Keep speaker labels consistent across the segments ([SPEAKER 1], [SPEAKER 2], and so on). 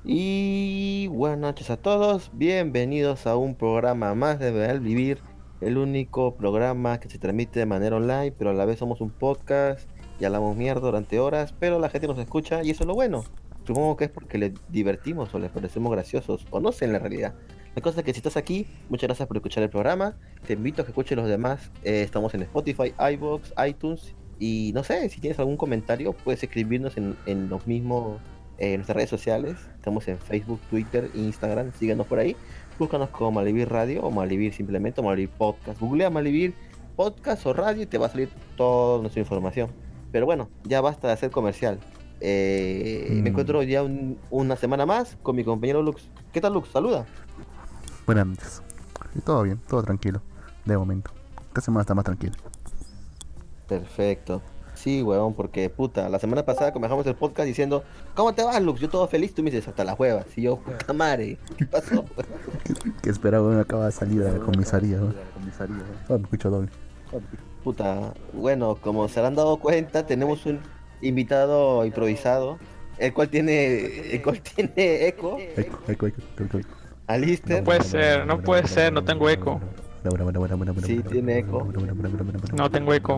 [SPEAKER 1] Y buenas noches a todos, bienvenidos a un programa más de Real Vivir, el único programa que se transmite de manera online, pero a la vez somos un podcast y hablamos mierda durante horas, pero la gente nos escucha y eso es lo bueno. Supongo que es porque les divertimos o les parecemos graciosos, o no sé en la realidad. La cosa es que si estás aquí, muchas gracias por escuchar el programa, te invito a que escuches los demás, estamos en Spotify, iVoox, iTunes, y no sé, si tienes algún comentario, puedes escribirnos en los mismos nuestras redes sociales. Estamos en Facebook, Twitter, Instagram. Síganos por ahí. Búscanos como Malivir Radio o Malivir simplemente o Malivir Podcast. Googlea Malivir Podcast o Radio y te va a salir toda nuestra información. Pero bueno, ya basta de hacer comercial. Me
[SPEAKER 2] Mm,
[SPEAKER 1] encuentro ya una semana más con mi compañero Lux. ¿Qué tal, Lux? Saluda.
[SPEAKER 2] Buenas noches. Y todo bien, todo tranquilo. De momento. Esta semana está más tranquila.
[SPEAKER 1] Perfecto. Sí, huevón, porque puta, la semana pasada comenzamos el podcast diciendo, ¿cómo te vas, Lux? Yo todo feliz, tú me dices, hasta las huevas. Y yo, puta madre, ¿qué pasó?
[SPEAKER 2] Que esperaba, bueno, acaba de salir de la comisaría. ¿No? Oh, me escucho doble.
[SPEAKER 1] Puta, bueno, como se habrán dado cuenta, tenemos un invitado improvisado, el cual tiene eco,
[SPEAKER 2] Eco.
[SPEAKER 1] Alister,
[SPEAKER 3] No puede ser, no tengo eco.
[SPEAKER 1] sí tiene eco,
[SPEAKER 3] No tengo eco.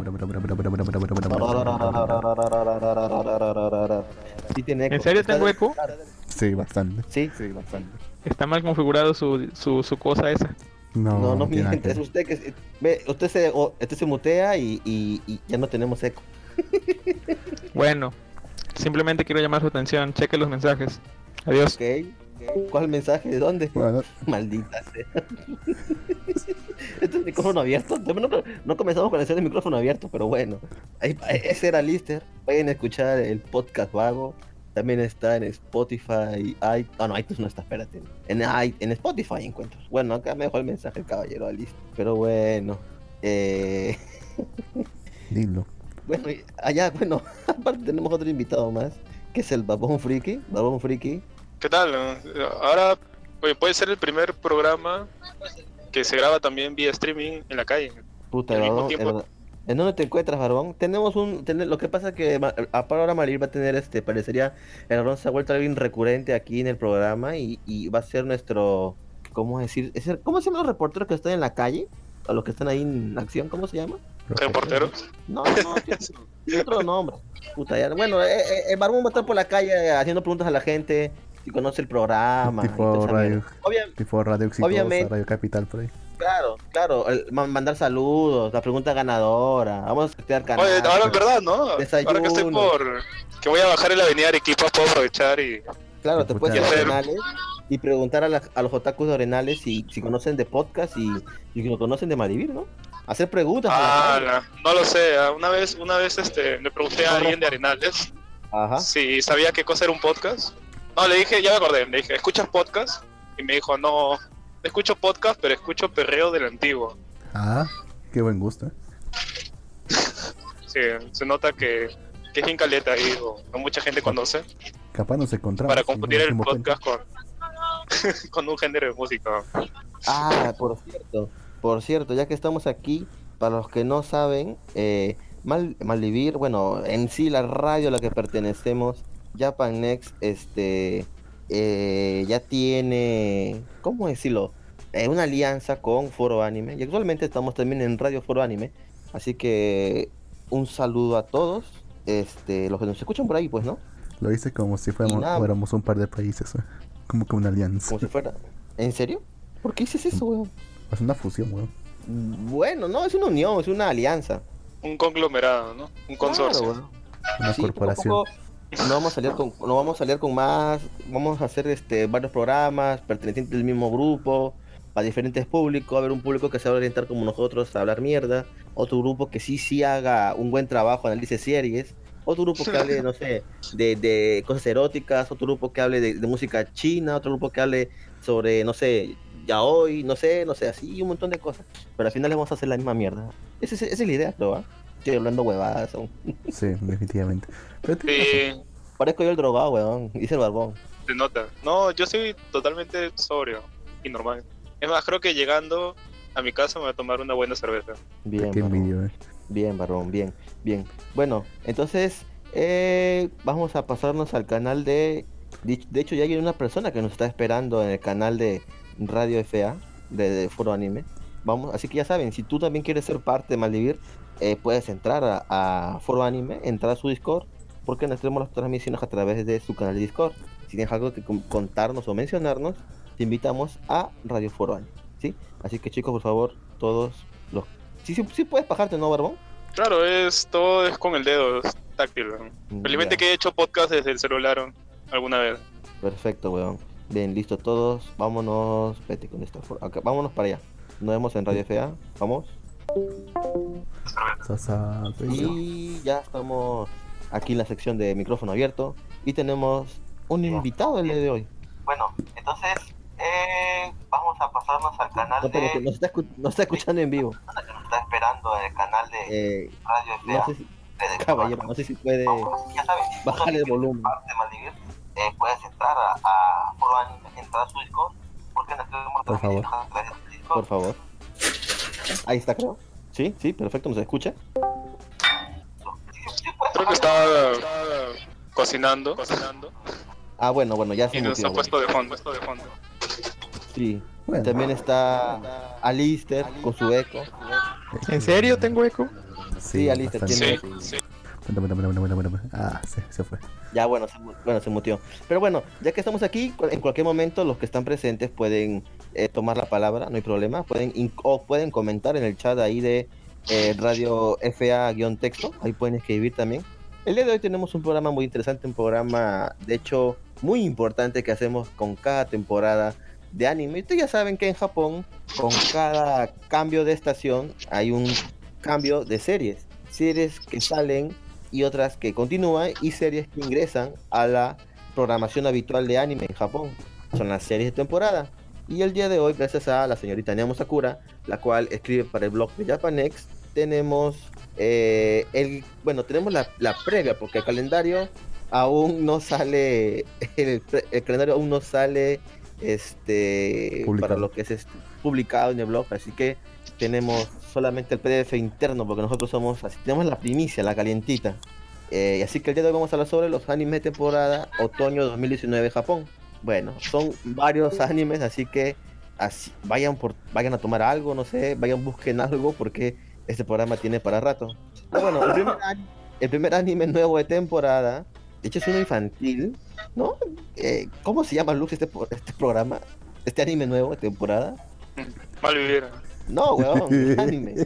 [SPEAKER 1] sí tiene
[SPEAKER 3] ¿En
[SPEAKER 1] eco,
[SPEAKER 3] serio tengo eco?
[SPEAKER 2] Sí, bastante.
[SPEAKER 1] sí,
[SPEAKER 3] Está mal configurado su cosa esa.
[SPEAKER 1] no, no
[SPEAKER 2] No tiene nada que
[SPEAKER 1] miente, es
[SPEAKER 2] ver.
[SPEAKER 1] usted que ve, usted se mutea y ya no tenemos eco.
[SPEAKER 3] Bueno, simplemente quiero llamar su atención. Cheque los mensajes. Adiós.
[SPEAKER 1] Ok, ¿cuál mensaje? ¿De dónde?
[SPEAKER 2] Bueno,
[SPEAKER 1] Maldita sea. Este es micrófono abierto. No comenzamos con el micrófono abierto, pero bueno. Ese era Lister. Pueden escuchar el podcast vago. También está en Spotify. No, iTunes no está, espérate. En Spotify encuentros. Bueno, acá me dejó el mensaje el caballero Alister. Pero bueno. Eh,
[SPEAKER 2] dilo.
[SPEAKER 1] bueno, allá, bueno, aparte tenemos otro invitado más, que es el Babón Friki. Babón Friki.
[SPEAKER 4] ¿Qué tal? Ahora puede ser el primer programa que se graba también vía streaming en la calle.
[SPEAKER 1] Puta,
[SPEAKER 4] Al mismo
[SPEAKER 1] Barbón,
[SPEAKER 4] tiempo.
[SPEAKER 1] ¿en dónde te encuentras, Barbón? Lo que pasa es que ahora Malir va a tener parecería, el Barbón se ha vuelto alguien recurrente aquí en el programa y va a ser nuestro, ¿cómo decir? ¿Cómo se llaman los reporteros que están en la calle? A los que están ahí en acción, ¿cómo se llama?
[SPEAKER 4] Reporteros.
[SPEAKER 1] No, tiene otro nombre. Puta, ya, bueno, el Barbón va a estar por la calle haciendo preguntas a la gente, si conoce el programa y toda
[SPEAKER 2] Tipo
[SPEAKER 1] esa mierda.
[SPEAKER 2] radio. Tipo radio exitosa,
[SPEAKER 1] Obviamente.
[SPEAKER 2] radio capital por ahí.
[SPEAKER 1] Claro, claro, mandar saludos, la pregunta ganadora, vamos a crear canal,
[SPEAKER 4] Oye, ahora en verdad, ¿no? Ahora que estoy
[SPEAKER 1] desayuno,
[SPEAKER 4] que voy a bajar en la avenida Arequipa, puedo aprovechar y
[SPEAKER 1] claro, te puedes ir a
[SPEAKER 4] puta.
[SPEAKER 1] Arenales y preguntar a los otakus de Arenales si conocen de podcast y que lo conocen de Malivir, ¿no? Hacer preguntas a la calle.
[SPEAKER 4] No lo sé. Una vez le pregunté a alguien de Arenales
[SPEAKER 1] Ajá.
[SPEAKER 4] si sabía qué cosa era un podcast. No, le dije, ya me acordé, le dije, ¿escuchas podcast? Y me dijo, no escucho podcast, pero escucho perreo del antiguo.
[SPEAKER 2] Ah, qué buen gusto.
[SPEAKER 4] Sí, se nota que es bien caleta ahí, o no mucha gente conoce,
[SPEAKER 2] Capaz nos encontramos.
[SPEAKER 4] para
[SPEAKER 2] y
[SPEAKER 4] confundir
[SPEAKER 2] nos
[SPEAKER 4] el
[SPEAKER 2] dimos cuenta.
[SPEAKER 4] podcast con un género de música.
[SPEAKER 1] Ah, por cierto, ya que estamos aquí, para los que no saben, Malvivir, bueno, en sí la radio a la que pertenecemos, Japan Next, ya tiene, ¿cómo decirlo? Una alianza con Foro Anime, y actualmente estamos también en Radio Foro Anime, así que un saludo a todos, los que nos escuchan por ahí, pues, ¿no?
[SPEAKER 2] Lo hice como si
[SPEAKER 1] Y nada,
[SPEAKER 2] fuéramos un par de países. Como que una alianza.
[SPEAKER 1] como si fuera, ¿en serio? ¿Por qué dices eso, weón?
[SPEAKER 2] Es una fusión, weón.
[SPEAKER 1] Bueno, no, es una unión, es una alianza.
[SPEAKER 4] Un conglomerado, ¿no? Un consorcio.
[SPEAKER 1] Claro, bueno.
[SPEAKER 2] Una
[SPEAKER 1] Sí, poco a
[SPEAKER 2] corporación.
[SPEAKER 1] poco no vamos a salir con más, vamos a hacer varios programas pertenecientes del mismo grupo, para diferentes públicos, va a haber un público que se va a orientar como nosotros a hablar mierda, otro grupo que sí haga un buen trabajo, analice series, otro grupo que hable, no sé, de cosas eróticas, otro grupo que hable de música china, otro grupo que hable sobre, no sé, yaoi, no sé, así un montón de cosas. Pero al final le vamos a hacer la misma mierda. Esa es la idea, creo, ¿ah? Estoy hablando huevadas aún.
[SPEAKER 2] Sí, definitivamente. Pero tienes razón.
[SPEAKER 4] Sí,
[SPEAKER 1] Parezco yo el drogado, weón. Hice el barbón.
[SPEAKER 4] se nota. No, yo soy totalmente sobrio y normal. Es más, creo que llegando a mi casa me voy a tomar una buena cerveza.
[SPEAKER 1] Bien,
[SPEAKER 2] Qué
[SPEAKER 1] barbón.
[SPEAKER 2] envidio,
[SPEAKER 1] Bien, barbón, bien, bien. Bueno, entonces vamos a pasarnos al canal de De hecho, ya hay una persona que nos está esperando en el canal de Radio FA, de Foro Anime. Vamos, así que ya saben, si tú también quieres ser parte de Malvivir, puedes entrar a Foro Anime, entrar a su Discord, porque nos tenemos las transmisiones a través de su canal de Discord. Si tienes algo que contarnos o mencionarnos, te invitamos a Radio Foro Anime, ¿sí? Así que chicos, por favor, todos los... Sí puedes bajarte, ¿no, Barbón?
[SPEAKER 4] Claro, todo es con el dedo, es táctil. ¿No? Felizmente
[SPEAKER 1] Ya.
[SPEAKER 4] que he hecho podcast desde el celular alguna vez.
[SPEAKER 1] Perfecto, weón. Bien, listo todos. Vámonos. Vete con esta acá, vámonos para allá. Nos vemos en Radio FA. Vamos. Y ya estamos aquí en la sección de micrófono abierto. Y tenemos un invitado el día de hoy. Bueno, entonces vamos a pasarnos al canal de... Nos está escuchando en vivo. Nos está esperando en el canal de Radio FA. No sé si, caballero, no sé si puede bajar el volumen. Puedes entrar a Foro Anime, entrar a su Discord, porque nos tenemos
[SPEAKER 2] Por favor.
[SPEAKER 1] a través de Discord. Por favor. Ahí está, creo. Sí, perfecto, ¿nos escucha?
[SPEAKER 4] Creo que estaba cocinando
[SPEAKER 1] Ah, bueno, ya se
[SPEAKER 4] y nos
[SPEAKER 1] mutió,
[SPEAKER 4] ha puesto de fondo.
[SPEAKER 1] Sí.
[SPEAKER 2] Bueno.
[SPEAKER 1] También está Alister con su eco.
[SPEAKER 3] ¿En serio tengo eco?
[SPEAKER 1] Sí, Alister
[SPEAKER 2] bastante.
[SPEAKER 1] tiene...
[SPEAKER 4] Sí.
[SPEAKER 2] Bueno. Ah, se fue.
[SPEAKER 1] Ya, se mutió. Pero bueno, ya que estamos aquí, en cualquier momento los que están presentes pueden tomar la palabra, no hay problema. Pueden comentar en el chat ahí de Radio FA-texto, ahí pueden escribir también. El día de hoy tenemos un programa muy interesante, un programa, de hecho, muy importante que hacemos con cada temporada de anime. Ustedes ya saben que en Japón, con cada cambio de estación, hay un cambio de series. Series que salen y otras que continúan, y series que ingresan a la programación habitual de anime en Japón. Son las series de temporada. Y el día de hoy, gracias a la señorita Nemo Sakura, la cual escribe para el blog de Japanex, tenemos tenemos la previa, porque el calendario aún no sale, el calendario aún no sale
[SPEAKER 2] Publicado.
[SPEAKER 1] para lo que es publicado en el blog, así que tenemos solamente el PDF interno, porque nosotros tenemos la primicia, la calientita. Y así que el día de hoy vamos a hablar sobre los animes de temporada otoño 2019 Japón. Bueno, son varios animes, así que vayan a tomar algo, no sé, busquen algo, porque este programa tiene para rato. Pero bueno, el primer anime nuevo de temporada, de hecho es uno infantil, ¿no? ¿Cómo se llama, Lux, este programa? Este anime nuevo de temporada.
[SPEAKER 4] Malvivir.
[SPEAKER 1] No, weón, anime.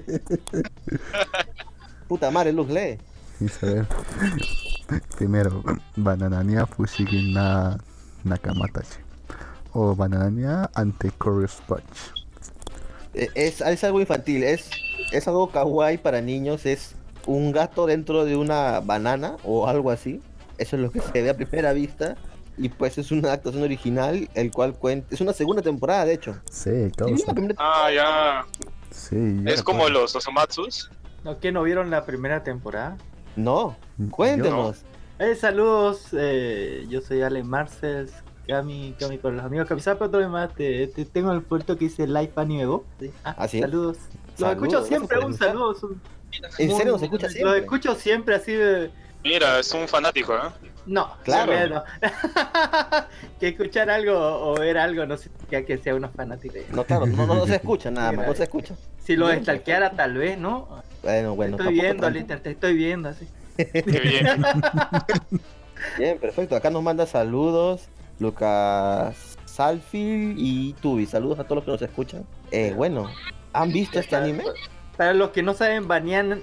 [SPEAKER 1] Puta madre, Luz, lee.
[SPEAKER 2] Vamos a ver. Primero, Bananania Fushigi Nakamatachi. O Bananania ante Curious Punch.
[SPEAKER 1] Es algo infantil, es algo kawaii para niños, es un gato dentro de una banana o algo así. Eso es lo que se ve a primera vista. Y pues es una actuación original, el cual es una segunda temporada, de hecho.
[SPEAKER 2] Sí, claro.
[SPEAKER 1] Sí, la primera-
[SPEAKER 4] Ah, ya.
[SPEAKER 2] Sí,
[SPEAKER 4] Es como los Osomatsus.
[SPEAKER 5] ¿No que no vieron la primera temporada?
[SPEAKER 1] No, cuéntenos.
[SPEAKER 5] Saludos, yo soy Ale Marcels, Cami con los amigos Camisapo, otro demás, tengo el puerto que dice Live Anime Go. Sí.
[SPEAKER 1] ¿Ah, sí?
[SPEAKER 5] Saludos. Los
[SPEAKER 1] Saludos,
[SPEAKER 5] escucho siempre,
[SPEAKER 1] gracias por
[SPEAKER 5] un
[SPEAKER 1] escuchar.
[SPEAKER 5] saludo.
[SPEAKER 1] ¿En serio nos escucha
[SPEAKER 5] Los
[SPEAKER 1] siempre?
[SPEAKER 5] escucho siempre así de...
[SPEAKER 4] Mira, es un fanático, ¿eh?
[SPEAKER 5] No,
[SPEAKER 1] Claro.
[SPEAKER 5] no. Que escuchar algo o ver algo no significa que sea unos fanáticos.
[SPEAKER 1] No, claro, no se escucha nada más, no se escucha.
[SPEAKER 5] Si lo stalkeara tal vez, ¿no?
[SPEAKER 1] Bueno,
[SPEAKER 5] Te estoy
[SPEAKER 1] tampoco
[SPEAKER 5] viendo,
[SPEAKER 1] tanto.
[SPEAKER 5] Alister, te estoy viendo así.
[SPEAKER 4] Qué bien.
[SPEAKER 1] Bien, perfecto. Acá nos manda saludos Lucas Salfi y Tubi. Saludos a todos los que nos escuchan. Bueno, ¿han visto este anime?
[SPEAKER 5] Para los que no saben, Banania,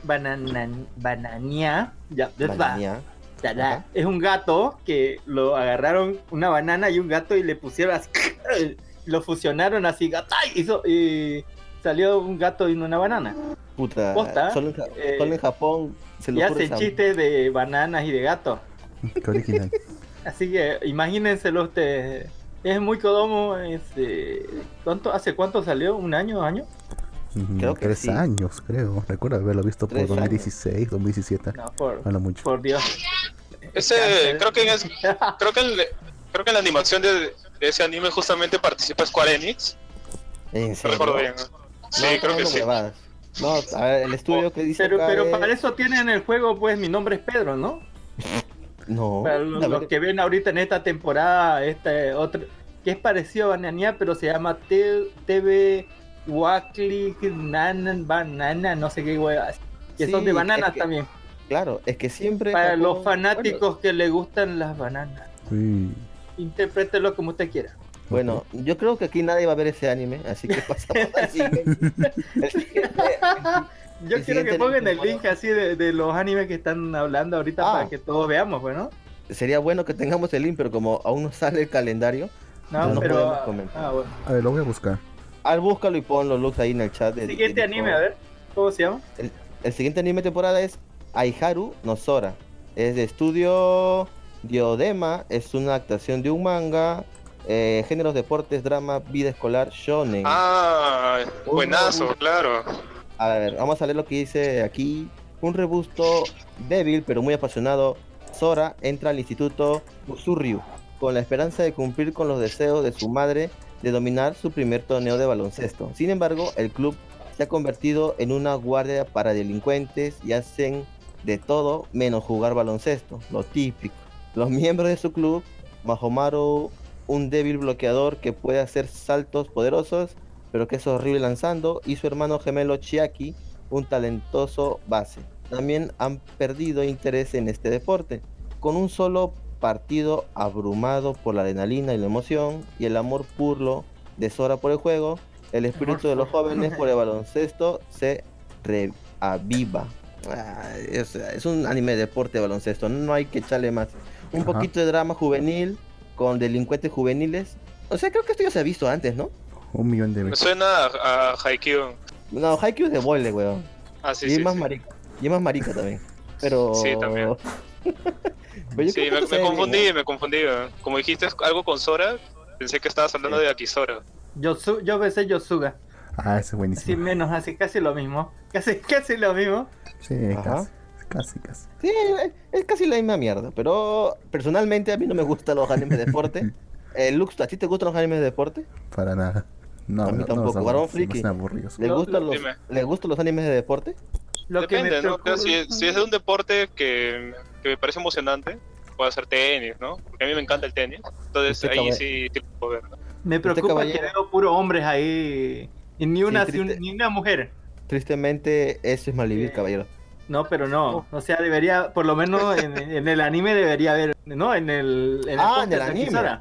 [SPEAKER 5] ya,
[SPEAKER 1] Banania.
[SPEAKER 5] Tada. Es un gato que lo agarraron una banana y un gato y le pusieron así, lo fusionaron así, y salió un gato y una banana.
[SPEAKER 1] Puta,
[SPEAKER 5] Posta,
[SPEAKER 1] solo en Japón se
[SPEAKER 5] Y
[SPEAKER 1] le ocurre
[SPEAKER 5] hacen
[SPEAKER 1] esa-
[SPEAKER 5] chistes de bananas y de gatos.
[SPEAKER 2] Qué original.
[SPEAKER 5] Así que imagínenselo ustedes. Es muy Kodomo. ¿Hace cuánto salió? ¿Un año? ¿2 años?
[SPEAKER 1] Creo que
[SPEAKER 2] 3
[SPEAKER 1] sí.
[SPEAKER 2] años, creo. Recuerdo haberlo visto por
[SPEAKER 1] 3 años.
[SPEAKER 2] 2016, 2017.
[SPEAKER 5] No,
[SPEAKER 2] Habla mucho.
[SPEAKER 5] por Dios.
[SPEAKER 4] Creo que en la animación de ese anime justamente participa Square Enix.
[SPEAKER 1] ¿En
[SPEAKER 4] No
[SPEAKER 1] serio?
[SPEAKER 4] recuerdo bien. Sí,
[SPEAKER 1] No,
[SPEAKER 4] creo que
[SPEAKER 1] no,
[SPEAKER 4] sí.
[SPEAKER 1] huevadas. No, a ver, el estudio que dice
[SPEAKER 5] Pero,
[SPEAKER 1] acá
[SPEAKER 5] pero
[SPEAKER 1] es-
[SPEAKER 5] para eso tienen el juego, pues mi nombre es Pedro, ¿no?
[SPEAKER 1] No.
[SPEAKER 5] Para
[SPEAKER 1] a
[SPEAKER 5] los
[SPEAKER 1] ver,
[SPEAKER 5] que ven ahorita en esta temporada, otro que es parecido a Banania, pero se llama TV Wakli Banana, no sé qué huevas, que son de
[SPEAKER 1] sí,
[SPEAKER 5] bananas
[SPEAKER 1] es que,
[SPEAKER 5] también.
[SPEAKER 1] claro, es que siempre
[SPEAKER 5] Para los
[SPEAKER 1] Japón-
[SPEAKER 5] fanáticos que le gustan las bananas,
[SPEAKER 2] Uy,
[SPEAKER 5] interprételo como usted quiera.
[SPEAKER 1] Bueno, yo creo que aquí nadie va a ver ese anime, así que pasamos al siguiente. El siguiente,
[SPEAKER 5] Yo
[SPEAKER 1] El
[SPEAKER 5] quiero que
[SPEAKER 1] siguiente
[SPEAKER 5] pongan el
[SPEAKER 1] temporada.
[SPEAKER 5] link así de los animes que están hablando ahorita
[SPEAKER 1] Ah.
[SPEAKER 5] para que todos veamos, bueno.
[SPEAKER 1] sería bueno que tengamos el link, pero como aún no sale el calendario,
[SPEAKER 5] No,
[SPEAKER 1] no
[SPEAKER 5] pero
[SPEAKER 1] podemos comentar.
[SPEAKER 5] bueno.
[SPEAKER 2] a ver, lo voy a buscar.
[SPEAKER 1] Búscalo y ponlo, Lux, ahí en el chat.
[SPEAKER 5] Siguiente
[SPEAKER 1] de
[SPEAKER 5] anime,
[SPEAKER 1] Discord.
[SPEAKER 5] a ver, ¿cómo se llama?
[SPEAKER 1] El siguiente anime de temporada es Aiharu no Sora. Es de estudio Diodema, es una adaptación de un manga, géneros, deportes, drama, vida escolar, shonen.
[SPEAKER 4] Ah, buenazo, claro.
[SPEAKER 1] A ver, vamos a leer lo que dice aquí. Un robusto, débil pero muy apasionado, Sora entra al instituto Usurryu con la esperanza de cumplir con los deseos de su madre de dominar su primer torneo de baloncesto. Sin embargo, el club se ha convertido en una guardia para delincuentes y hacen de todo menos jugar baloncesto, lo típico. Los miembros de su club, Mahomaru, un débil bloqueador que puede hacer saltos poderosos, pero que es horrible lanzando, y su hermano gemelo Chiaki, un talentoso base. También han perdido interés en este deporte, con un solo partido abrumado por la adrenalina y la emoción y el amor puro de Sora por el juego. El espíritu de los jóvenes por el baloncesto se reaviva. Es un anime de deporte de baloncesto, no hay que echarle más. Un
[SPEAKER 2] Ajá.
[SPEAKER 1] poquito de drama juvenil con delincuentes juveniles. O sea, creo que esto ya se ha visto antes, ¿no?
[SPEAKER 2] 1.000.000 de
[SPEAKER 4] Me
[SPEAKER 2] veces.
[SPEAKER 4] suena a Haikyuu.
[SPEAKER 1] No, Haikyuu es de boile, weón.
[SPEAKER 4] Ah, sí,
[SPEAKER 1] y
[SPEAKER 4] sí.
[SPEAKER 1] es más
[SPEAKER 4] Sí,
[SPEAKER 1] marica. Y es más marica también. Pero...
[SPEAKER 4] Sí, también.
[SPEAKER 1] Pero yo
[SPEAKER 4] Sí,
[SPEAKER 1] creo que esto se ve bien,
[SPEAKER 4] confundí,
[SPEAKER 1] ¿no?
[SPEAKER 4] me confundí. Como dijiste algo con Sora, pensé que estabas hablando de Akisora.
[SPEAKER 5] Yo besé Yosuga,
[SPEAKER 2] Ah, ese es
[SPEAKER 5] así
[SPEAKER 2] buenísimo.
[SPEAKER 5] menos, así casi lo mismo. Casi lo mismo.
[SPEAKER 2] Sí,
[SPEAKER 1] Ajá.
[SPEAKER 2] casi.
[SPEAKER 1] Sí, es casi la misma mierda. Pero personalmente a mí no me gustan los animes de deporte. Lux, ¿a ti te gustan los animes de deporte?
[SPEAKER 2] Para nada. No,
[SPEAKER 1] A mí tampoco,
[SPEAKER 2] los
[SPEAKER 1] varón
[SPEAKER 2] aburro,
[SPEAKER 1] friki.
[SPEAKER 2] son aburridos.
[SPEAKER 1] ¿Les gustan,
[SPEAKER 4] dime.
[SPEAKER 1] ¿Les gustan los animes de deporte?
[SPEAKER 5] Lo que me
[SPEAKER 4] Depende, ¿no? Pero
[SPEAKER 5] preocupa-
[SPEAKER 4] si es de un deporte que me parece emocionante, puede ser tenis, ¿no? Porque a mí me encanta el tenis. Entonces
[SPEAKER 1] Usted
[SPEAKER 4] ahí
[SPEAKER 1] cabe-
[SPEAKER 4] sí lo puedo ver, ¿no?
[SPEAKER 5] Me preocupa que
[SPEAKER 1] caballero.
[SPEAKER 5] veo puros hombres ahí y ni una,
[SPEAKER 1] triste.
[SPEAKER 5] ni una mujer.
[SPEAKER 1] Tristemente, eso es malvivir, caballero.
[SPEAKER 5] No, pero no. O sea, debería, por lo menos en el anime debería haber, ¿no? En el
[SPEAKER 1] En el
[SPEAKER 5] podcast de
[SPEAKER 1] anime.
[SPEAKER 5] Akisora.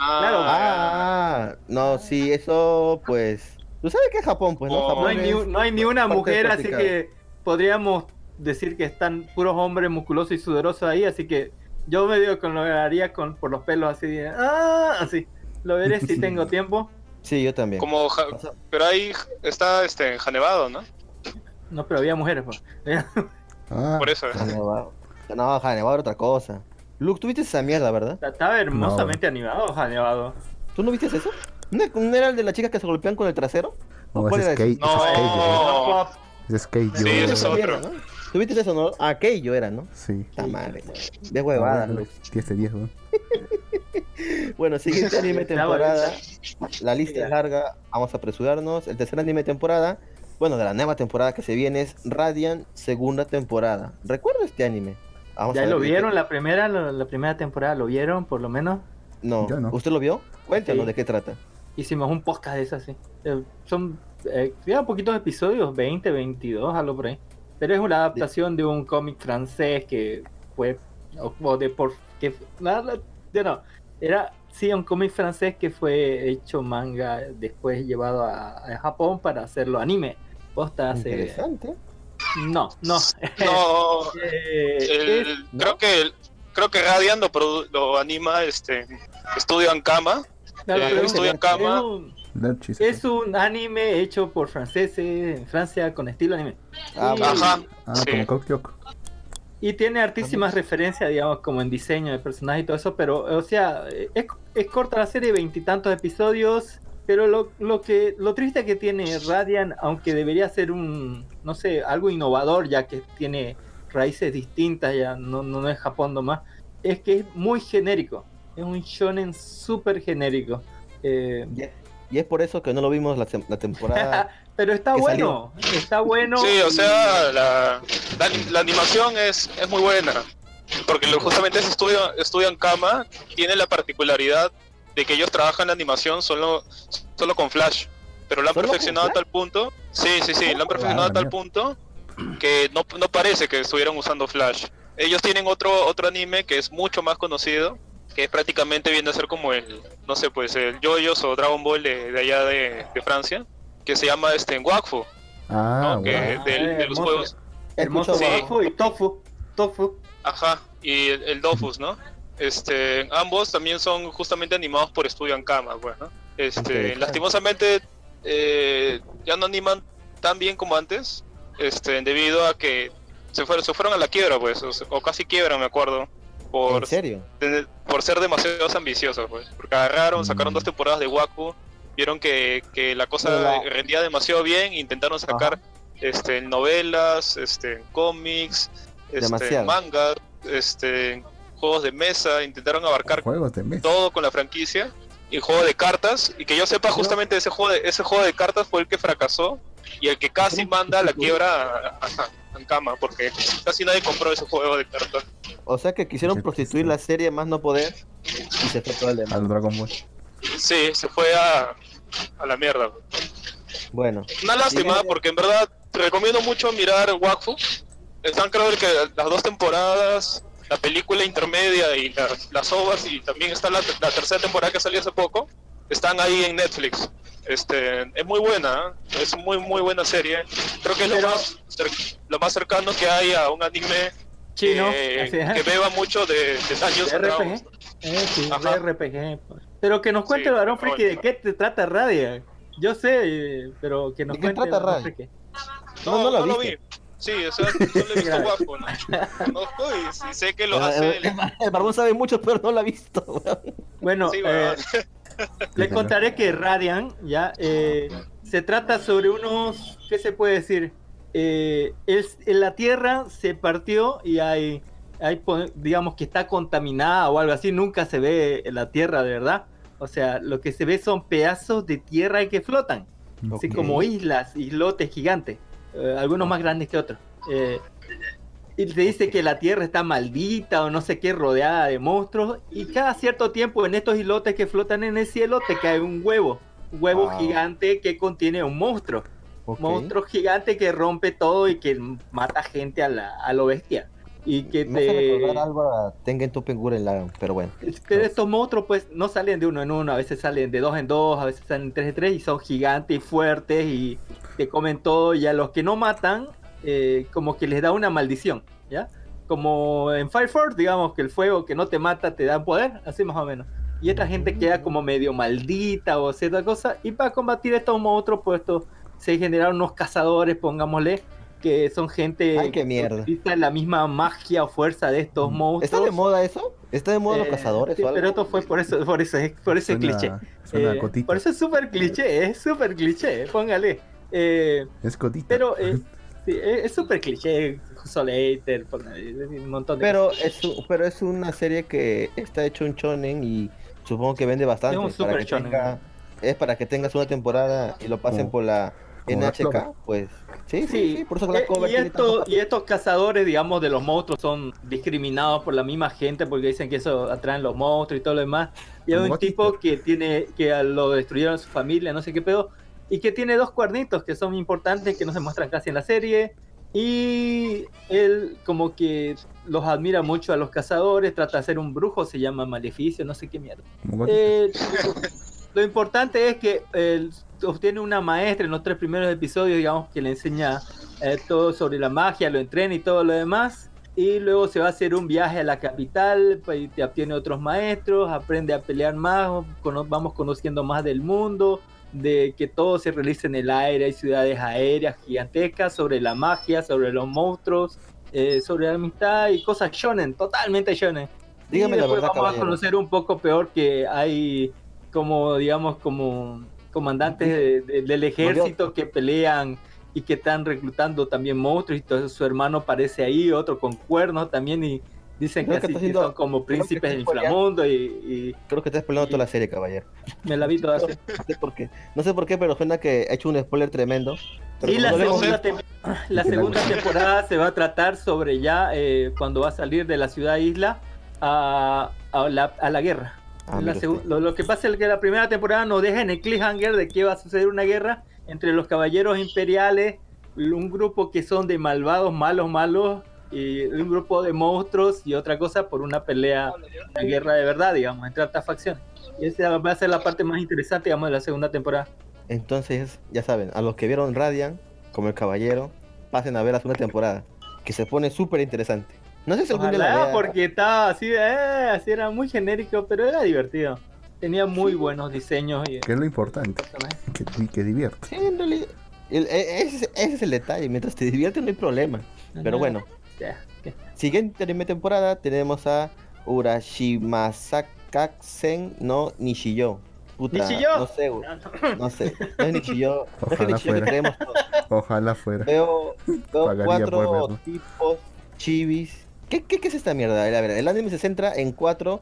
[SPEAKER 1] Ah, no, sí, eso pues... Tú sabes que es Japón, pues, ¿no?
[SPEAKER 4] No,
[SPEAKER 1] Japón
[SPEAKER 5] No hay ni una
[SPEAKER 1] parte
[SPEAKER 5] mujer, así
[SPEAKER 1] practicada.
[SPEAKER 5] que podríamos decir que están puros hombres musculosos y sudorosos ahí, así que yo medio con lo haría por los pelos así de, así. Lo veré si tengo tiempo.
[SPEAKER 1] Sí, yo también.
[SPEAKER 4] Como pero ahí está Hanevado, ¿no?
[SPEAKER 5] No, pero había mujeres, pues.
[SPEAKER 2] Ah,
[SPEAKER 4] Por eso.
[SPEAKER 1] Hanebado. No, Hanebado era otra cosa. Luke, ¿tú viste esa mierda, verdad?
[SPEAKER 5] Estaba hermosamente animado, Hanevado.
[SPEAKER 1] ¿Tú no viste eso? ¿No era el de las chicas que se golpean con el trasero? ¿O
[SPEAKER 2] no,
[SPEAKER 1] cuál
[SPEAKER 2] ese es
[SPEAKER 1] era ese?
[SPEAKER 2] Skate. Ese es Skate,
[SPEAKER 4] No.
[SPEAKER 2] ese es Skate,
[SPEAKER 4] Sí,
[SPEAKER 2] yo-
[SPEAKER 4] ese es
[SPEAKER 1] Esa
[SPEAKER 4] otro.
[SPEAKER 1] mierda, ¿no? ¿Tú viste eso, no? Ah, Keio era, ¿no?
[SPEAKER 2] Sí.
[SPEAKER 1] Está madre. De huevada,
[SPEAKER 2] Ah,
[SPEAKER 1] Luke.
[SPEAKER 2] 10 de 10, weón.
[SPEAKER 1] Bueno, siguiente anime
[SPEAKER 5] Está
[SPEAKER 1] temporada. La lista es larga, vamos a apresurarnos. El tercer anime temporada, bueno, de la nueva temporada que se viene es Radiant segunda temporada. ¿Recuerdo este anime? Vamos a
[SPEAKER 5] ¿Ya
[SPEAKER 1] ver
[SPEAKER 5] lo
[SPEAKER 1] de qué-
[SPEAKER 5] vieron la primera temporada? ¿Lo vieron por lo menos?
[SPEAKER 1] No.
[SPEAKER 2] Yo no.
[SPEAKER 1] ¿Usted lo vio? Cuéntanos
[SPEAKER 5] Sí.
[SPEAKER 1] de qué trata.
[SPEAKER 5] Hicimos un podcast de eso, sí. Son ya poquitos episodios, 20, 22, algo por ahí. Pero es una adaptación de un cómic francés que fue, o de por, que, no, era, sí, un cómic francés que fue hecho manga, después llevado a Japón para hacerlo anime. Posta hace...
[SPEAKER 1] Interesante.
[SPEAKER 5] No.
[SPEAKER 4] No,
[SPEAKER 5] Es-
[SPEAKER 1] ¿no?
[SPEAKER 4] creo que Radiant lo anima Estudio Ankama.
[SPEAKER 5] claro,
[SPEAKER 1] Ah,
[SPEAKER 5] pero
[SPEAKER 1] Estudio
[SPEAKER 4] Ankama.
[SPEAKER 2] Lerchis.
[SPEAKER 5] es un anime hecho por franceses en Francia con estilo anime.
[SPEAKER 1] Ah,
[SPEAKER 5] Y-
[SPEAKER 1] bueno.
[SPEAKER 4] Ajá.
[SPEAKER 2] Ah,
[SPEAKER 4] Sí.
[SPEAKER 2] como Code Lyoko.
[SPEAKER 5] Y tiene hartísimas referencias, digamos, como en diseño de personajes y todo eso, pero, o sea, es corta la serie, 20 y tantos episodios, pero lo triste que tiene Radiant, aunque debería ser no sé, algo innovador, ya que tiene raíces distintas, ya no es Japón nomás, es que es muy genérico, es un shonen súper genérico.
[SPEAKER 1] Y es por eso que no lo vimos la temporada.
[SPEAKER 5] Pero está
[SPEAKER 1] que
[SPEAKER 5] bueno.
[SPEAKER 4] Sí, o sea, la animación es muy buena. porque justamente ese estudio Ankama tiene la particularidad de que ellos trabajan la animación solo con Flash, pero lo han
[SPEAKER 1] ¿Solo con
[SPEAKER 4] perfeccionado a
[SPEAKER 1] Flash?
[SPEAKER 4] tal punto, sí, lo han perfeccionado a tal punto que no parece que estuvieran usando Flash. Ellos tienen otro anime que es mucho más conocido, que prácticamente viene a ser como el, no sé, pues el JoJo's o Dragon Ball de allá de Francia, que se llama Wakfu,
[SPEAKER 2] Ah,
[SPEAKER 4] ¿no? Que
[SPEAKER 2] bueno.
[SPEAKER 4] de los
[SPEAKER 5] hermoso.
[SPEAKER 4] juegos,
[SPEAKER 5] Hermoso
[SPEAKER 4] Sí.
[SPEAKER 5] Wafu y Tofu.
[SPEAKER 4] ajá, y el Dofus, ¿no? Ambos también son justamente animados por Estudio Ankama, pues, ¿no?
[SPEAKER 1] Ok.
[SPEAKER 4] Lastimosamente ya no animan tan bien como antes, debido a que se fueron a la quiebra, pues, o casi quiebra, me acuerdo, por
[SPEAKER 1] ¿En serio?
[SPEAKER 4] por ser demasiado ambiciosos, pues, porque agarraron, sacaron 2 temporadas de Waku, vieron que la cosa
[SPEAKER 1] Pero la-
[SPEAKER 4] rendía demasiado bien, intentaron sacar novelas, cómics,
[SPEAKER 1] Demasiado.
[SPEAKER 4] mangas, juegos de mesa, intentaron abarcar
[SPEAKER 2] Juegos de mesa.
[SPEAKER 4] todo con la franquicia y juego de cartas, y que yo sepa justamente ese juego de cartas fue el que fracasó y el que casi manda a la quiebra a Ankama, porque casi nadie compró ese juego de cartas.
[SPEAKER 1] O sea que quisieron
[SPEAKER 2] Sí,
[SPEAKER 1] prostituir
[SPEAKER 2] sí.
[SPEAKER 1] la serie más no poder y se fue todo el demás.
[SPEAKER 2] Al Dragon Ball.
[SPEAKER 4] Sí, se fue a la mierda.
[SPEAKER 1] Bueno,
[SPEAKER 4] Una lástima,
[SPEAKER 1] Dígame.
[SPEAKER 4] porque en verdad te recomiendo mucho mirar Wakfu. Están, creo que las 2 temporadas, la película intermedia y las ovas, y también está la tercera temporada que salió hace poco, están ahí en Netflix. Es muy buena, ¿eh? Es muy buena serie. Creo que es lo más cercano que hay a un anime
[SPEAKER 5] Chino.
[SPEAKER 4] que beba mucho de Dungeons and Dragons.
[SPEAKER 5] RPG. Sí,
[SPEAKER 4] Ajá.
[SPEAKER 5] RPG. Pues. Pero que nos cuente
[SPEAKER 4] Sí,
[SPEAKER 5] el varón
[SPEAKER 4] pero
[SPEAKER 5] friki de qué te trata Radia. Yo sé, pero que nos
[SPEAKER 1] ¿De qué
[SPEAKER 5] cuente
[SPEAKER 1] trata
[SPEAKER 5] el varón
[SPEAKER 1] Radia?
[SPEAKER 5] friki.
[SPEAKER 1] No lo
[SPEAKER 4] lo vi.
[SPEAKER 1] viste.
[SPEAKER 4] Sí, o sea, solo he visto
[SPEAKER 5] Claro.
[SPEAKER 4] Wakfu, ¿no? Conozco y sé que los hace
[SPEAKER 1] el Barbón sabe mucho, pero no lo ha visto. Weón.
[SPEAKER 5] Bueno,
[SPEAKER 4] Sí, weón.
[SPEAKER 5] les contaré que Radiant ya se trata sobre unos, ¿qué se puede decir? La Tierra se partió y digamos que está contaminada o algo así. Nunca se ve la Tierra de verdad. O sea, lo que se ve son pedazos de tierra que flotan, así
[SPEAKER 1] Ok.
[SPEAKER 5] como islotes gigantes, algunos más grandes que otros. Y te dice que la Tierra está maldita o no sé qué, rodeada de monstruos. Y cada cierto tiempo en estos islotes que flotan en el cielo te cae un huevo
[SPEAKER 1] Wow.
[SPEAKER 5] gigante que contiene un monstruo.
[SPEAKER 1] Ok.
[SPEAKER 5] Monstruo gigante que rompe todo y que mata gente a lo bestia. Y que
[SPEAKER 1] Me hace recordar algo a Tengen Toppa Gurren Lagann, pero bueno.
[SPEAKER 5] Pero estos monstruos pues no salen de uno en uno, a veces salen de 2 en 2, a veces salen de 3 en 3 y son gigantes y fuertes y te comen todo, y a los que no matan como que les da una maldición, ¿ya? Como en Fire Force, digamos que el fuego que no te mata te da poder, así más o menos. Y esta gente queda como medio maldita o cierta cosa, y para combatir estos monstruos pues se generaron unos cazadores, pongámosle, que son gente
[SPEAKER 1] Ay, qué mierda.
[SPEAKER 5] que utiliza la misma magia o fuerza de estos monstruos.
[SPEAKER 1] ¿Está de moda eso? ¿Está de moda los cazadores
[SPEAKER 5] Sí,
[SPEAKER 1] o algo?
[SPEAKER 5] pero esto fue por ese cliché.
[SPEAKER 2] Suena cotita.
[SPEAKER 5] Por eso es súper cliché, póngale.
[SPEAKER 2] Es cotita.
[SPEAKER 5] Pero sí, es súper cliché, Soleiter, un montón de
[SPEAKER 1] Pero
[SPEAKER 5] cosas.
[SPEAKER 1] pero es una serie que está hecho un shonen y supongo que vende bastante.
[SPEAKER 5] Es un
[SPEAKER 1] para
[SPEAKER 5] super
[SPEAKER 1] que
[SPEAKER 5] shonen.
[SPEAKER 1] es para que tengas una temporada y lo pasen
[SPEAKER 2] Como-
[SPEAKER 1] por la
[SPEAKER 2] como Black
[SPEAKER 1] NHK,
[SPEAKER 2] Clover.
[SPEAKER 1] pues sí, por eso Black Clover
[SPEAKER 5] y,
[SPEAKER 1] tiene tanto
[SPEAKER 5] y estos cazadores, digamos, de los monstruos son discriminados por la misma gente porque dicen que eso atraen los monstruos y todo lo demás. Y hay
[SPEAKER 2] Como
[SPEAKER 5] un tipo que lo destruyeron su familia, no sé qué pedo, y que tiene 2 cuernitos que son importantes, que no se muestran casi en la serie. Y él como que los admira mucho a los cazadores, trata de ser un brujo, se llama Maleficio, no sé qué mierda.
[SPEAKER 2] Como cotita.
[SPEAKER 5] Lo importante es que obtiene una maestra en los 3 primeros episodios, digamos, que le enseña todo sobre la magia, lo entrena y todo lo demás. Y luego se va a hacer un viaje a la capital, pues, y te obtiene otros maestros, aprende a pelear más, vamos conociendo más del mundo, de que todo se realiza en el aire, hay ciudades aéreas gigantescas, sobre la magia, sobre los monstruos, sobre la amistad y cosas shonen, totalmente shonen.
[SPEAKER 1] Dígame
[SPEAKER 5] y
[SPEAKER 1] la
[SPEAKER 5] después
[SPEAKER 1] verdad,
[SPEAKER 5] vamos a
[SPEAKER 1] caballero.
[SPEAKER 5] conocer un poco peor que hay como, digamos, como comandantes del ejército que pelean y que están reclutando también monstruos, y todo eso. Su hermano aparece ahí, otro con cuernos también, y Dicen que
[SPEAKER 1] Creo que
[SPEAKER 5] así
[SPEAKER 1] está
[SPEAKER 5] que
[SPEAKER 1] haciendo-
[SPEAKER 5] son como
[SPEAKER 1] creo que
[SPEAKER 5] príncipes del
[SPEAKER 1] está
[SPEAKER 5] inframundo y
[SPEAKER 1] Creo que estás spoileando toda la serie, caballero.
[SPEAKER 5] me la vi toda así.
[SPEAKER 1] No sé por qué. No sé por qué, pero suena que he hecho un spoiler tremendo. Pero
[SPEAKER 5] Y
[SPEAKER 1] como
[SPEAKER 5] la
[SPEAKER 1] no lo hemos
[SPEAKER 5] segunda,
[SPEAKER 1] visto-
[SPEAKER 5] la segunda temporada se va a tratar sobre ya cuando va a salir de la ciudad isla a la guerra.
[SPEAKER 1] Ah, mira usted.
[SPEAKER 5] Lo que pasa es que la primera temporada nos deja en el cliffhanger de que va a suceder una guerra entre los caballeros imperiales, un grupo que son de malvados, malos, y un grupo de monstruos y otra cosa por una pelea, una guerra de verdad, digamos, entre altas facciones. Y esa va a ser la parte más interesante, digamos, de la segunda temporada.
[SPEAKER 1] Entonces, ya saben, a los que vieron Radiant, como el caballero, pasen a ver la segunda temporada, que se pone súper interesante. No sé si algún día la
[SPEAKER 5] Ojalá,
[SPEAKER 1] vea.
[SPEAKER 5] porque estaba así era muy genérico, pero era divertido. Tenía muy buenos diseños y
[SPEAKER 2] Que es lo importante,
[SPEAKER 5] personajes.
[SPEAKER 2] que divierte.
[SPEAKER 1] Sí, en realidad, ese es el detalle. Mientras te diviertes no hay problema. Pero bueno,
[SPEAKER 5] Ya, ¿qué?
[SPEAKER 1] siguiente anime temporada tenemos a Urashimasakasen no Nishiyo. Puta,
[SPEAKER 5] ¿Nishiyo?
[SPEAKER 1] no sé, güey. No sé. No es Nishiyo. No es el
[SPEAKER 2] Ojalá
[SPEAKER 1] Nishiyo que
[SPEAKER 2] fuera.
[SPEAKER 1] creemos todos.
[SPEAKER 2] Ojalá fuera.
[SPEAKER 1] Veo
[SPEAKER 2] Pagaría por
[SPEAKER 1] 4
[SPEAKER 2] verlo.
[SPEAKER 1] tipos chivis. ¿Qué es esta mierda? A ver, el anime se centra en cuatro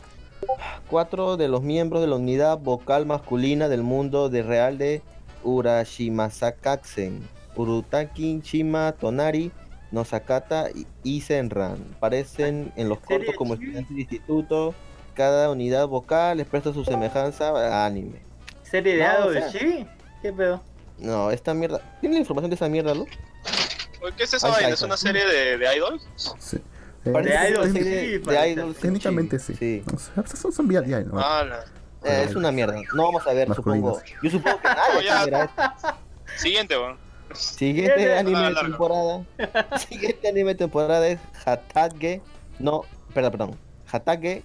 [SPEAKER 1] de los miembros de la unidad vocal masculina del mundo de real de Urashimasakasen. Urutaki, Shima, Tonari, Nosakata y Senran. Aparecen en los
[SPEAKER 5] ¿Serie
[SPEAKER 1] cortos como
[SPEAKER 5] chibi?
[SPEAKER 1] estudiantes de instituto. Cada unidad vocal les presta su semejanza a anime.
[SPEAKER 5] ¿Serie de
[SPEAKER 1] No,
[SPEAKER 5] Ado
[SPEAKER 1] o
[SPEAKER 5] de
[SPEAKER 1] sea-
[SPEAKER 5] Chibi? ¿Qué pedo?
[SPEAKER 1] No, esta mierda. ¿Tiene la información de esa mierda, Lu?
[SPEAKER 4] Oye, ¿qué es esa
[SPEAKER 1] Ahí está,
[SPEAKER 4] vaina?
[SPEAKER 1] ahí
[SPEAKER 4] ¿Es
[SPEAKER 1] está.
[SPEAKER 4] una serie de idol?
[SPEAKER 2] Sí.
[SPEAKER 1] Parece
[SPEAKER 5] De
[SPEAKER 1] que es
[SPEAKER 5] Idol,
[SPEAKER 1] una
[SPEAKER 5] sí,
[SPEAKER 1] serie
[SPEAKER 5] parece.
[SPEAKER 1] de Idol.
[SPEAKER 2] Técnicamente sí.
[SPEAKER 1] Sí.
[SPEAKER 2] O sea, son vía diario, ¿no?
[SPEAKER 4] Ah,
[SPEAKER 1] Es una mierda. No vamos a ver,
[SPEAKER 2] Masculinos.
[SPEAKER 1] supongo. Yo supongo que nadie
[SPEAKER 4] No, ya.
[SPEAKER 1] aquí verá esto.
[SPEAKER 4] siguiente, weón.
[SPEAKER 1] Siguiente
[SPEAKER 5] Viene.
[SPEAKER 1] anime de
[SPEAKER 4] Larga.
[SPEAKER 1] temporada. Siguiente anime de temporada es Hatage. No, perdón. Hatage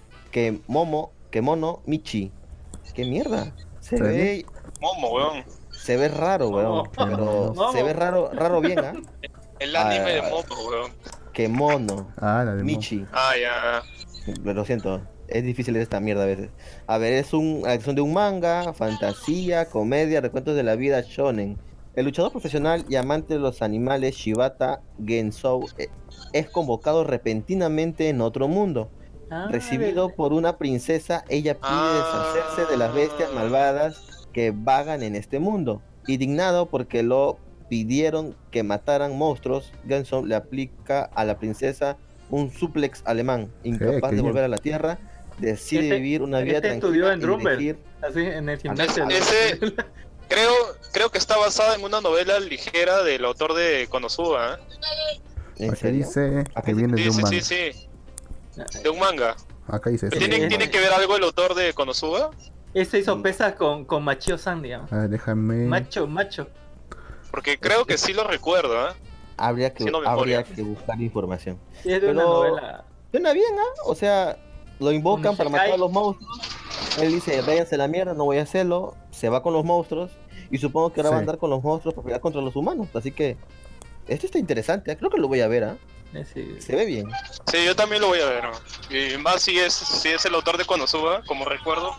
[SPEAKER 1] Kemono Michi. ¿Qué mierda? Se
[SPEAKER 2] ¿Está
[SPEAKER 1] ve,
[SPEAKER 4] Momo, weón.
[SPEAKER 1] se ve raro, weón.
[SPEAKER 5] Momo.
[SPEAKER 1] Pero
[SPEAKER 5] Momo.
[SPEAKER 1] se ve raro bien, ¿ah?
[SPEAKER 4] El anime de
[SPEAKER 1] Ah.
[SPEAKER 4] Momo, weón.
[SPEAKER 1] Kemono
[SPEAKER 2] Ah, la de
[SPEAKER 1] Michi.
[SPEAKER 4] Ah, ya.
[SPEAKER 1] Lo siento, es difícil esta mierda a veces. A ver, es una adaptación de un manga, fantasía, comedia, recuentos de la vida shonen. El luchador profesional y amante de los animales Shibata Gensou es convocado repentinamente en otro mundo.
[SPEAKER 5] Ah,
[SPEAKER 1] Recibido por una princesa, ella pide
[SPEAKER 4] Ah.
[SPEAKER 1] deshacerse de las bestias malvadas que vagan en este mundo. Indignado porque lo pidieron que mataran monstruos, Gensou le aplica a la princesa un suplex alemán. Incapaz
[SPEAKER 2] qué
[SPEAKER 1] de
[SPEAKER 2] bien.
[SPEAKER 1] volver a la tierra, decide
[SPEAKER 5] Este-
[SPEAKER 1] vivir una vida
[SPEAKER 5] este
[SPEAKER 1] tranquila
[SPEAKER 5] estudió en
[SPEAKER 1] y
[SPEAKER 5] Drumber.
[SPEAKER 1] dirigir-
[SPEAKER 5] así en el gimnasio.
[SPEAKER 4] Ese, creo que está basada en una novela ligera del autor de Konosuba, ¿eh?
[SPEAKER 1] ¿En
[SPEAKER 2] Acá
[SPEAKER 1] serio?
[SPEAKER 2] dice
[SPEAKER 1] Acá
[SPEAKER 2] que viene de
[SPEAKER 4] Sí,
[SPEAKER 2] un
[SPEAKER 4] sí,
[SPEAKER 2] manga.
[SPEAKER 4] sí, sí. De un manga.
[SPEAKER 2] Acá dice eso.
[SPEAKER 4] ¿Tiene que ver algo el autor de Konosuba?
[SPEAKER 5] Ese hizo pesas con Machio-san, digamos.
[SPEAKER 2] A ver, déjame.
[SPEAKER 5] Macho.
[SPEAKER 4] Porque creo que sí lo recuerdo, ¿eh?
[SPEAKER 1] Habría que,
[SPEAKER 4] Haciendo memoria.
[SPEAKER 1] habría que buscar información.
[SPEAKER 5] Y es de una
[SPEAKER 1] Pero-
[SPEAKER 5] novela.
[SPEAKER 1] Suena bien, ¿ah? O sea, lo invocan
[SPEAKER 5] Un
[SPEAKER 1] para
[SPEAKER 5] isekai.
[SPEAKER 1] matar a los monstruos. Él dice, váyanse a la mierda, no voy a hacerlo. Se va con los monstruos. Y supongo que ahora va a
[SPEAKER 2] Sí.
[SPEAKER 1] andar con los monstruos para pelear contra los humanos. Así que, esto está interesante. Creo que lo voy a ver, ¿ah?
[SPEAKER 5] Sí.
[SPEAKER 1] Se ve bien.
[SPEAKER 4] Sí, yo también lo voy a ver, ¿no? Y más si es el autor de Konosuba, como recuerdo.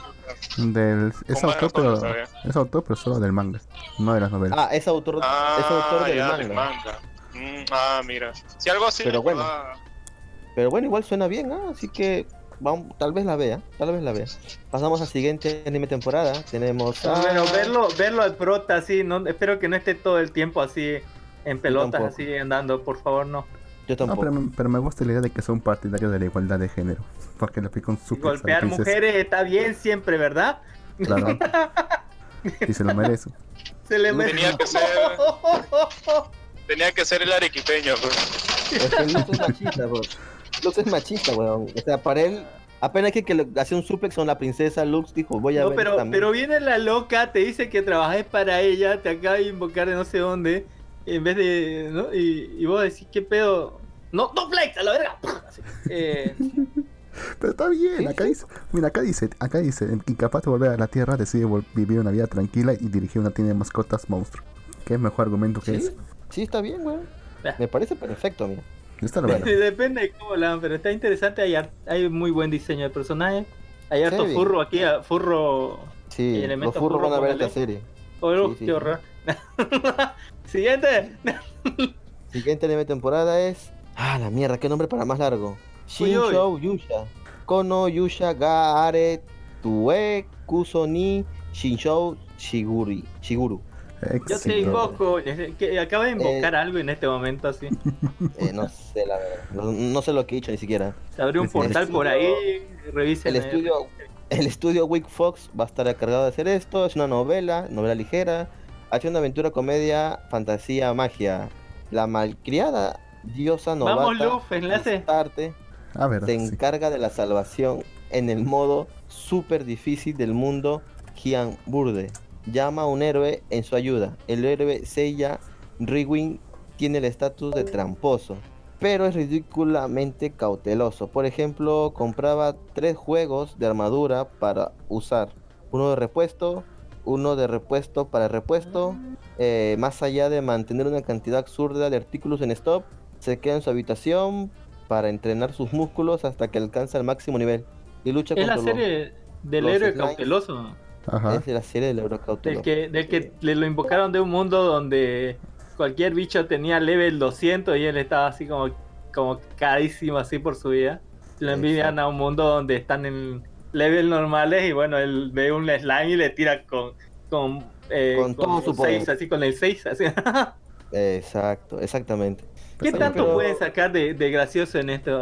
[SPEAKER 2] Es
[SPEAKER 4] Con
[SPEAKER 2] autor,
[SPEAKER 4] buenas notas,
[SPEAKER 2] pero.
[SPEAKER 4] está
[SPEAKER 2] Es autor, pero solo del manga. No de las novelas.
[SPEAKER 1] Ah, es autor del
[SPEAKER 4] ya,
[SPEAKER 1] manga.
[SPEAKER 4] del manga. Mira. Si algo así
[SPEAKER 1] Pero
[SPEAKER 4] me
[SPEAKER 1] bueno.
[SPEAKER 4] va-
[SPEAKER 1] Pero bueno, igual suena bien, ¿ah? Así que, vamos, tal vez la vea. Pasamos al siguiente anime temporada. Tenemos a...
[SPEAKER 5] Pero verlo al prota así, no, espero que no esté todo el tiempo así en pelotas,
[SPEAKER 1] tampoco.
[SPEAKER 5] así andando, por favor, no.
[SPEAKER 1] Yo
[SPEAKER 2] No,
[SPEAKER 1] tampoco.
[SPEAKER 2] pero me gusta la idea de que son partidarios de la igualdad de género. Porque le aplica un
[SPEAKER 5] Y
[SPEAKER 2] suplex a la
[SPEAKER 5] golpear
[SPEAKER 2] princesa.
[SPEAKER 5] mujeres está bien siempre, ¿verdad?
[SPEAKER 2] Claro. Y se lo merece.
[SPEAKER 5] Se le
[SPEAKER 4] Tenía que ser- Tenía que ser el arequipeño, pues.
[SPEAKER 1] Es que Lux es machista, bro. Lux es machista, weón. O sea, para él, apenas que le hacía un suplex con la princesa, Lux dijo, voy a
[SPEAKER 5] No,
[SPEAKER 1] ver
[SPEAKER 5] pero,
[SPEAKER 1] también.
[SPEAKER 5] pero viene la loca, te dice que trabajes para ella, te acaba de invocar de no sé dónde, en vez de, ¿no? Y vos decís, ¿qué pedo? No, no flex, a la verga. Así.
[SPEAKER 2] Pero está bien,
[SPEAKER 1] Sí,
[SPEAKER 2] acá
[SPEAKER 1] sí.
[SPEAKER 2] dice, mira, acá dice, incapaz de volver a la Tierra, decide vivir una vida tranquila y dirigir una tienda de mascotas monstruo. ¿Qué es mejor argumento que
[SPEAKER 1] Sí,
[SPEAKER 2] ese?
[SPEAKER 1] sí, está bien, weón. Me parece perfecto, mira.
[SPEAKER 2] Está bueno.
[SPEAKER 5] Depende de cómo la hagan, pero está interesante, hay muy buen diseño de personajes. Hay harto
[SPEAKER 1] Sí.
[SPEAKER 5] furro aquí, furro.
[SPEAKER 1] Sí,
[SPEAKER 5] Y elemento
[SPEAKER 1] los furros
[SPEAKER 5] furro
[SPEAKER 1] van a ver
[SPEAKER 5] con
[SPEAKER 1] esta serie.
[SPEAKER 5] Oh,
[SPEAKER 1] Sí, sí,
[SPEAKER 5] qué
[SPEAKER 1] sí.
[SPEAKER 5] horror. Siguiente.
[SPEAKER 1] Siguiente anime temporada es... Ah, la mierda, qué nombre para más largo. Shinshou Yusha. Kono Yusha ga are tue kuso ni Shinshou Shiguru.
[SPEAKER 5] Yo te invoco, que acaba de invocar algo en este momento así.
[SPEAKER 1] No sé la verdad. No sé lo que he dicho ni siquiera.
[SPEAKER 5] Se abrió un portal por ahí, revisen.
[SPEAKER 1] El estudio Wake Fox va a estar encargado de hacer esto. Es una novela ligera, acción, aventura, comedia, fantasía, magia. La malcriada diosa novata
[SPEAKER 5] Vamos, Luf, enlace.
[SPEAKER 1] Astarte
[SPEAKER 2] A ver,
[SPEAKER 1] se
[SPEAKER 2] sí.
[SPEAKER 1] encarga de la salvación en el modo super difícil del mundo Hyangburde. Llama a un héroe en su ayuda. El héroe Seiya Riwin tiene el estatus de tramposo, pero es ridículamente cauteloso. Por ejemplo, compraba 3 juegos de armadura para usar. Uno de repuesto para repuesto. Más allá de mantener una cantidad absurda de artículos en stock, se queda en su habitación para entrenar sus músculos hasta que alcanza el máximo nivel. Y lucha
[SPEAKER 5] Es la
[SPEAKER 1] contra
[SPEAKER 5] serie del
[SPEAKER 1] los
[SPEAKER 5] héroe
[SPEAKER 1] slimes.
[SPEAKER 5] Cauteloso.
[SPEAKER 2] Ajá.
[SPEAKER 1] Es de la serie del héroe cauteloso.
[SPEAKER 5] Del que le lo invocaron de un mundo donde cualquier bicho tenía level 200 y él estaba así como carísimo así por su vida. Lo envidian
[SPEAKER 1] Exacto.
[SPEAKER 5] a un mundo donde están en level normales y bueno, él ve un slime y le tira con
[SPEAKER 1] todo su
[SPEAKER 5] 6,
[SPEAKER 1] poder.
[SPEAKER 5] así con el 6, así.
[SPEAKER 1] Exacto, exactamente.
[SPEAKER 5] ¿Qué
[SPEAKER 2] Pero-
[SPEAKER 5] tanto pueden sacar de gracioso en esto?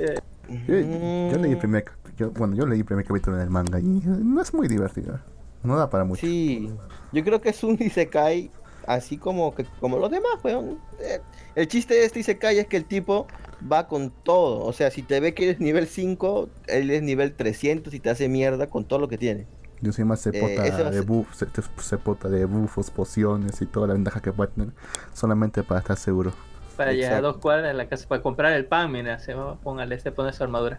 [SPEAKER 2] Yo leí el primer capítulo del manga y no es muy divertido. No da para mucho.
[SPEAKER 1] Sí, yo creo que es un isekai así como los demás, weón. El chiste de este isekai es que el tipo va con todo. O sea, si te ve que eres nivel 5, él es nivel 300 y te hace mierda con todo lo que tiene.
[SPEAKER 2] Yo soy más cepota
[SPEAKER 1] ese va a
[SPEAKER 2] de
[SPEAKER 1] ser-
[SPEAKER 2] cepota de buffos, pociones y toda la ventaja que puede tener, solamente para estar seguro.
[SPEAKER 5] Para llegar a
[SPEAKER 1] Exacto.
[SPEAKER 5] 2 cuadras de la casa para comprar el pan, mira, se pone su armadura.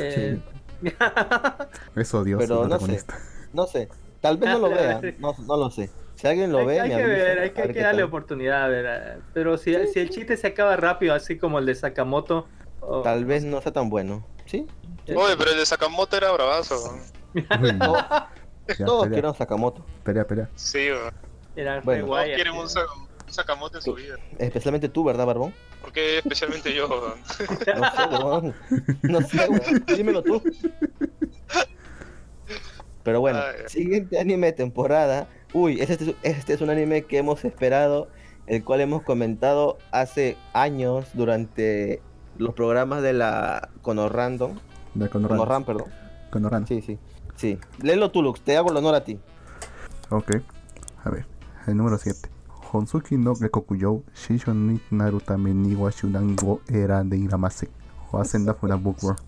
[SPEAKER 2] Es odioso
[SPEAKER 1] Pero
[SPEAKER 2] el
[SPEAKER 1] no sé.
[SPEAKER 2] protagonista.
[SPEAKER 1] No sé, tal vez no lo vea, no lo sé. Si alguien lo ve,
[SPEAKER 5] hay
[SPEAKER 1] me
[SPEAKER 5] que
[SPEAKER 1] avisa,
[SPEAKER 5] ver,
[SPEAKER 1] a
[SPEAKER 5] hay
[SPEAKER 1] ver
[SPEAKER 5] que
[SPEAKER 1] qué
[SPEAKER 5] darle
[SPEAKER 1] tal.
[SPEAKER 5] oportunidad a ver. Pero si el chiste se acaba rápido, así como el de Sakamoto.
[SPEAKER 1] Tal vez no sea tan bueno, ¿sí?
[SPEAKER 4] Oye, pero el de Sakamoto era bravazo.
[SPEAKER 2] Uy, ya,
[SPEAKER 1] Todos
[SPEAKER 2] pelea,
[SPEAKER 1] quieren a Sakamoto,
[SPEAKER 2] pelea.
[SPEAKER 4] Sí, weón.
[SPEAKER 5] Era re
[SPEAKER 1] Bueno.
[SPEAKER 4] Todos
[SPEAKER 5] guay.
[SPEAKER 4] quieren
[SPEAKER 5] así.
[SPEAKER 4] un Sakamoto en su vida.
[SPEAKER 1] especialmente tú, ¿verdad, Barbón?
[SPEAKER 4] Porque especialmente yo, weón.
[SPEAKER 1] No sé, weón. No sé, weón. Dímelo tú. Pero bueno,
[SPEAKER 4] Ay.
[SPEAKER 1] siguiente anime de temporada. Uy, este es un anime que hemos esperado, el cual hemos comentado hace años durante los programas de la Konorrandom.
[SPEAKER 2] De
[SPEAKER 1] Konorran, perdón.
[SPEAKER 2] Konoran.
[SPEAKER 1] Sí. Léelo tú, Lux, te hago el honor a ti.
[SPEAKER 2] Ok. A ver. El número 7. Honsuki no Gekokuyou Shishon ni Narutame ni wa Shudango era de Iramase. O Ascenda Fura Bookworm.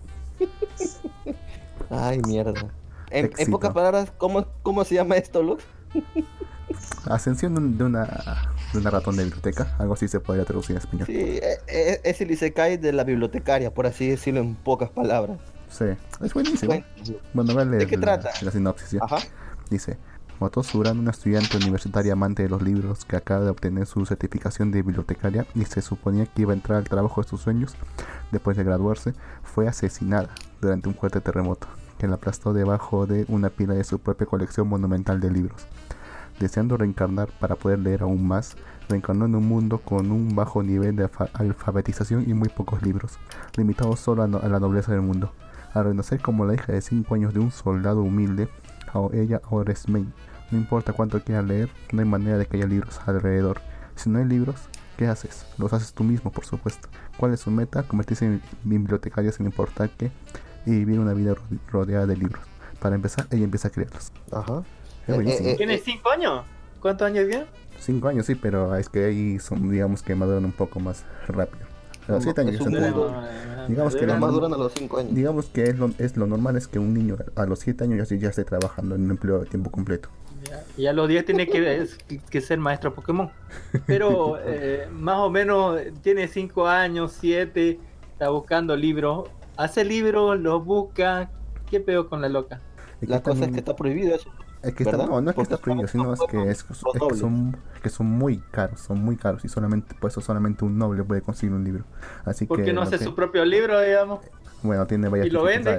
[SPEAKER 1] Ay, mierda. En
[SPEAKER 2] Éxito.
[SPEAKER 1] pocas palabras, ¿cómo se llama esto, Lux?
[SPEAKER 2] Ascensión de una ratón de biblioteca. Algo así se podría traducir en español.
[SPEAKER 1] Sí, es el isekai de la bibliotecaria, por así decirlo en pocas palabras.
[SPEAKER 2] Sí. Es buenísimo.
[SPEAKER 1] Bueno,
[SPEAKER 2] Bueno, voy a leer
[SPEAKER 1] ¿de qué trata?
[SPEAKER 2] la sinopsis. ¿Ya?
[SPEAKER 1] ajá.
[SPEAKER 2] Dice: Moto Suran, una estudiante universitaria amante de los libros que acaba de obtener su certificación de bibliotecaria y se suponía que iba a entrar al trabajo de sus sueños después de graduarse, fue asesinada durante un fuerte terremoto que la aplastó debajo de una pila de su propia colección monumental de libros. Deseando reencarnar para poder leer aún más, reencarnó en un mundo con un bajo nivel de alfabetización y muy pocos libros, limitados solo a la nobleza del mundo. Al renacer como la hija de 5 años de un soldado humilde, ella ahora es main. No importa cuánto quieras leer, no hay manera de que haya libros alrededor. Si no hay libros, ¿qué haces? Los haces tú mismo, por supuesto. ¿Cuál es su meta? Convertirse en bibliotecaria sin importar qué y vivir una vida rodeada de libros. Para empezar, ella empieza a crearlos.
[SPEAKER 1] Ajá.
[SPEAKER 2] Es buenísimo.
[SPEAKER 5] ¿Tiene 5 años? ¿Cuántos años tiene?
[SPEAKER 2] 5 años sí, pero es que ahí son, digamos que maduran un poco más rápido. A los 7 años
[SPEAKER 1] Es
[SPEAKER 2] ya
[SPEAKER 1] un
[SPEAKER 2] están
[SPEAKER 1] mundo-
[SPEAKER 2] creando. Digamos que
[SPEAKER 1] Los
[SPEAKER 2] la
[SPEAKER 1] más
[SPEAKER 2] norma-
[SPEAKER 1] duran a los 5 años.
[SPEAKER 2] Digamos que es lo normal es que un niño a los 7 años ya esté trabajando en un empleo de tiempo completo.
[SPEAKER 5] Y a los 10 tiene que ser maestro Pokémon. Pero más o menos tiene 5 años, 7, está buscando libros. Hace libros, los busca. ¿Qué pedo con la loca?
[SPEAKER 2] Y
[SPEAKER 1] La cosa es
[SPEAKER 2] también-
[SPEAKER 1] que está prohibido eso.
[SPEAKER 2] Es que está,
[SPEAKER 1] ¿verdad?
[SPEAKER 2] no es que
[SPEAKER 1] Porque
[SPEAKER 2] está prohibido,
[SPEAKER 1] son
[SPEAKER 2] sino es que, que son muy caros y solamente por eso solamente un noble puede conseguir un libro. Así
[SPEAKER 5] ¿Por
[SPEAKER 2] que
[SPEAKER 5] qué no
[SPEAKER 2] lo
[SPEAKER 5] hace
[SPEAKER 2] que-
[SPEAKER 5] su propio libro, digamos?
[SPEAKER 2] bueno, tiene varias
[SPEAKER 5] y lo vende?
[SPEAKER 2] dificultades.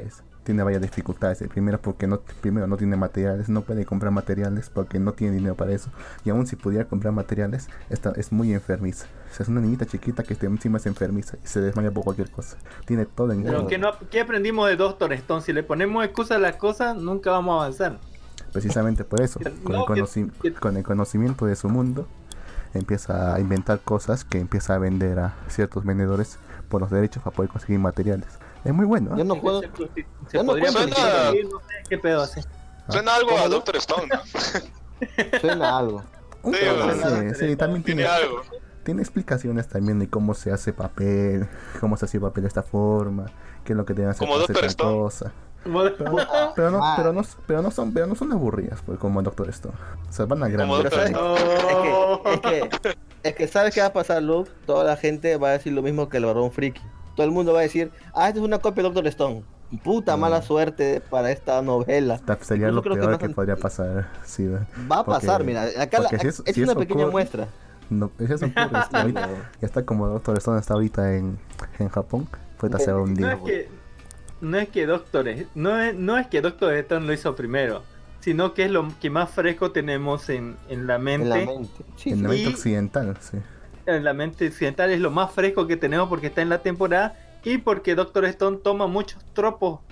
[SPEAKER 2] tiene varias dificultades. El primero porque primero no tiene materiales, no puede comprar materiales porque no tiene dinero para eso. Y aún si pudiera comprar materiales, es muy enfermiza. O sea, es una niñita chiquita que encima es enfermiza y se desmaya por cualquier cosa. Tiene todo en
[SPEAKER 5] Pero
[SPEAKER 2] contra.
[SPEAKER 5] ¿qué aprendimos de Doctor Stone? Si le ponemos excusa a las cosas, nunca vamos a avanzar.
[SPEAKER 2] Precisamente por eso,
[SPEAKER 5] No,
[SPEAKER 2] con el conocimiento de su mundo, empieza a inventar cosas que empieza a vender a ciertos vendedores por los derechos para poder conseguir materiales. Es muy bueno, ¿eh?
[SPEAKER 1] Yo no puedo.
[SPEAKER 5] Se
[SPEAKER 1] yo no
[SPEAKER 5] podría
[SPEAKER 1] puedo
[SPEAKER 5] prostituir, no sé qué pedo hace.
[SPEAKER 4] Suena algo a
[SPEAKER 1] ¿Cómo?
[SPEAKER 4] Doctor Stone.
[SPEAKER 1] Suena algo.
[SPEAKER 2] Un
[SPEAKER 4] Sí,
[SPEAKER 2] poco,
[SPEAKER 4] bueno.
[SPEAKER 2] sí, también
[SPEAKER 4] Tiene
[SPEAKER 2] tiene,
[SPEAKER 4] algo.
[SPEAKER 2] tiene explicaciones también de cómo se hace papel, cómo se hace papel de esta forma, qué es lo que deben hacer
[SPEAKER 4] Como
[SPEAKER 2] para hacer
[SPEAKER 4] Dr.
[SPEAKER 2] tal
[SPEAKER 4] Stone.
[SPEAKER 2] cosa. Pero no son aburridas, pues, como Doctor Stone. O sea, van a
[SPEAKER 4] Como
[SPEAKER 2] grandes.
[SPEAKER 4] Dr.
[SPEAKER 1] Pero es que ¿sabes qué va a pasar, Luke? Toda la gente va a decir lo mismo que el Barón Friki. Todo el mundo va a decir, esta es una copia de Doctor Stone. Puta mala suerte para esta novela.
[SPEAKER 2] Sería
[SPEAKER 1] Incluso
[SPEAKER 2] lo
[SPEAKER 1] creo que
[SPEAKER 2] peor
[SPEAKER 1] más
[SPEAKER 2] que podría pasar. Sí,
[SPEAKER 1] Va a pasar, mira, acá
[SPEAKER 2] porque
[SPEAKER 1] es
[SPEAKER 2] si
[SPEAKER 1] una
[SPEAKER 2] eso
[SPEAKER 1] pequeña
[SPEAKER 2] ocurre,
[SPEAKER 1] muestra.
[SPEAKER 2] No, ya son pobres, ahorita, ya está como Doctor Stone está ahorita en Japón, pues se va a hundir.
[SPEAKER 5] No es que Doctor Stone lo hizo primero, sino que es lo que más fresco tenemos en la mente.
[SPEAKER 1] En la mente. Sí,
[SPEAKER 2] En la mente
[SPEAKER 5] Y-
[SPEAKER 2] occidental, sí.
[SPEAKER 5] En la mente occidental es lo más fresco que tenemos porque está en la temporada y porque Doctor Stone toma muchos tropos,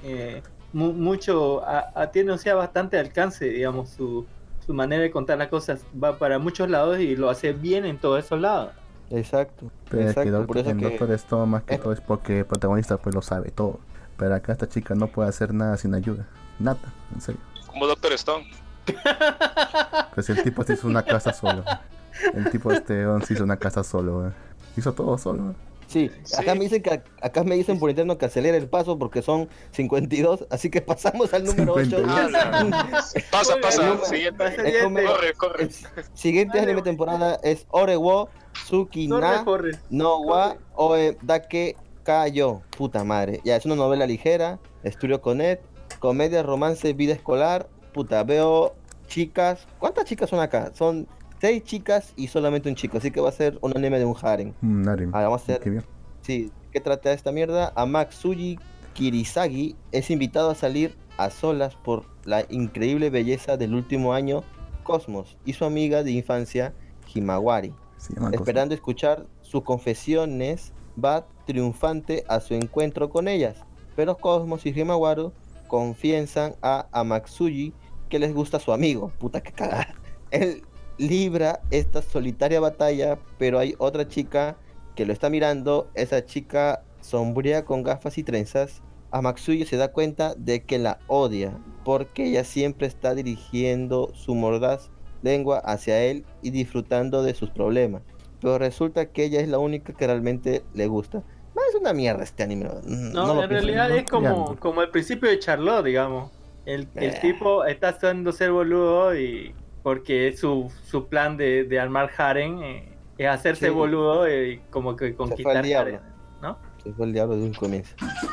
[SPEAKER 5] tiene, o sea, bastante alcance, digamos, su manera de contar las cosas va para muchos lados y lo hace bien en todos esos lados.
[SPEAKER 1] Exacto.
[SPEAKER 2] Pero es que
[SPEAKER 1] Exacto. Por eso
[SPEAKER 2] en
[SPEAKER 1] que
[SPEAKER 2] Doctor Stone más que todo es porque el protagonista pues lo sabe todo. Pero acá esta chica no puede hacer nada sin ayuda. Nada, en serio.
[SPEAKER 4] Como Doctor Stone.
[SPEAKER 2] Pues el tipo se hizo una casa solo. El tipo se hizo una casa solo. Hizo todo solo.
[SPEAKER 1] sí, acá
[SPEAKER 4] Sí.
[SPEAKER 1] me dicen acá me dicen por interno que acelere el paso porque son 52, así que pasamos al número 8.
[SPEAKER 2] 52.
[SPEAKER 4] Pasa,
[SPEAKER 1] Número-
[SPEAKER 4] siguiente.
[SPEAKER 5] Siguiente.
[SPEAKER 4] Corre.
[SPEAKER 1] El siguiente anime temporada es Orewo Tsukina
[SPEAKER 5] Corre.
[SPEAKER 1] no wa Oe Dake Kayo. Puta madre. Ya, es una novela ligera, estudio Conet, comedia, romance, vida escolar. Puta, veo chicas. ¿Cuántas chicas son acá? Son 6 chicas y solamente un chico, así que va a ser un anime de un harem.
[SPEAKER 2] Narim.
[SPEAKER 1] Vamos a hacer.
[SPEAKER 2] Qué bien.
[SPEAKER 1] Sí, ¿qué trata esta mierda? Amatsuji Kirisagi es invitado a salir a solas por la increíble belleza del último año, Cosmos, y su amiga de infancia, Himawari.
[SPEAKER 2] Se llama Cosmo.
[SPEAKER 1] Esperando escuchar sus confesiones, va triunfante a su encuentro con ellas. Pero Cosmos y Himawari confiesan a Amatsuji que les gusta su amigo. Puta que cagada. Él libra esta solitaria batalla, pero hay otra chica que lo está mirando. Esa chica sombría con gafas y trenzas. Amatsuji se da cuenta de que la odia porque ella siempre está dirigiendo su mordaz lengua hacia él y disfrutando de sus problemas. Pero resulta que ella es la única que realmente le gusta. No, es una mierda este anime.
[SPEAKER 5] No,
[SPEAKER 1] lo
[SPEAKER 5] en
[SPEAKER 1] pienso.
[SPEAKER 5] realidad es
[SPEAKER 2] Triángulo.
[SPEAKER 5] como el principio de Charlotte, digamos. El tipo está haciendo ser boludo y porque su plan de armar harem es hacerse
[SPEAKER 1] Sí.
[SPEAKER 5] boludo y como que conquistar
[SPEAKER 1] diablo.
[SPEAKER 5] harem, ¿no?
[SPEAKER 1] Se fue el diablo de un comienzo.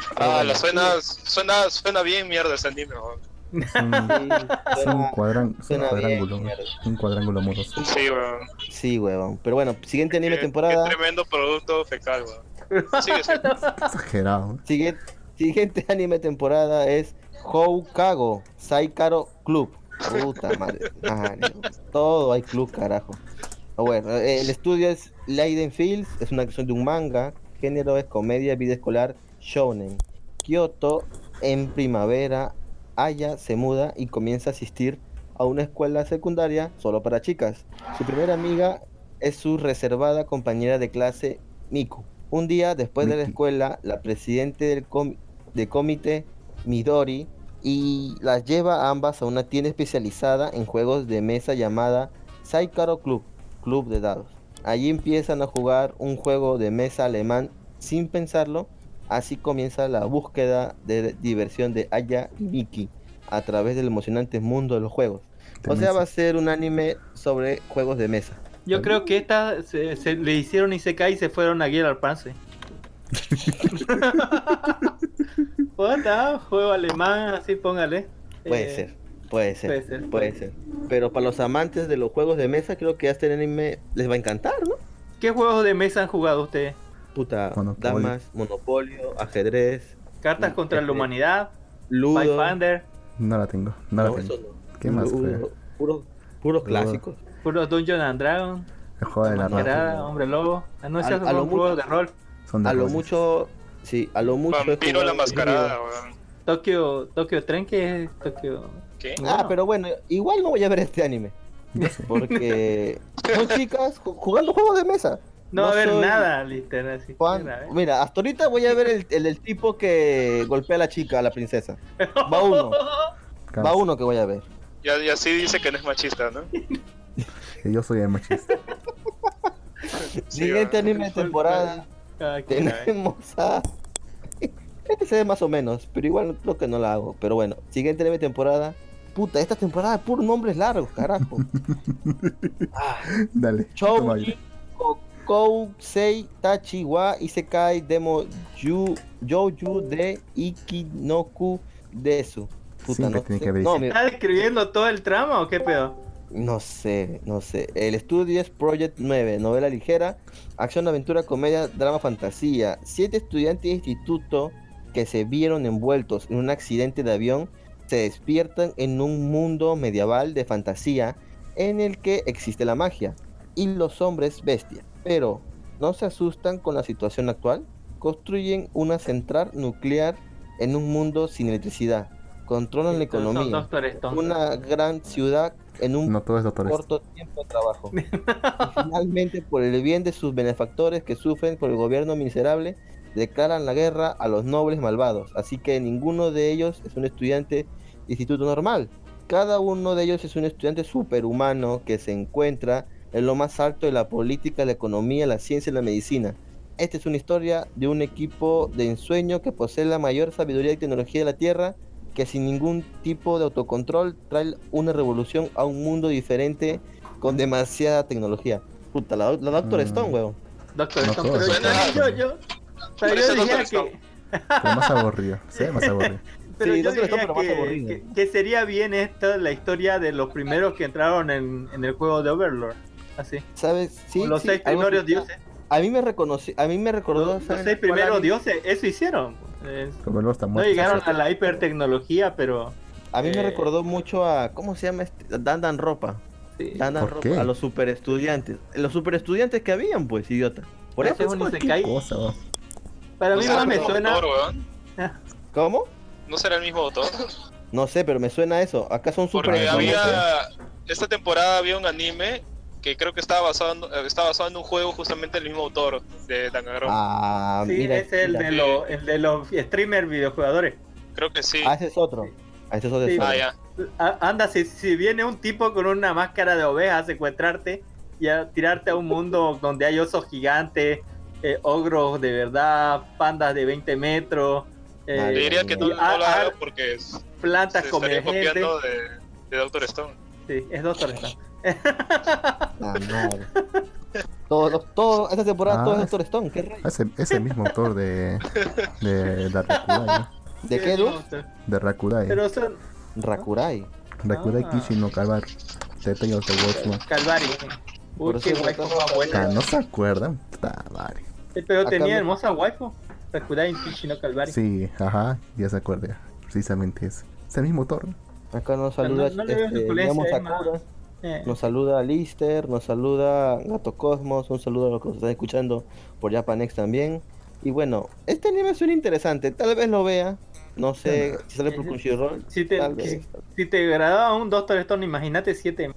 [SPEAKER 4] Suena bien mierda ese anime. ¿No?
[SPEAKER 2] Es un
[SPEAKER 1] suena bien,
[SPEAKER 2] cuadrángulo.
[SPEAKER 1] mierda.
[SPEAKER 2] Un cuadrángulo amoroso.
[SPEAKER 4] Sí, weón.
[SPEAKER 1] Sí, huevón. Pero bueno, siguiente anime
[SPEAKER 4] Qué
[SPEAKER 1] temporada.
[SPEAKER 4] tremendo producto fecal, weón. Sigue.
[SPEAKER 2] Exagerado.
[SPEAKER 1] Siguiente anime temporada es Houkago Saikaro Club. Puta madre. Todo hay club, carajo. Bueno, el estudio es Leiden Fields, es una creación de un manga. Género es comedia, vida escolar, shounen. Kyoto, en primavera, Aya se muda y comienza a asistir a una escuela secundaria solo para chicas. Su primera amiga es su reservada compañera de clase, Miku. Un día después de la
[SPEAKER 2] Miki.
[SPEAKER 1] escuela, la presidente del comité, Midori, y las lleva a ambas a una tienda especializada en juegos de mesa llamada Saikaro Club, Club de Dados. Allí empiezan a jugar un juego de mesa alemán sin pensarlo. Así comienza la búsqueda de diversión de Aya y Miki a través del emocionante mundo de los juegos. O sea, va a ser un anime sobre juegos de mesa.
[SPEAKER 5] Yo creo que esta se le hicieron Isekai y se fueron a Guild Arpanse. Puta, juego alemán, así póngale.
[SPEAKER 1] Puede ser, puede ser,
[SPEAKER 5] puede ser.
[SPEAKER 1] puede ser. Pero para los amantes de los juegos de mesa, creo que a este anime les va a encantar, ¿no?
[SPEAKER 5] ¿Qué juegos de mesa han jugado ustedes?
[SPEAKER 1] Puta,
[SPEAKER 2] Monopolio.
[SPEAKER 1] damas, monopolio, ajedrez.
[SPEAKER 5] ¿Cartas contra la humanidad?
[SPEAKER 1] Ludo.
[SPEAKER 5] Pathfinder,
[SPEAKER 2] No la tengo. No la
[SPEAKER 1] No,
[SPEAKER 2] tengo.
[SPEAKER 1] eso no.
[SPEAKER 2] ¿Qué más fue?
[SPEAKER 1] Puros clásicos.
[SPEAKER 5] puro Dungeon and Dragon,
[SPEAKER 2] El juego de la
[SPEAKER 1] Mascarada.
[SPEAKER 2] rata.
[SPEAKER 5] Mascarada, Hombre Lobo. No sé,
[SPEAKER 1] A
[SPEAKER 5] son
[SPEAKER 1] lo
[SPEAKER 5] un juego
[SPEAKER 1] mucho-
[SPEAKER 5] de rol.
[SPEAKER 2] Son de
[SPEAKER 1] A lo
[SPEAKER 2] roles.
[SPEAKER 1] mucho, sí, a lo mucho. he
[SPEAKER 4] Vampiro
[SPEAKER 1] jugado
[SPEAKER 4] la mascarada, weón.
[SPEAKER 5] Tokyo Tren, que es Tokyo.
[SPEAKER 4] ¿Qué?
[SPEAKER 1] Ah, pero bueno, igual no voy a ver este anime. Porque son chicas jugando juegos de mesa.
[SPEAKER 5] No va a haber
[SPEAKER 1] soy
[SPEAKER 5] nada, literal. Así.
[SPEAKER 1] fan- Mira, hasta ahorita voy a ver el tipo que golpea a la chica, a la princesa. Va uno. Va uno que voy a ver.
[SPEAKER 4] Y así dice que no es machista, ¿no?
[SPEAKER 2] Que yo soy el machista.
[SPEAKER 1] Siguiente
[SPEAKER 4] weón.
[SPEAKER 1] anime de temporada.
[SPEAKER 5] Ah, qué caray.
[SPEAKER 1] Tenemos a. Este se ve más o menos, pero igual creo que no la hago. Pero bueno, siguiente anime de temporada. Puta, esta temporada puros nombres largos, carajo.
[SPEAKER 2] Dale. toma aire.
[SPEAKER 1] Chouji Kousei Tachi wa Isekai Demo Youju de Ikinoku Desu.
[SPEAKER 2] Siempre tiene que haber
[SPEAKER 1] no,
[SPEAKER 2] ese.
[SPEAKER 5] ¿Estás describiendo todo el trama o qué pedo?
[SPEAKER 1] no sé. El estudio es Project 9, novela ligera, acción, aventura, comedia, drama, fantasía. 7 estudiantes de instituto que se vieron envueltos en un accidente de avión se despiertan en un mundo medieval de fantasía en el que existe la magia y los hombres bestias. Pero no se asustan con la situación actual. Construyen una central nuclear en un mundo sin electricidad. Controlan la
[SPEAKER 5] Estos son
[SPEAKER 1] economía.
[SPEAKER 5] Doctor Stone.
[SPEAKER 1] Una gran ciudad en un
[SPEAKER 2] No todo es Doctor Stone.
[SPEAKER 1] corto tiempo de trabajo. Y finalmente, por el bien de sus benefactores que sufren por el gobierno miserable, declaran la guerra a los nobles malvados. Así que ninguno de ellos es un estudiante de instituto normal. Cada uno de ellos es un estudiante superhumano que se encuentra en lo más alto de la política, la economía, la ciencia y la medicina. Esta es una historia de un equipo de ensueño que posee la mayor sabiduría y tecnología de la Tierra, que sin ningún tipo de autocontrol trae una revolución a un mundo diferente con demasiada tecnología. Puta, la Doctor Stone, weón.
[SPEAKER 5] Doctor
[SPEAKER 2] No
[SPEAKER 5] Stone,
[SPEAKER 2] todos.
[SPEAKER 5] pero pero
[SPEAKER 4] Parece
[SPEAKER 5] yo dijera
[SPEAKER 4] Doctor
[SPEAKER 5] que,
[SPEAKER 2] Pero más aburrido. Sí, más aburrido.
[SPEAKER 5] pero
[SPEAKER 1] Sí,
[SPEAKER 5] yo
[SPEAKER 1] Doctor Stone,
[SPEAKER 5] diría
[SPEAKER 1] pero más aburrido.
[SPEAKER 5] que sería bien esta la historia de los primeros que entraron en el juego de Overlord. Así.
[SPEAKER 1] ¿Sabes? Sí,
[SPEAKER 5] Los
[SPEAKER 1] sí,
[SPEAKER 5] 6
[SPEAKER 1] algo
[SPEAKER 5] primeros
[SPEAKER 1] así.
[SPEAKER 5] dioses.
[SPEAKER 1] A mí me recordó.
[SPEAKER 5] Los
[SPEAKER 1] ¿saben
[SPEAKER 5] 6
[SPEAKER 1] cuál
[SPEAKER 5] primeros
[SPEAKER 1] anime?
[SPEAKER 5] dioses, eso hicieron.
[SPEAKER 2] Como luego está
[SPEAKER 5] No
[SPEAKER 2] muerto.
[SPEAKER 5] llegaron a la hipertecnología, pero
[SPEAKER 1] A mí me
[SPEAKER 5] Eh,
[SPEAKER 1] recordó mucho a. ¿Cómo se llama este? Dan Ropa.
[SPEAKER 5] sí.
[SPEAKER 1] Dan
[SPEAKER 2] ¿Por
[SPEAKER 1] Ropa.
[SPEAKER 2] qué?
[SPEAKER 1] A los super estudiantes. Los super estudiantes que habían, pues, idiota. Por
[SPEAKER 5] Ese
[SPEAKER 1] eso
[SPEAKER 5] es un isekai.
[SPEAKER 2] Cosa, vos.
[SPEAKER 5] Para
[SPEAKER 4] ¿No
[SPEAKER 5] mí
[SPEAKER 4] será
[SPEAKER 5] más
[SPEAKER 4] el
[SPEAKER 5] me
[SPEAKER 4] mismo
[SPEAKER 5] suena.
[SPEAKER 4] autor, weón?
[SPEAKER 1] ¿Cómo?
[SPEAKER 4] ¿No será el mismo autor?
[SPEAKER 1] No sé, pero me suena eso. Acá son super
[SPEAKER 4] Porque
[SPEAKER 1] estudiantes.
[SPEAKER 4] esta temporada había un anime que creo que estaba basado en un juego justamente del mismo autor de Danganronpa.
[SPEAKER 1] Ah,
[SPEAKER 5] Sí,
[SPEAKER 1] mira.
[SPEAKER 5] es el
[SPEAKER 1] mira.
[SPEAKER 5] de los streamers videojugadores.
[SPEAKER 4] Creo que sí.
[SPEAKER 1] Ah, ese es otro. Ah, ese es otro.
[SPEAKER 5] Sí.
[SPEAKER 4] Ah, ya.
[SPEAKER 5] Anda, si viene un tipo con una máscara de oveja a secuestrarte y a tirarte a un mundo donde hay osos gigantes, ogros de verdad, pandas de 20 metros,
[SPEAKER 1] Madre
[SPEAKER 4] Le diría que no,
[SPEAKER 5] y
[SPEAKER 4] no lo haga porque se
[SPEAKER 5] plantas
[SPEAKER 4] estaría
[SPEAKER 5] convergentes.
[SPEAKER 4] copiando de Doctor Stone.
[SPEAKER 5] Sí, es Doctor Stone.
[SPEAKER 1] Ah, madre. Esta temporada
[SPEAKER 2] Ah,
[SPEAKER 1] todo es
[SPEAKER 2] es-
[SPEAKER 1] Doctor Stone. ¿Qué rayos?
[SPEAKER 2] Es el mismo autor de Rakudai, ¿no?
[SPEAKER 1] ¿De qué, Edu?
[SPEAKER 2] De Rakudai.
[SPEAKER 5] Pero son
[SPEAKER 1] Rakurai.
[SPEAKER 2] Rakudai
[SPEAKER 5] Ah.
[SPEAKER 2] Kishi no Kabar. Details of the Watchman.
[SPEAKER 5] Calvari.
[SPEAKER 1] Por
[SPEAKER 5] Uy, qué
[SPEAKER 1] eso
[SPEAKER 5] waifu
[SPEAKER 1] tratamos
[SPEAKER 5] más
[SPEAKER 1] de-
[SPEAKER 5] buena.
[SPEAKER 2] ¿No se acuerdan? Puta madre.
[SPEAKER 5] Pero
[SPEAKER 1] Acá
[SPEAKER 5] tenía
[SPEAKER 1] me-
[SPEAKER 5] hermosa waifu. Sakura en Kishino Calvari.
[SPEAKER 2] Sí, ajá, ya se acuerda. Precisamente ese. Es el mismo autor.
[SPEAKER 1] Acá nos saluda
[SPEAKER 5] no le veo suculencia
[SPEAKER 1] digamos,
[SPEAKER 5] ahí, ma.
[SPEAKER 1] Sakura.
[SPEAKER 5] Eh,
[SPEAKER 1] Nos saluda Lister, nos saluda Gato Cosmos, un saludo a los que nos están escuchando por Japanex también. Y bueno, este anime suena interesante, tal vez lo vea, no sé si sale por Crunchyroll,
[SPEAKER 5] si
[SPEAKER 1] tal
[SPEAKER 5] te,
[SPEAKER 1] vez.
[SPEAKER 5] si te agradaba un Doctor Stone, imagínate 7.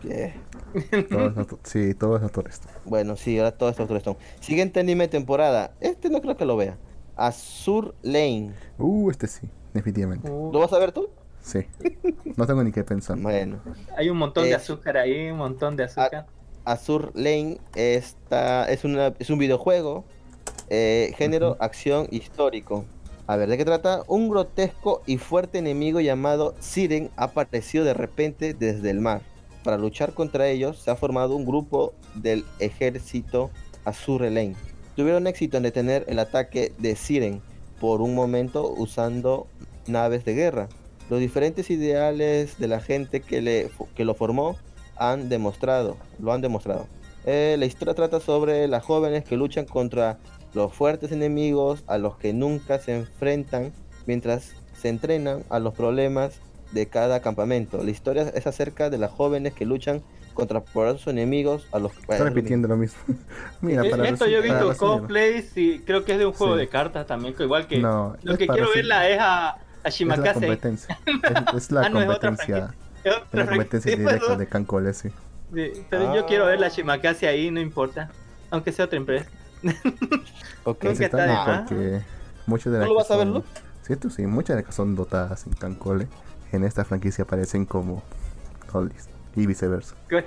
[SPEAKER 2] Sí, todo es autor esto.
[SPEAKER 1] Bueno, sí, ahora todo esto es Doctor Stone. Siguiente anime de temporada, este no creo que lo vea. Azur Lane,
[SPEAKER 2] Este sí, definitivamente.
[SPEAKER 1] ¿lo vas a ver tú?
[SPEAKER 2] Sí. No tengo ni qué pensar.
[SPEAKER 1] Bueno,
[SPEAKER 5] Hay un montón de
[SPEAKER 1] Eh,
[SPEAKER 5] azúcar ahí, un montón de azúcar.
[SPEAKER 1] Azur Lane es un videojuego, género
[SPEAKER 2] Ujú.
[SPEAKER 1] acción histórico. A ver, ¿de qué trata? Un grotesco y fuerte enemigo llamado Siren ha aparecido de repente desde el mar. Para luchar contra ellos se ha formado un grupo del ejército Azur Lane. Tuvieron éxito en detener el ataque de Siren por un momento usando naves de guerra. Los diferentes ideales de la gente que lo formó lo han demostrado. La historia trata sobre las jóvenes que luchan contra los fuertes enemigos a los que nunca se enfrentan mientras se entrenan a los problemas de cada campamento. La historia es acerca de las jóvenes que luchan contra poderosos enemigos a los...
[SPEAKER 2] Está repitiendo lo mismo. Mira, para
[SPEAKER 5] Esto yo he
[SPEAKER 2] para
[SPEAKER 5] visto
[SPEAKER 2] resumir.
[SPEAKER 5] cosplays y creo que es de un juego
[SPEAKER 2] Sí.
[SPEAKER 5] de cartas también, que igual que
[SPEAKER 2] No,
[SPEAKER 5] lo
[SPEAKER 2] es
[SPEAKER 5] que
[SPEAKER 2] para
[SPEAKER 5] quiero
[SPEAKER 2] resumir.
[SPEAKER 5] verla es a
[SPEAKER 2] Es la
[SPEAKER 5] Shimakase.
[SPEAKER 2] competencia. Es la
[SPEAKER 5] No es otra
[SPEAKER 2] competencia.
[SPEAKER 5] franquicia. Es
[SPEAKER 2] Es
[SPEAKER 5] otra
[SPEAKER 2] la competencia
[SPEAKER 5] franquicia,
[SPEAKER 2] directa
[SPEAKER 5] perdón.
[SPEAKER 2] de Cancole, sí.
[SPEAKER 5] Sí, pero yo quiero ver la Shimakase ahí, no importa. Aunque sea otra empresa.
[SPEAKER 1] Ok.
[SPEAKER 5] Nunca
[SPEAKER 2] Sí,
[SPEAKER 5] está
[SPEAKER 2] está
[SPEAKER 5] de
[SPEAKER 2] bien
[SPEAKER 5] más.
[SPEAKER 2] porque muchas de
[SPEAKER 1] ¿Tú
[SPEAKER 2] las
[SPEAKER 1] lo
[SPEAKER 2] que
[SPEAKER 1] vas a ver,
[SPEAKER 2] son-
[SPEAKER 1] Luke?
[SPEAKER 2] ¿Cierto? Sí, muchas de las que son dotadas en Cancole en esta franquicia aparecen como oldies y viceversa.
[SPEAKER 5] Pero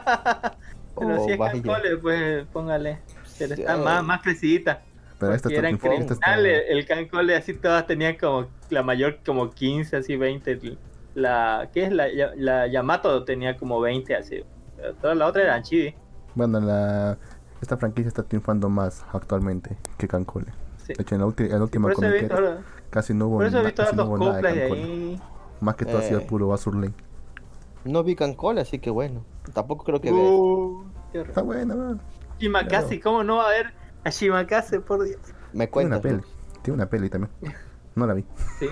[SPEAKER 1] Oh,
[SPEAKER 5] si es
[SPEAKER 1] vaya.
[SPEAKER 5] Cancole, pues póngale. Pero
[SPEAKER 1] Sí.
[SPEAKER 5] está más crecidita.
[SPEAKER 2] Pero esta
[SPEAKER 5] Porque eran
[SPEAKER 2] esta está-
[SPEAKER 5] criminales, el Cancole así todas tenían como la mayor como 15, así 20. ¿Qué es la Yamato? Tenía como 20 así. Pero todas las otras eran chibi.
[SPEAKER 2] Bueno, esta franquicia está triunfando más actualmente que Cancole.
[SPEAKER 5] Sí.
[SPEAKER 2] De hecho, en el último
[SPEAKER 5] Por eso he
[SPEAKER 2] Comic
[SPEAKER 5] visto,
[SPEAKER 2] Con casi no hubo,
[SPEAKER 5] por eso he visto
[SPEAKER 2] casi no
[SPEAKER 5] hartos
[SPEAKER 2] hubo nada de
[SPEAKER 5] cosplays de
[SPEAKER 2] Cancole.
[SPEAKER 5] ahí.
[SPEAKER 2] Más que todo ha sido el puro Azur Lane.
[SPEAKER 1] No vi Cancole, así que bueno. Tampoco creo que vea.
[SPEAKER 5] Qué horror.
[SPEAKER 2] Está bueno, ¿no?
[SPEAKER 5] Shimakase,
[SPEAKER 2] Claro.
[SPEAKER 5] ¿cómo no va a haber a Shimakase, por Dios?
[SPEAKER 1] Me
[SPEAKER 2] Tiene una
[SPEAKER 1] cuentas.
[SPEAKER 2] peli.
[SPEAKER 1] Luke.
[SPEAKER 2] Tiene una peli también. No la vi.
[SPEAKER 5] Sí.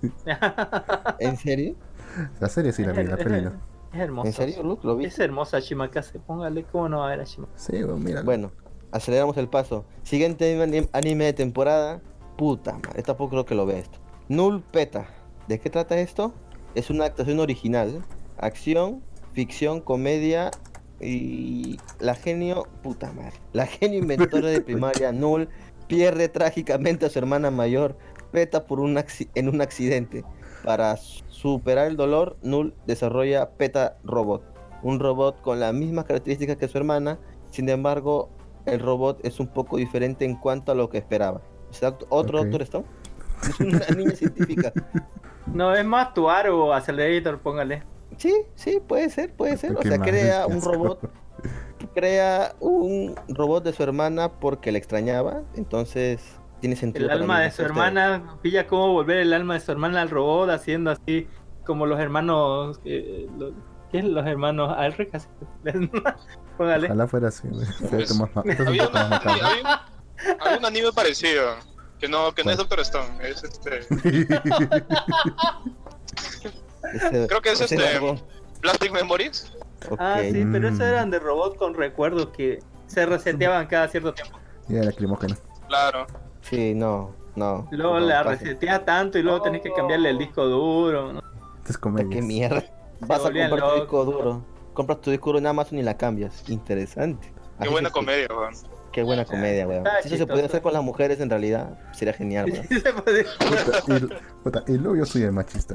[SPEAKER 1] ¿En serio?
[SPEAKER 2] La serie sí la vi, la peli no.
[SPEAKER 5] Es hermoso.
[SPEAKER 1] ¿En serio, Luke? ¿Lo vi?
[SPEAKER 5] Es hermosa Shimakase, póngale, ¿cómo no va a haber a Shimakase?
[SPEAKER 2] Sí, bueno, mira.
[SPEAKER 1] Bueno, aceleramos el paso. Siguiente anime de temporada. Puta madre, tampoco creo que lo vea esto. Null Peta. ¿De qué trata esto? Es una adaptación original. Acción, ficción, comedia y la genio, puta madre. La genio inventora de primaria Null pierde trágicamente a su hermana mayor Peta en un accidente. Para superar el dolor, Null desarrolla Peta Robot, un robot con las mismas características que su hermana. Sin embargo, el robot es un poco diferente en cuanto a lo que esperaba. O sea, otro
[SPEAKER 2] Ok.
[SPEAKER 1] Doctor Stone. Es una niña científica.
[SPEAKER 5] No, es más Tuar o Accelerator, póngale.
[SPEAKER 1] Sí, sí, puede ser, puede ser. O
[SPEAKER 2] Qué
[SPEAKER 1] sea,
[SPEAKER 2] mal,
[SPEAKER 1] crea
[SPEAKER 2] qué
[SPEAKER 1] un
[SPEAKER 2] asco.
[SPEAKER 1] robot. Crea un robot de su hermana porque la extrañaba. Entonces, tiene sentido.
[SPEAKER 5] El
[SPEAKER 1] para
[SPEAKER 5] alma
[SPEAKER 1] mí,
[SPEAKER 5] de
[SPEAKER 1] no
[SPEAKER 5] su
[SPEAKER 1] sé ustedes.
[SPEAKER 5] hermana, pilla cómo volver el alma de su hermana al robot, haciendo así como los hermanos. ¿Qué es los hermanos Alric? Así. Póngale.
[SPEAKER 2] Ojalá fuera así, güey.
[SPEAKER 4] Pues,
[SPEAKER 2] Esto es un
[SPEAKER 4] Había,
[SPEAKER 2] poco más macabro.
[SPEAKER 4] había un anime parecido, que no
[SPEAKER 2] ¿Cuál?
[SPEAKER 4] es Doctor Stone, es creo que es
[SPEAKER 1] ese dragón.
[SPEAKER 4] Plastic Memories.
[SPEAKER 1] Ok.
[SPEAKER 5] Ah, sí, pero esos
[SPEAKER 2] Mm.
[SPEAKER 5] eran de robot con recuerdos que se reseteaban cada cierto tiempo.
[SPEAKER 2] Y era lacrimógena.
[SPEAKER 4] Claro.
[SPEAKER 1] Sí, no, no.
[SPEAKER 5] Luego
[SPEAKER 1] no,
[SPEAKER 5] la
[SPEAKER 1] pasa.
[SPEAKER 5] reseteas tanto y luego tenés que cambiarle el disco duro, ¿no?
[SPEAKER 2] Esto es
[SPEAKER 1] Puta,
[SPEAKER 2] comedia.
[SPEAKER 1] qué mierda. Vas a
[SPEAKER 5] volvían
[SPEAKER 1] comprar tu
[SPEAKER 5] locos.
[SPEAKER 1] disco duro. Compras tu disco duro en Amazon y la cambias. Interesante.
[SPEAKER 4] Qué
[SPEAKER 1] Así
[SPEAKER 4] buena
[SPEAKER 1] se-
[SPEAKER 4] comedia, weón.
[SPEAKER 1] Qué buena comedia, weón.
[SPEAKER 5] Está
[SPEAKER 1] Si eso se podía
[SPEAKER 5] chistoso.
[SPEAKER 1] hacer con las mujeres, en realidad, sería genial, weón.
[SPEAKER 5] Sí, se podía-
[SPEAKER 2] Y luego yo soy el machista.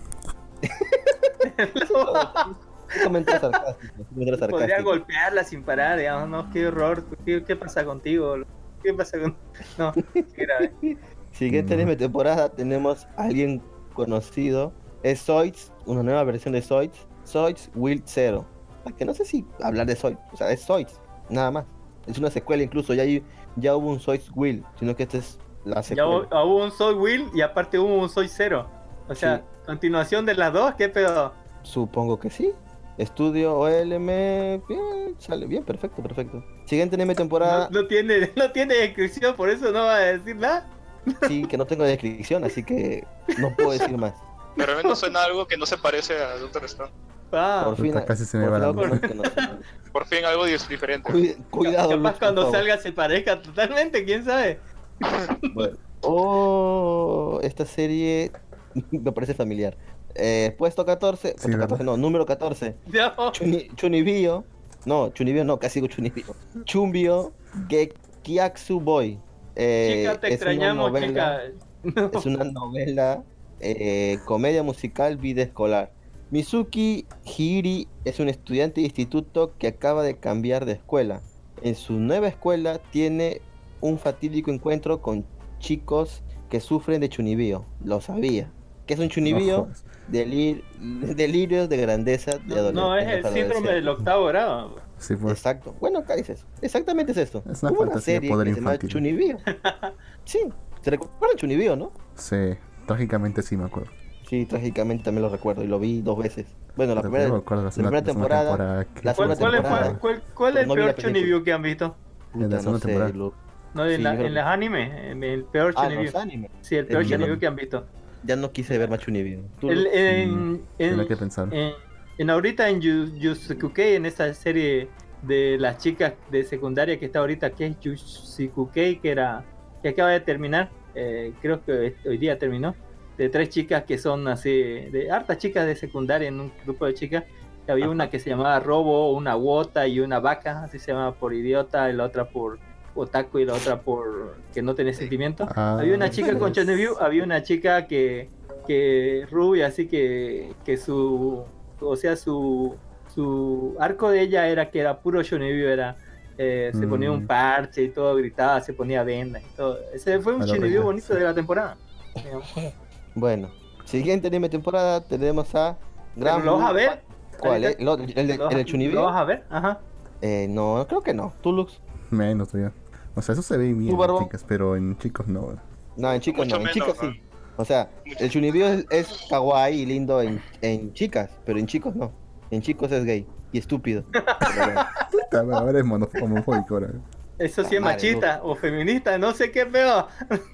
[SPEAKER 1] Un comentario sarcástico. un comentario
[SPEAKER 5] Podría
[SPEAKER 1] sarcástico.
[SPEAKER 5] golpearla sin parar, digamos, no, qué horror, qué pasa contigo? ¿Qué pasa con...? No, qué grave.
[SPEAKER 1] Siguiente anime temporada tenemos a alguien conocido. Es Zoids, una nueva versión de Zoids. Zoids Wild Zero. Que no sé si hablar de Zoids, o sea, es Zoids, nada más. Es una secuela incluso, ya hubo un Zoids Wild, sino que esta es la
[SPEAKER 5] Ya
[SPEAKER 1] secuela.
[SPEAKER 5] hubo un Soy Will y aparte hubo un Soy Zero. O sea,
[SPEAKER 1] Sí.
[SPEAKER 5] continuación de las dos, ¿qué pedo?
[SPEAKER 1] Supongo que sí. Estudio OLM, bien, sale bien, perfecto, perfecto. Siguiente anime temporada,
[SPEAKER 5] No tiene descripción, por eso no va a decir nada.
[SPEAKER 1] sí, que no tengo descripción, así que no puedo decir más.
[SPEAKER 4] Pero al menos suena algo que no se parece a Doctor Stone.
[SPEAKER 5] Ah,
[SPEAKER 1] Por fin,
[SPEAKER 2] Puta, casi se me
[SPEAKER 1] por
[SPEAKER 2] va la
[SPEAKER 1] fin algo
[SPEAKER 2] luz.
[SPEAKER 1] que no-
[SPEAKER 4] Por fin algo diferente.
[SPEAKER 1] Cuidado,
[SPEAKER 5] capaz
[SPEAKER 1] Luz, por
[SPEAKER 5] cuando
[SPEAKER 1] favor.
[SPEAKER 5] salga se parezca totalmente, quién sabe.
[SPEAKER 1] Bueno. Oh, esta serie me parece familiar. Puesto 14, puesto
[SPEAKER 2] ¿verdad?
[SPEAKER 1] 14 no, número 14.
[SPEAKER 5] No.
[SPEAKER 1] Chunibyo. No, Chunibyo no, casi digo Chunibyo. Chumbio Gekiatsu Boy.
[SPEAKER 5] Chica, te
[SPEAKER 1] es una
[SPEAKER 5] extrañamos,
[SPEAKER 1] novela-
[SPEAKER 5] chica.
[SPEAKER 1] Es una novela, comedia musical, vida escolar. Mizuki Hiri es un estudiante de instituto que acaba de cambiar de escuela. En su nueva escuela tiene un fatídico encuentro con chicos que sufren de chunibyo. Lo sabía. ¿Qué es un
[SPEAKER 2] No
[SPEAKER 1] chunibyo?
[SPEAKER 2] jodas.
[SPEAKER 1] Delirios de grandeza de adolescentes.
[SPEAKER 5] No, es el síndrome del octavo grado.
[SPEAKER 2] Sí, pues.
[SPEAKER 1] Exacto. Bueno, acá dices. Exactamente es esto.
[SPEAKER 2] Es una
[SPEAKER 1] Hubo
[SPEAKER 2] fantasía de poder
[SPEAKER 1] que se llama
[SPEAKER 2] infantil.
[SPEAKER 1] Chunibyo. Sí. ¿Se recuerda Chunibyo, no?
[SPEAKER 2] Sí, trágicamente sí me acuerdo.
[SPEAKER 1] Sí, trágicamente también lo recuerdo y lo vi 2 veces. Bueno, la
[SPEAKER 2] Pero
[SPEAKER 1] primera,
[SPEAKER 2] me acuerdo
[SPEAKER 1] la primera temporada,
[SPEAKER 2] que-
[SPEAKER 1] la
[SPEAKER 5] ¿Cuál,
[SPEAKER 1] segunda
[SPEAKER 5] cuál es,
[SPEAKER 1] temporada.
[SPEAKER 5] cuál es el
[SPEAKER 1] No vi la
[SPEAKER 5] peor
[SPEAKER 1] película.
[SPEAKER 5] Chunibyo que han visto?
[SPEAKER 1] puta,
[SPEAKER 2] en la
[SPEAKER 1] no
[SPEAKER 2] segunda
[SPEAKER 1] sé,
[SPEAKER 2] temporada.
[SPEAKER 5] No, en,
[SPEAKER 1] Sí, yo creo
[SPEAKER 5] en
[SPEAKER 1] que-
[SPEAKER 5] los animes, en el peor
[SPEAKER 1] Ah,
[SPEAKER 5] Chunibyo.
[SPEAKER 1] los animes.
[SPEAKER 5] Sí, el peor
[SPEAKER 1] El villano-
[SPEAKER 5] Chunibyo que han visto.
[SPEAKER 1] ya no quise ver más Chunibyo. Tú,
[SPEAKER 2] Tendré que pensar.
[SPEAKER 5] En ahorita en Yusukukei, en esa serie de las chicas de secundaria que está ahorita, que es Yusukukei, que acaba de terminar, creo que hoy día terminó, de 3 chicas que son así, de hartas chicas de secundaria en un grupo de chicas. Había una que se llamaba Robo, una Wota y una Vaca, así se llamaba por idiota, y la otra por otaku y la otra por que no tenía sentimiento. Había una chica con Choneview, había una chica que rubia, así que su, o sea, su arco de ella era que era puro Choneview, era se ponía un parche y todo, gritaba, se ponía venda y todo. Ese fue un Choneview bonito de la temporada.
[SPEAKER 1] Bueno, siguiente anime temporada tenemos a Gran
[SPEAKER 5] ¿Lo vas a
[SPEAKER 1] Blue.
[SPEAKER 5] ver?
[SPEAKER 1] ¿Cuál? ¿El de Chunibyo?
[SPEAKER 5] ¿Lo vas a ver? Ajá.
[SPEAKER 1] No, creo que no. ¿Tú, Lux?
[SPEAKER 2] Menos todavía. O sea, eso se ve bien
[SPEAKER 1] ¿Tú, Barbo?
[SPEAKER 2] en chicas, pero en chicos no.
[SPEAKER 1] No, en chicos
[SPEAKER 4] Mucho
[SPEAKER 1] no, en
[SPEAKER 4] menos,
[SPEAKER 1] chicas sí. O sea, el Chunibyo es kawaii y lindo en chicas, pero en chicos no. En chicos es gay y estúpido. Pero bueno.
[SPEAKER 2] Puta, ahora es homofóbico ahora.
[SPEAKER 5] Eso sí es
[SPEAKER 1] Madre,
[SPEAKER 5] machista o feminista, no sé qué peor.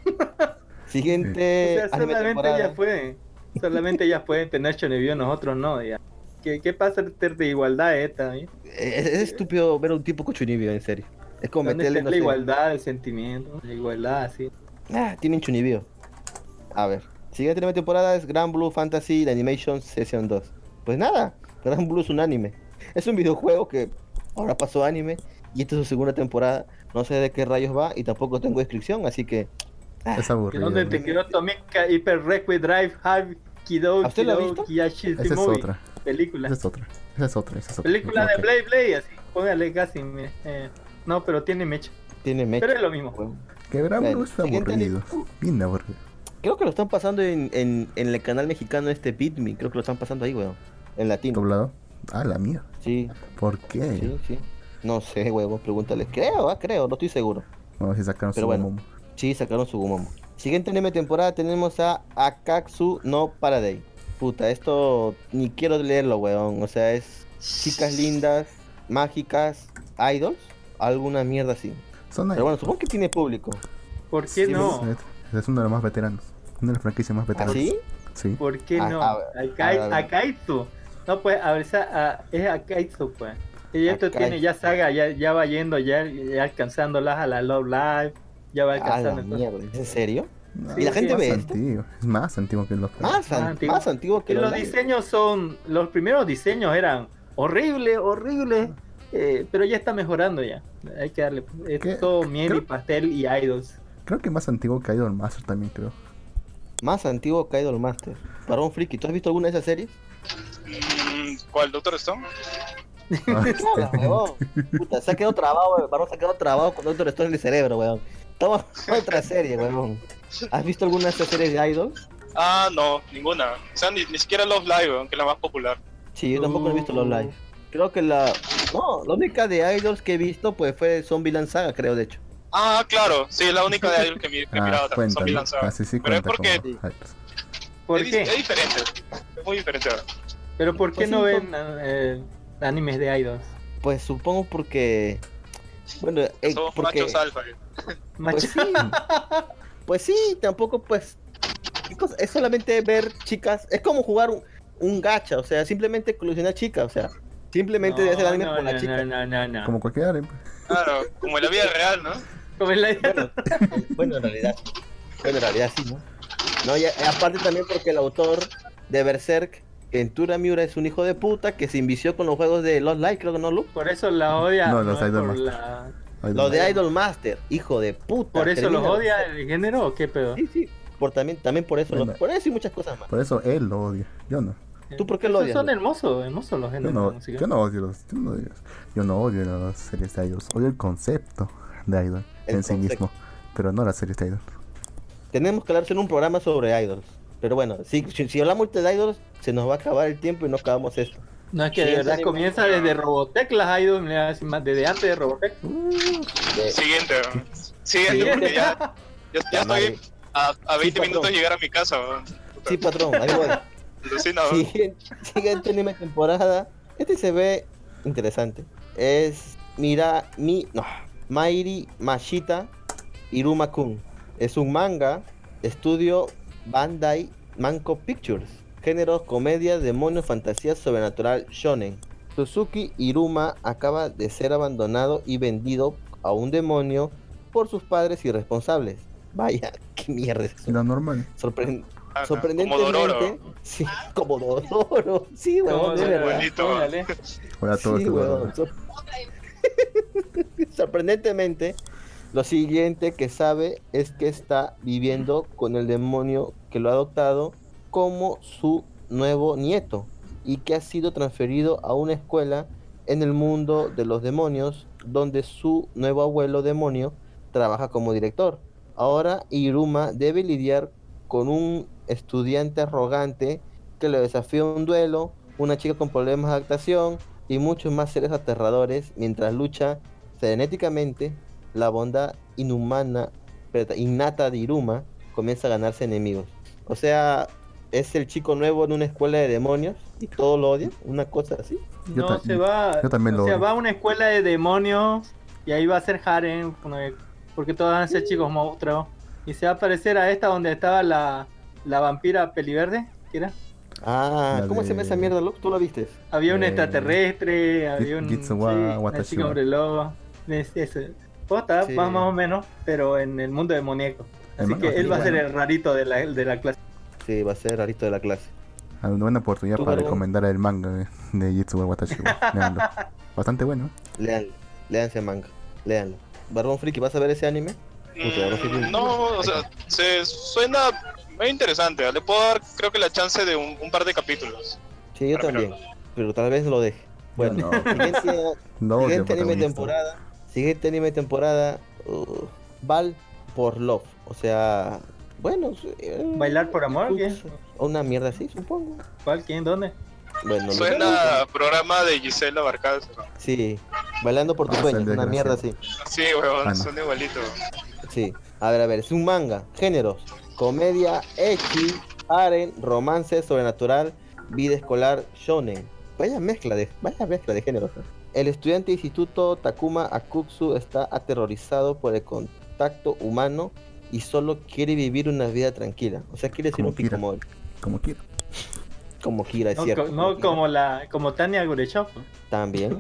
[SPEAKER 1] Siguiente
[SPEAKER 5] O sea,
[SPEAKER 1] anime temporada.
[SPEAKER 5] solamente ellas pueden tener Choneview, nosotros no, ya. ¿Qué pasa de igualdad esta?
[SPEAKER 1] Es estúpido ver a un tipo con Chunibyo, en serio. Es como
[SPEAKER 5] ¿Dónde
[SPEAKER 1] meterle,
[SPEAKER 5] está
[SPEAKER 1] no
[SPEAKER 5] la
[SPEAKER 1] sé.
[SPEAKER 5] igualdad, el sentimiento, la igualdad, así?
[SPEAKER 1] Tienen Chunibyo. A ver. Siguiente anime temporada es Grand Blue Fantasy The Animation Session 2. Pues nada, Grand Blue es un anime. Es un videojuego que ahora pasó a anime y esta es su segunda temporada. No sé de qué rayos va y tampoco tengo descripción, así que
[SPEAKER 2] Es aburrido.
[SPEAKER 5] ¿Dónde te quedó Tomika Hyper Requiem Drive Hard Kido
[SPEAKER 1] ¿A usted lo ha
[SPEAKER 5] Kido
[SPEAKER 1] visto?
[SPEAKER 5] Kiyashi
[SPEAKER 2] Esa es
[SPEAKER 5] Movie?
[SPEAKER 2] otra.
[SPEAKER 5] Película.
[SPEAKER 2] Esa es otra.
[SPEAKER 5] Película de
[SPEAKER 2] Ok.
[SPEAKER 5] Blade Blade, así. Póngale casi. No, pero tiene mecha.
[SPEAKER 1] tiene mecha.
[SPEAKER 5] Pero es lo mismo.
[SPEAKER 1] Bueno,
[SPEAKER 2] Que Gran
[SPEAKER 1] Bueno,
[SPEAKER 2] Blue es
[SPEAKER 1] siguiente
[SPEAKER 2] aburrido. Bien aburrido.
[SPEAKER 1] creo que lo están pasando en el canal mexicano Beat Me. Creo que lo están pasando ahí, weón. En latino.
[SPEAKER 2] ¿Doblado? Ah, la mía.
[SPEAKER 1] Sí,
[SPEAKER 2] ¿Por qué?
[SPEAKER 1] sí. No sé, huevón, pregúntale. Creo, no estoy seguro.
[SPEAKER 2] No, si sacaron
[SPEAKER 1] Pero
[SPEAKER 2] su
[SPEAKER 1] bueno.
[SPEAKER 2] momo.
[SPEAKER 1] Sí, sacaron su Gumomo. Siguiente anime temporada tenemos a Akatsu no Paradise. Puta, esto ni quiero leerlo, weón. O sea, es chicas lindas, mágicas, idols, alguna mierda así.
[SPEAKER 2] Son ahí.
[SPEAKER 1] Pero bueno, supongo que tiene público.
[SPEAKER 5] ¿Por qué
[SPEAKER 1] Sí,
[SPEAKER 5] no?
[SPEAKER 2] Es uno de los más veteranos. Una de las franquicias más
[SPEAKER 1] ¿Ah,
[SPEAKER 2] veteranas.
[SPEAKER 1] sí?
[SPEAKER 2] Sí.
[SPEAKER 5] ¿Por qué
[SPEAKER 1] Ah,
[SPEAKER 5] no?
[SPEAKER 1] a ver.
[SPEAKER 5] Akaitsu. No, pues, a ver, es Akaitsu, pues. Y esto
[SPEAKER 1] Akaitsu.
[SPEAKER 5] tiene ya saga, ya va yendo, ya alcanzándolas a la Love Live. Ya va
[SPEAKER 1] A la
[SPEAKER 5] alcanzando. entonces.
[SPEAKER 1] mierda, ¿en serio?
[SPEAKER 2] No,
[SPEAKER 1] ¿Y la
[SPEAKER 2] es
[SPEAKER 1] gente
[SPEAKER 2] más
[SPEAKER 1] ve esto?
[SPEAKER 2] antiguo. Es más antiguo que los
[SPEAKER 5] antiguo.
[SPEAKER 1] Más antiguo que
[SPEAKER 5] Y los
[SPEAKER 1] live.
[SPEAKER 5] diseños los primeros diseños eran horribles, pero ya está mejorando ya. Hay que darle, es
[SPEAKER 2] ¿Qué?
[SPEAKER 5] todo miel y
[SPEAKER 2] Creo-
[SPEAKER 5] pastel y idols.
[SPEAKER 2] Creo que más antiguo que Idol Master también, creo.
[SPEAKER 1] Más antiguo que Idol Master. Para un friki, ¿tú has visto alguna de esas series?
[SPEAKER 4] ¿Cuál, Doctor Stone?
[SPEAKER 1] Hola, huevón. Puta, se ha quedado trabado, weón. Varón se ha quedado trabado con Doctor Stone en el cerebro, weón. Toma otra serie, weón. ¿Has visto alguna de esas series de idols?
[SPEAKER 4] Ah, no, ninguna. O sea, ni siquiera Love Live, aunque es la más popular.
[SPEAKER 1] Sí, yo tampoco he visto los live. Creo que la única de idols que he visto pues fue Zombieland Saga, creo, de hecho.
[SPEAKER 4] Ah, claro, sí, es la única de Idol que he mirado también,
[SPEAKER 2] cuenta.
[SPEAKER 4] Zombie Lanzada.
[SPEAKER 2] Sí, sí,
[SPEAKER 4] Pero es
[SPEAKER 2] cuenta
[SPEAKER 4] porque
[SPEAKER 2] como idols.
[SPEAKER 5] ¿Por
[SPEAKER 4] es,
[SPEAKER 5] qué?
[SPEAKER 4] es diferente, es muy diferente.
[SPEAKER 5] Pero ¿por qué
[SPEAKER 1] Pues
[SPEAKER 5] no
[SPEAKER 1] sí,
[SPEAKER 5] ven animes de idols?
[SPEAKER 1] Pues supongo porque bueno,
[SPEAKER 4] Somos
[SPEAKER 1] porque
[SPEAKER 4] machos alfa.
[SPEAKER 1] pues sí. Pues sí, tampoco pues chicos, es solamente ver chicas, es como jugar un gacha, o sea, simplemente coleccionar chicas, o sea, simplemente de hacer anime por la chica.
[SPEAKER 5] No.
[SPEAKER 2] Como cualquier anime.
[SPEAKER 4] Claro, como en la vida real, ¿no?
[SPEAKER 5] Como en la
[SPEAKER 1] Bueno, en realidad sí, ¿no? No, y aparte también porque el autor de Berserk, Kentura Miura, es un hijo de puta que se invició con los juegos de Lost Light, creo que no, Luke.
[SPEAKER 5] Por eso la odia.
[SPEAKER 2] No, los
[SPEAKER 5] es
[SPEAKER 2] Idol
[SPEAKER 5] por
[SPEAKER 2] Master.
[SPEAKER 5] la-
[SPEAKER 1] Los de Idol Master, hijo de puta.
[SPEAKER 5] Por eso los
[SPEAKER 1] termina-
[SPEAKER 5] odia el género o qué pedo.
[SPEAKER 1] Sí, también por eso,
[SPEAKER 2] Bueno.
[SPEAKER 1] por eso y muchas cosas más.
[SPEAKER 2] Por eso él lo odia. Yo no.
[SPEAKER 1] ¿Tú por qué lo
[SPEAKER 5] Esos
[SPEAKER 1] odias,
[SPEAKER 5] Son
[SPEAKER 1] Luke?
[SPEAKER 5] hermosos los
[SPEAKER 2] Yo
[SPEAKER 5] géneros
[SPEAKER 2] no,
[SPEAKER 5] musicales.
[SPEAKER 2] yo no odio yo no odio las series de idols. Odio el concepto de idol
[SPEAKER 1] El
[SPEAKER 2] en sí
[SPEAKER 1] concepto.
[SPEAKER 2] mismo. Pero no las series de idols.
[SPEAKER 1] Tenemos que hablar en un programa sobre idols. Pero bueno, si hablamos de idols, se nos va a acabar el tiempo y no acabamos esto.
[SPEAKER 5] No es que
[SPEAKER 1] Sí,
[SPEAKER 5] de verdad
[SPEAKER 1] es
[SPEAKER 5] comienza desde Robotech las idols, desde antes de Robotech.
[SPEAKER 4] Siguiente, porque ya estoy a 20
[SPEAKER 1] patrón.
[SPEAKER 4] minutos de llegar a mi casa. ¿no? Puta,
[SPEAKER 1] Sí, patrón, ahí voy.
[SPEAKER 4] alucina, ¿no?
[SPEAKER 1] Siguiente anime temporada. Este se ve interesante. Es Mairi Mashita Iruma-kun. Es un manga, estudio Bandai Manco Pictures. Género comedia, demonio, fantasía, sobrenatural, shonen. Suzuki Iruma acaba de ser abandonado y vendido a un demonio por sus padres irresponsables. Vaya, qué mierda es eso.
[SPEAKER 2] Lo normal.
[SPEAKER 1] Sorprendentemente, sí, como Dororo, sí, weón, de verdad.
[SPEAKER 4] Igualito.
[SPEAKER 5] Póngale.
[SPEAKER 2] Ahora todo
[SPEAKER 1] Sí,
[SPEAKER 2] este
[SPEAKER 1] weón,
[SPEAKER 2] huevón.
[SPEAKER 1] Sorprendentemente, lo siguiente que sabe es que está viviendo con el demonio que lo ha adoptado como su nuevo nieto y que ha sido transferido a una escuela en el mundo de los demonios donde su nuevo abuelo demonio trabaja como director. Ahora Iruma debe lidiar con un estudiante arrogante que lo desafía a un duelo, una chica con problemas de adaptación y muchos más seres aterradores mientras lucha frenéticamente. La bondad innata de Iruma comienza a ganarse enemigos. O sea, es el chico nuevo en una escuela de demonios y todos lo odian, una cosa así.
[SPEAKER 2] Yo
[SPEAKER 5] No,
[SPEAKER 2] ta-
[SPEAKER 5] se va.
[SPEAKER 2] yo también
[SPEAKER 5] o
[SPEAKER 2] lo
[SPEAKER 5] sea,
[SPEAKER 2] odio.
[SPEAKER 5] va a una escuela de demonios y ahí va a ser harem, porque todos van a ser chicos monstruos. Y se va a parecer a esta donde estaba la vampira peliverde, ¿qué era?
[SPEAKER 1] Ah,
[SPEAKER 2] La
[SPEAKER 1] ¿cómo se llama
[SPEAKER 2] de-
[SPEAKER 1] esa mierda, Lux? ¿Tú la viste?
[SPEAKER 5] Había un
[SPEAKER 2] Eh,
[SPEAKER 5] extraterrestre, había un.
[SPEAKER 2] Jitsuwa
[SPEAKER 5] una
[SPEAKER 2] Watashi
[SPEAKER 5] chica
[SPEAKER 2] wa.
[SPEAKER 5] hombre lobo. Pota,
[SPEAKER 1] Sí.
[SPEAKER 5] más o menos, pero en el mundo demoníaco.
[SPEAKER 2] El
[SPEAKER 5] Así
[SPEAKER 2] manga
[SPEAKER 5] que él va a ser
[SPEAKER 2] bastante
[SPEAKER 5] el rarito de la clase.
[SPEAKER 1] Sí, va a ser rarito de la clase.
[SPEAKER 2] Una buena oportunidad
[SPEAKER 1] ¿Tú,
[SPEAKER 2] para
[SPEAKER 1] Barbón?
[SPEAKER 2] recomendar el manga de Jitsuwa Watashi wa. Leanlo. Bastante bueno.
[SPEAKER 1] Leanlo, léanse manga, léanlo. Barbón Friki, ¿vas a ver ese anime? Puta, ahora sí que-
[SPEAKER 4] No, o sea, se suena muy interesante. Le puedo dar, creo que la chance de un par de capítulos.
[SPEAKER 1] Sí, yo
[SPEAKER 4] Para
[SPEAKER 1] también, pero tal vez lo deje. Bueno,
[SPEAKER 2] Yo no.
[SPEAKER 1] siguiente,
[SPEAKER 2] No odio al
[SPEAKER 1] siguiente anime
[SPEAKER 2] protagonista.
[SPEAKER 1] temporada. Siguiente anime temporada. Val por Love. O sea, bueno.
[SPEAKER 5] ¿Bailar por amor? ¿Qué?
[SPEAKER 1] O una mierda así, supongo.
[SPEAKER 5] ¿Cuál? ¿Quién? ¿Dónde?
[SPEAKER 1] Bueno,
[SPEAKER 4] Suena a programa de Gisela Barcaz.
[SPEAKER 1] sí, bailando por tus
[SPEAKER 2] Ah,
[SPEAKER 1] sueños,
[SPEAKER 2] es el
[SPEAKER 1] una mierda así.
[SPEAKER 4] Sí, weón,
[SPEAKER 2] Ah, no.
[SPEAKER 4] suena igualito.
[SPEAKER 1] Sí, a ver, es un manga. Géneros: comedia, ecchi, harem, romance, sobrenatural, vida escolar, shonen. Vaya mezcla de géneros. El estudiante de instituto Takuma Akutsu está aterrorizado por el contacto humano y solo quiere vivir una vida tranquila. O sea, quiere ser
[SPEAKER 2] Como
[SPEAKER 1] un
[SPEAKER 2] Kira.
[SPEAKER 1] picomol.
[SPEAKER 2] Como quiera.
[SPEAKER 1] Como Kira, es
[SPEAKER 5] No,
[SPEAKER 1] cierto.
[SPEAKER 5] no como Tania Gurechov.
[SPEAKER 1] También.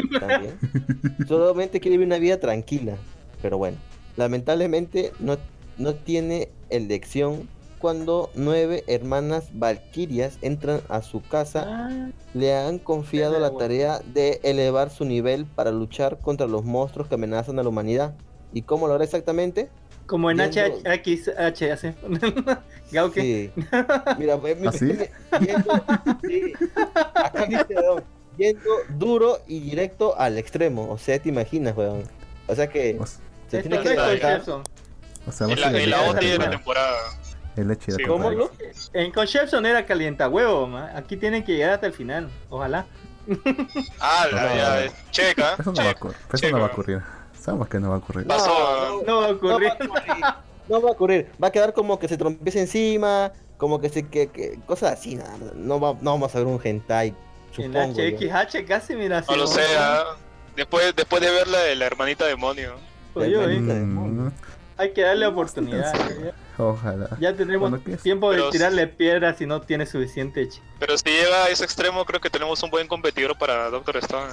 [SPEAKER 1] Solamente quiere vivir una vida tranquila. Pero bueno, lamentablemente no tiene elección cuando 9 hermanas valquirias entran a su casa.
[SPEAKER 5] Ah,
[SPEAKER 1] Le han confiado la
[SPEAKER 5] Bueno.
[SPEAKER 1] tarea de elevar su nivel para luchar contra los monstruos que amenazan a la humanidad. ¿Y cómo lo hará exactamente?
[SPEAKER 5] como en
[SPEAKER 1] Yendo-
[SPEAKER 5] HXH hace. Gauke.
[SPEAKER 1] Sí. Mira,
[SPEAKER 2] ¿Ah, sí?
[SPEAKER 1] sí. Acá dice, weón, yendo duro y directo al extremo. O sea, te imaginas, weón. O sea que
[SPEAKER 2] O s-
[SPEAKER 1] se
[SPEAKER 5] Esto
[SPEAKER 1] tiene que
[SPEAKER 5] no es
[SPEAKER 1] levantar.
[SPEAKER 5] Conception.
[SPEAKER 2] o sea,
[SPEAKER 4] En
[SPEAKER 2] va a ser
[SPEAKER 4] la
[SPEAKER 2] el
[SPEAKER 5] la
[SPEAKER 2] leche
[SPEAKER 4] OT de
[SPEAKER 2] de
[SPEAKER 4] la
[SPEAKER 2] la
[SPEAKER 4] temporada.
[SPEAKER 2] el leche de
[SPEAKER 4] Sí,
[SPEAKER 2] la
[SPEAKER 1] ¿Cómo,
[SPEAKER 2] temporada.
[SPEAKER 1] Lux?
[SPEAKER 5] En Conception era calienta huevo, aquí tienen que llegar hasta el final. Ojalá.
[SPEAKER 4] Ah,
[SPEAKER 1] No.
[SPEAKER 4] ya, checa.
[SPEAKER 2] Eso no va a
[SPEAKER 4] checa.
[SPEAKER 2] ocurrir. Eso no va a ocurrir. Sabemos que no va a ocurrir.
[SPEAKER 4] Pasó.
[SPEAKER 5] No va a ocurrir.
[SPEAKER 1] No va a ocurrir. Va a quedar como que se trompiece encima, como que cosas así, nada. No vamos a ver un hentai,
[SPEAKER 5] En
[SPEAKER 1] supongo yo.
[SPEAKER 5] HXH casi mira.
[SPEAKER 4] No lo
[SPEAKER 5] si
[SPEAKER 4] sé, después de ver la de la hermanita demonio.
[SPEAKER 5] Oye, oye,
[SPEAKER 2] Mm,
[SPEAKER 5] hay que darle
[SPEAKER 2] no
[SPEAKER 5] oportunidad.
[SPEAKER 2] estoy tan Ojalá.
[SPEAKER 5] Ya tendremos
[SPEAKER 2] Bueno, ¿qué es?
[SPEAKER 5] tiempo de
[SPEAKER 4] Pero-
[SPEAKER 5] tirarle piedras si no tiene suficiente chi.
[SPEAKER 4] Pero si llega a ese extremo, creo que tenemos un buen competidor para Doctor Stone.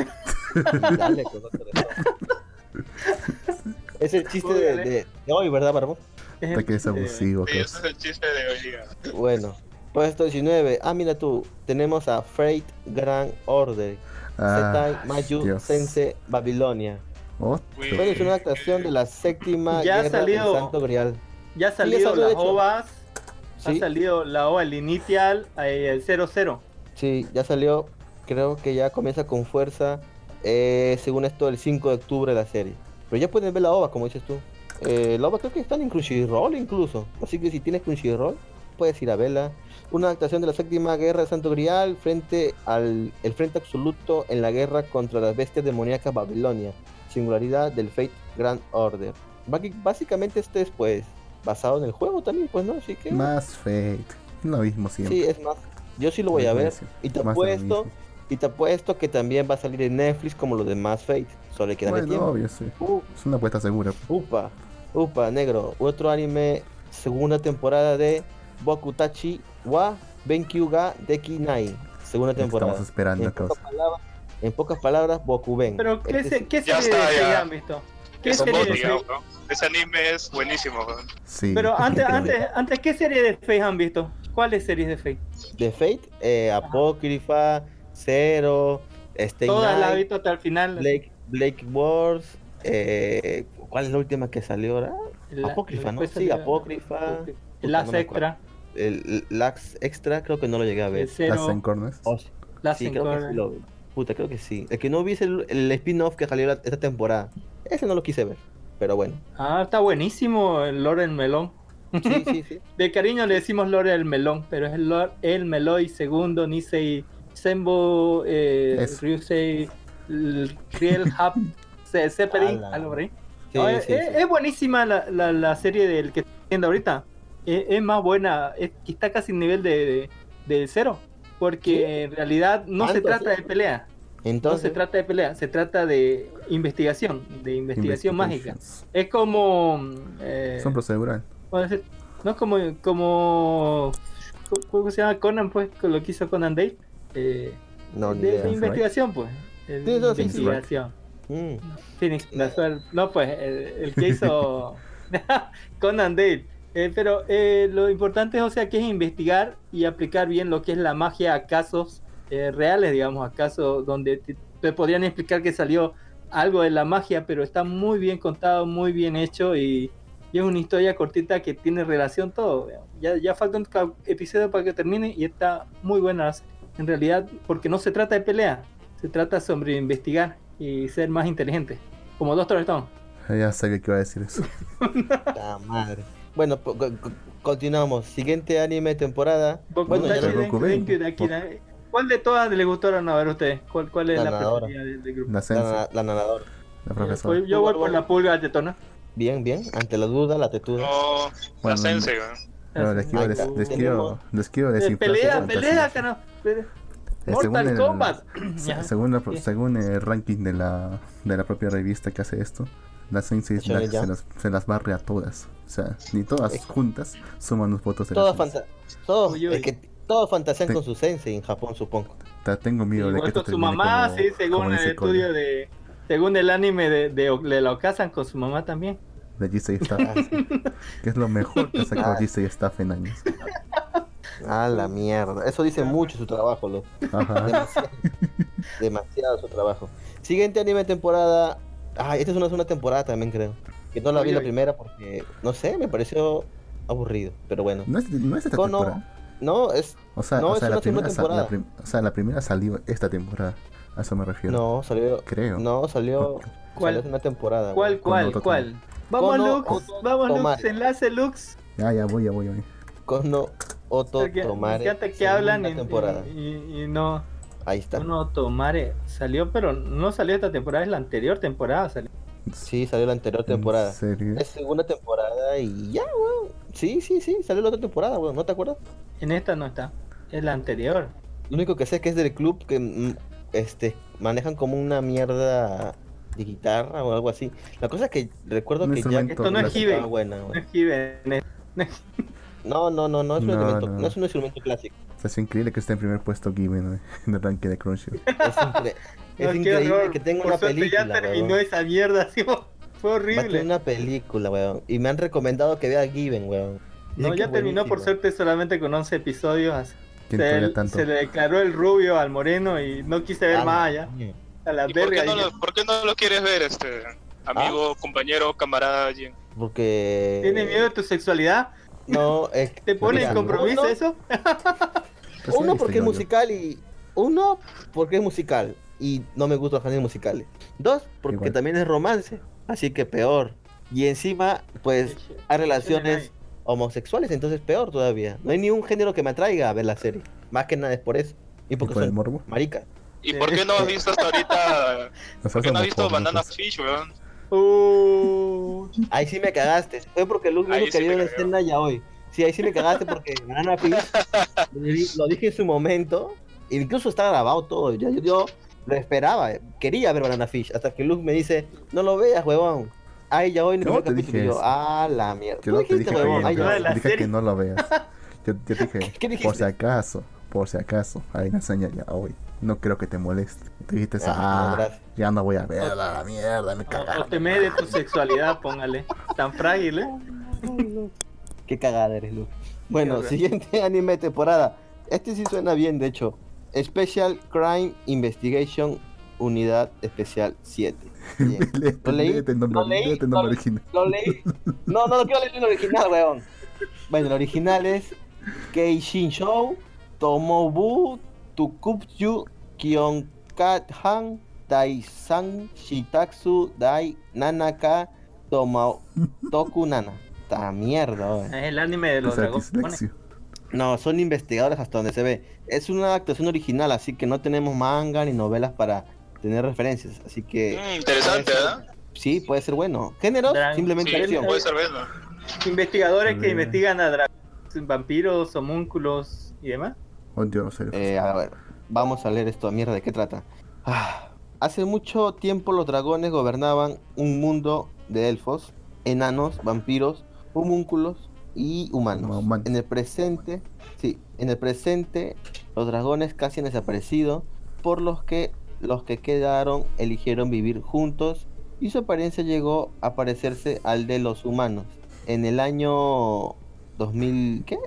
[SPEAKER 1] Dale, pues, Doctor Stone. Es el chiste de hoy, ¿verdad, Barbón?
[SPEAKER 2] Hasta que es abusivo,
[SPEAKER 4] Sí, ese es el chiste de hoy día.
[SPEAKER 1] Bueno, puesto 19. Ah, mira tú, tenemos a Fate Grand Order. Setai Mayu
[SPEAKER 2] Dios.
[SPEAKER 1] Sense Babilonia.
[SPEAKER 2] Otro.
[SPEAKER 1] Bueno, es una adaptación de la séptima
[SPEAKER 5] Ya ha
[SPEAKER 1] guerra
[SPEAKER 5] salido.
[SPEAKER 1] del Santo Grial.
[SPEAKER 5] Ya ha
[SPEAKER 1] ya
[SPEAKER 5] salido
[SPEAKER 1] salió, de
[SPEAKER 5] las
[SPEAKER 1] hecho.
[SPEAKER 5] ovas. Ha
[SPEAKER 1] Sí,
[SPEAKER 5] salido la ova, el initial, el 00.
[SPEAKER 1] sí, ya salió. Creo que ya comienza con fuerza. Según esto, el 5 de octubre la serie. Pero ya pueden ver la OVA, como dices tú. La OVA creo que están en Crunchyroll incluso. Así que si tienes Crunchyroll, puedes ir a verla. Una adaptación de la séptima guerra del Santo Grial frente al el frente absoluto en la guerra contra las bestias demoníacas Babilonia. Singularidad del Fate Grand Order. Básicamente este es pues basado en el juego también, pues no, así que
[SPEAKER 2] Más Fate. Lo mismo siempre.
[SPEAKER 1] sí, es más. Yo sí lo voy a ver.
[SPEAKER 2] Buenísimo.
[SPEAKER 1] Y te
[SPEAKER 2] Más de lo
[SPEAKER 1] apuesto,
[SPEAKER 2] mismo.
[SPEAKER 1] y te apuesto que también va a salir en Netflix como los de Mass Fate. Solo hay que darle
[SPEAKER 2] Bueno,
[SPEAKER 1] tiempo.
[SPEAKER 2] obvio, sí.
[SPEAKER 1] Uh,
[SPEAKER 2] Es una apuesta segura.
[SPEAKER 1] Upa, negro. Otro anime, segunda temporada de Bokutachi wa Benkyou ga Deki Nai, segunda temporada.
[SPEAKER 2] Estamos esperando,
[SPEAKER 1] En pocas palabras, Bokuben.
[SPEAKER 5] Pero ¿qué
[SPEAKER 4] Ya
[SPEAKER 5] serie
[SPEAKER 4] está,
[SPEAKER 5] de
[SPEAKER 4] ya.
[SPEAKER 5] Fate han visto? ¿Qué
[SPEAKER 4] Eso
[SPEAKER 5] serie de
[SPEAKER 4] Bondi,
[SPEAKER 5] Fate?
[SPEAKER 4] ¿no? Ese anime es buenísimo, weón.
[SPEAKER 2] Sí.
[SPEAKER 5] Pero
[SPEAKER 2] definitivamente.
[SPEAKER 5] antes, ¿qué serie de Fate han visto? ¿Cuáles series de Fate?
[SPEAKER 1] De Fate, Apócrifa, Zero, Stay
[SPEAKER 5] Todas las he
[SPEAKER 1] Night,
[SPEAKER 5] visto hasta el final.
[SPEAKER 1] Blake Wars, ¿cuál es la última que salió ahora?
[SPEAKER 5] La-
[SPEAKER 1] Apócrifa, ¿no?
[SPEAKER 5] después
[SPEAKER 1] Sí,
[SPEAKER 5] salió-
[SPEAKER 1] Apócrifa.
[SPEAKER 5] El Last
[SPEAKER 1] no me acuerdo.
[SPEAKER 5] Extra.
[SPEAKER 1] El Lax Extra creo que no lo llegué a ver.
[SPEAKER 5] El Zero.
[SPEAKER 2] Las Encornes.
[SPEAKER 1] Oh, sí.
[SPEAKER 5] Last
[SPEAKER 1] Sí, creo que
[SPEAKER 5] Encore.
[SPEAKER 1] sí lo... Puta, creo que sí. El que no vi es el spin-off que salió esta temporada. Ese no lo quise ver, pero bueno.
[SPEAKER 5] Ah, está buenísimo el Lore el Melón.
[SPEAKER 1] Sí, sí, sí.
[SPEAKER 5] De cariño le decimos Lore el Melón, pero es el Lore el Meloy segundo, Nisei Senbo,
[SPEAKER 2] Es.
[SPEAKER 5] Ryusei, Riel Hub, Zeppelin,
[SPEAKER 1] Ala.
[SPEAKER 5] algo por ahí.
[SPEAKER 1] Sí,
[SPEAKER 5] No,
[SPEAKER 1] sí, sí.
[SPEAKER 5] es buenísima la serie del que estoy viendo ahorita. Es más buena, que está casi en nivel de Zero. Porque en realidad no se
[SPEAKER 1] ¿Tanto
[SPEAKER 5] trata
[SPEAKER 1] así?
[SPEAKER 5] de pelea. No
[SPEAKER 1] Entonces,
[SPEAKER 5] se trata de pelea, se trata de investigación mágica. Es como.
[SPEAKER 2] Son procedural.
[SPEAKER 5] ¿Puedo decir? No es como. ¿Cómo se llama Conan, pues? Con lo que hizo Conan Day.
[SPEAKER 1] no, ni
[SPEAKER 5] De
[SPEAKER 1] idea.
[SPEAKER 5] investigación, pues. De
[SPEAKER 1] Sí, no, sí, sí.
[SPEAKER 5] investigación.
[SPEAKER 1] Mm.
[SPEAKER 5] Phoenix, no, pues, el que hizo Conan Dale. Pero lo importante es, o sea, que es investigar y aplicar bien lo que es la magia a casos reales, digamos, a casos donde te podrían explicar que salió algo de la magia, pero está muy bien contado, muy bien hecho y es una historia cortita que tiene relación todo. Ya falta un episodio para que termine y está muy buena la serie. En realidad, porque no se trata de pelea, se trata sobre investigar y ser más inteligente, como Doctor Stone.
[SPEAKER 2] Ya sabía que iba a decir eso.
[SPEAKER 1] La madre. Bueno, continuamos. Siguiente anime temporada. Bueno, ya
[SPEAKER 5] Bokutachi
[SPEAKER 1] lo...
[SPEAKER 2] Boku
[SPEAKER 5] Denki
[SPEAKER 2] Ben.
[SPEAKER 5] Dakira. ¿Cuál de todas le gustaron a ver a ustedes? ¿Cuál es
[SPEAKER 1] La
[SPEAKER 5] la
[SPEAKER 1] nadadora.
[SPEAKER 5] preferida del grupo?
[SPEAKER 2] La sensei,
[SPEAKER 1] la nadadora.
[SPEAKER 2] la profesora.
[SPEAKER 5] Yo voy por la pulga tetona.
[SPEAKER 1] Bien, bien. Ante la duda, la tetuda.
[SPEAKER 4] No, la
[SPEAKER 2] Bueno,
[SPEAKER 4] Sensei, weón.
[SPEAKER 2] Pero les quiero,
[SPEAKER 1] Ahí está.
[SPEAKER 2] les quiero desinflar su
[SPEAKER 5] Pelea,
[SPEAKER 2] fantasía.
[SPEAKER 5] carajo.
[SPEAKER 2] Según
[SPEAKER 5] Mortal
[SPEAKER 2] el-
[SPEAKER 5] Kombat. Ya.
[SPEAKER 2] según el ranking de la propia revista que hace esto, la Sensei
[SPEAKER 1] Shonen Jump.
[SPEAKER 2] se las barre a todas. O sea, ni todas juntas suman los votos de la
[SPEAKER 1] Todos,
[SPEAKER 2] Sensei.
[SPEAKER 1] todos,
[SPEAKER 5] Uy, uy.
[SPEAKER 1] es que todos fantasean
[SPEAKER 2] Sí.
[SPEAKER 1] con su sensei en Japón, supongo.
[SPEAKER 2] Tengo miedo de que
[SPEAKER 5] Igual
[SPEAKER 2] esto
[SPEAKER 5] con su
[SPEAKER 2] termine
[SPEAKER 5] mamá,
[SPEAKER 2] como-
[SPEAKER 5] sí, según
[SPEAKER 2] como
[SPEAKER 5] el
[SPEAKER 2] dice Cole,
[SPEAKER 5] estudio de. Según el anime de la Okasan, con su mamá también.
[SPEAKER 2] de Gisei Staff,
[SPEAKER 1] Ah, sí.
[SPEAKER 2] que es lo mejor que ha sacado
[SPEAKER 1] Ah.
[SPEAKER 2] Gisei Staff en años.
[SPEAKER 1] Ah, la mierda. Eso dice mucho su trabajo, loco.
[SPEAKER 2] Ajá.
[SPEAKER 1] Demasiado. Demasiado su trabajo. Siguiente anime temporada. Ah, esta es una segunda temporada también, creo. Que no la vi
[SPEAKER 5] Uy,
[SPEAKER 1] la
[SPEAKER 5] uy.
[SPEAKER 1] primera porque, no sé, me pareció aburrido. Pero bueno.
[SPEAKER 2] No es esta
[SPEAKER 1] Kono-
[SPEAKER 2] temporada.
[SPEAKER 1] No, es.
[SPEAKER 2] O sea,
[SPEAKER 1] No,
[SPEAKER 2] o
[SPEAKER 1] es
[SPEAKER 2] sea,
[SPEAKER 1] una
[SPEAKER 2] la
[SPEAKER 1] segunda
[SPEAKER 2] primera,
[SPEAKER 1] temporada.
[SPEAKER 2] o sea, la primera salió esta temporada. A eso me refiero.
[SPEAKER 1] No, salió.
[SPEAKER 2] Creo.
[SPEAKER 1] No, salió.
[SPEAKER 5] ¿Cuál?
[SPEAKER 1] Salió una temporada.
[SPEAKER 5] ¿Cuál,
[SPEAKER 1] güey.
[SPEAKER 5] cuál,
[SPEAKER 2] otro
[SPEAKER 5] cuál? Vamos,
[SPEAKER 1] Kono
[SPEAKER 5] Lux.
[SPEAKER 1] Oto
[SPEAKER 5] Vamos, Lux.
[SPEAKER 1] Tomare.
[SPEAKER 5] Enlace, Lux.
[SPEAKER 2] Ya voy.
[SPEAKER 1] Kono Oto
[SPEAKER 5] Porque me
[SPEAKER 1] Tomare.
[SPEAKER 5] encanta que
[SPEAKER 1] segunda
[SPEAKER 5] hablan
[SPEAKER 1] temporada.
[SPEAKER 5] y no.
[SPEAKER 1] Ahí está.
[SPEAKER 5] Uno Tomare salió, pero no salió esta temporada, es la anterior temporada. Salió.
[SPEAKER 1] Sí, salió la anterior temporada.
[SPEAKER 2] ¿En serio?
[SPEAKER 1] Es segunda temporada y ya, weón. Sí, salió la otra temporada, weón. ¿No te acuerdas?
[SPEAKER 5] En esta no está, es la anterior.
[SPEAKER 1] Lo único que sé es que es del club que manejan como una mierda de guitarra o algo así. La cosa es que recuerdo
[SPEAKER 2] Un
[SPEAKER 1] que ya
[SPEAKER 2] instrumento
[SPEAKER 5] Esto no es
[SPEAKER 2] clásico.
[SPEAKER 5] Hibe.
[SPEAKER 1] estaba buena,
[SPEAKER 5] No
[SPEAKER 1] weón.
[SPEAKER 5] es Given,
[SPEAKER 1] No, es un
[SPEAKER 2] No,
[SPEAKER 1] elemento,
[SPEAKER 2] no.
[SPEAKER 1] no es un instrumento clásico.
[SPEAKER 2] O sea, es increíble que esté en primer puesto Given en el ranking de Crunchyroll.
[SPEAKER 1] Es
[SPEAKER 5] qué
[SPEAKER 1] increíble
[SPEAKER 5] horror.
[SPEAKER 1] que tenga
[SPEAKER 5] Por
[SPEAKER 1] una
[SPEAKER 5] suerte
[SPEAKER 1] película,
[SPEAKER 5] ya terminó
[SPEAKER 1] weón.
[SPEAKER 5] esa mierda, así, fue
[SPEAKER 1] Va a tener
[SPEAKER 5] horrible.
[SPEAKER 1] una película, weón. Y me han recomendado que vea Given, weón.
[SPEAKER 5] No,
[SPEAKER 1] Dicen que
[SPEAKER 5] ya
[SPEAKER 1] es
[SPEAKER 5] terminó por
[SPEAKER 1] buenísima.
[SPEAKER 5] suerte solamente con 11 episodios. así.
[SPEAKER 2] ¿Quién
[SPEAKER 5] Se,
[SPEAKER 2] todavía tanto?
[SPEAKER 5] se le declaró el rubio al moreno y no quise ver
[SPEAKER 1] Ah,
[SPEAKER 5] más allá.
[SPEAKER 1] mierda.
[SPEAKER 5] A la
[SPEAKER 4] ¿Y por
[SPEAKER 5] verga.
[SPEAKER 4] qué, no
[SPEAKER 5] dije,
[SPEAKER 4] por qué no lo quieres ver, amigo, compañero, camarada, Jin?
[SPEAKER 1] Porque...
[SPEAKER 5] ¿Tienes miedo de tu sexualidad?
[SPEAKER 1] No,
[SPEAKER 5] ¿Te pone
[SPEAKER 1] mira,
[SPEAKER 5] en compromiso
[SPEAKER 1] uno-
[SPEAKER 5] eso?
[SPEAKER 2] Pues sí,
[SPEAKER 1] Uno
[SPEAKER 2] viste,
[SPEAKER 1] porque es
[SPEAKER 2] yo.
[SPEAKER 1] musical y... Uno porque es musical y no me gustan los géneros musicales. Dos, porque
[SPEAKER 2] Igual.
[SPEAKER 1] también es romance, así que peor. Y encima, pues, hay relaciones homosexuales, entonces peor todavía. No hay ni un género que me atraiga a ver la serie. Más que nada es por eso. Y
[SPEAKER 2] ¿Y
[SPEAKER 1] porque
[SPEAKER 2] por el
[SPEAKER 1] soy
[SPEAKER 2] morbo?
[SPEAKER 1] marica.
[SPEAKER 4] ¿Y por qué no has visto hasta ahorita?
[SPEAKER 2] O sea,
[SPEAKER 4] ¿Por qué no has
[SPEAKER 2] somos
[SPEAKER 4] visto
[SPEAKER 2] pobres,
[SPEAKER 4] Banana
[SPEAKER 2] pues.
[SPEAKER 4] Fish, weón?
[SPEAKER 1] Ahí sí me cagaste. Fue porque Luke
[SPEAKER 4] Ahí
[SPEAKER 1] dijo que
[SPEAKER 4] sí
[SPEAKER 1] vio
[SPEAKER 4] me
[SPEAKER 1] una
[SPEAKER 4] cagó.
[SPEAKER 1] escena ya hoy. Sí, ahí sí me cagaste porque Banana Fish lo dije en su momento. Incluso está grabado todo. Yo lo esperaba. Quería ver Banana Fish. Hasta que Luke me dice, no lo veas, huevón. Ay, ya hoy en el
[SPEAKER 2] Yo
[SPEAKER 1] primer
[SPEAKER 2] te
[SPEAKER 1] capítulo.
[SPEAKER 2] dije
[SPEAKER 1] Y yo,
[SPEAKER 2] eso.
[SPEAKER 1] ah, la mierda.
[SPEAKER 2] Yo
[SPEAKER 1] Tú
[SPEAKER 2] no te
[SPEAKER 1] dijiste,
[SPEAKER 2] dije
[SPEAKER 1] huevón.
[SPEAKER 2] que,
[SPEAKER 1] Ay,
[SPEAKER 5] no,
[SPEAKER 1] ya.
[SPEAKER 5] de la
[SPEAKER 2] dije
[SPEAKER 5] serie.
[SPEAKER 2] que no lo veas. Yo dije,
[SPEAKER 1] ¿Qué dijiste?
[SPEAKER 2] por si acaso, ahí me enseña ya hoy. No creo que te moleste. Tú dijiste,
[SPEAKER 1] No, gracias.
[SPEAKER 2] ya no voy a ver la mierda, me
[SPEAKER 5] O
[SPEAKER 2] cagaron.
[SPEAKER 5] teme de tu sexualidad, póngale. Tan frágil, ¿eh?
[SPEAKER 1] Qué cagada eres, Lu. Bueno,
[SPEAKER 5] horror.
[SPEAKER 1] siguiente anime de temporada. Este sí suena bien, de hecho. Special Crime Investigation Unidad Especial 7. Bien. ¿Lo leí?
[SPEAKER 2] Léete el nombre,
[SPEAKER 1] ¿Lo leí?
[SPEAKER 2] léete el nombre original.
[SPEAKER 1] Lo leí. No quiero leer el original, weón. Bueno, el original es Keishin Shou, Tomobu, Tukubyu, Kyonkathan, Taisan, Shitatsu, Dai, Nanaka, Toku Nana. ¡Ta mierda, weón!
[SPEAKER 5] Es el anime de los dragones.
[SPEAKER 2] Dislexia.
[SPEAKER 1] No, son investigadores hasta donde se ve. Es una adaptación original, así que no tenemos manga ni novelas para tener referencias. Así que
[SPEAKER 4] Interesante,
[SPEAKER 1] puede ser- sí, puede ser bueno. Géneros, simplemente
[SPEAKER 4] Sí,
[SPEAKER 1] acción.
[SPEAKER 4] puede ser bueno.
[SPEAKER 5] Investigadores que
[SPEAKER 2] Bien.
[SPEAKER 5] investigan a dragones, vampiros, homúnculos y demás.
[SPEAKER 2] Oh, Dios,
[SPEAKER 1] A ver, vamos a leer esto a mierda, ¿de qué trata? Hace mucho tiempo los dragones gobernaban un mundo de elfos, enanos, vampiros, homúnculos y humanos.
[SPEAKER 2] Humanos.
[SPEAKER 1] En el presente los dragones casi han desaparecido, por los que quedaron eligieron vivir juntos y su apariencia llegó a parecerse al de los humanos. En el año 2000, ¿qué?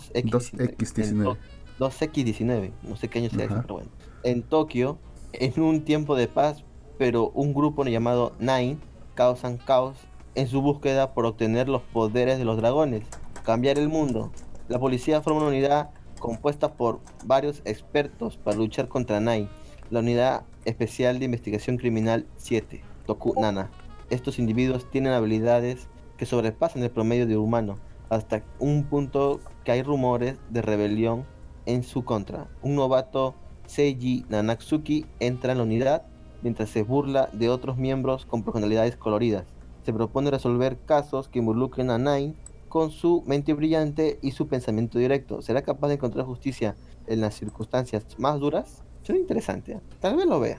[SPEAKER 2] 2X19.
[SPEAKER 1] 2X19, no sé qué año sea eso,
[SPEAKER 2] Ajá.
[SPEAKER 1] pero bueno. En Tokio, en un tiempo de paz, pero un grupo llamado Nine causan caos en su búsqueda por obtener los poderes de los dragones, cambiar el mundo. La policía forma una unidad compuesta por varios expertos para luchar contra Nine, la unidad especial de investigación criminal 7, Toku Nana. Estos individuos tienen habilidades que sobrepasan el promedio de humano, hasta un punto que hay rumores de rebelión en su contra. Un novato, Seiji Nanatsuki, entra en la unidad mientras se burla de otros miembros con personalidades coloridas. Se propone resolver casos que involucren a Nine con su mente brillante y su pensamiento directo. ¿Será capaz de encontrar justicia en las circunstancias más duras? Suena interesante, ¿eh? Tal vez lo vea.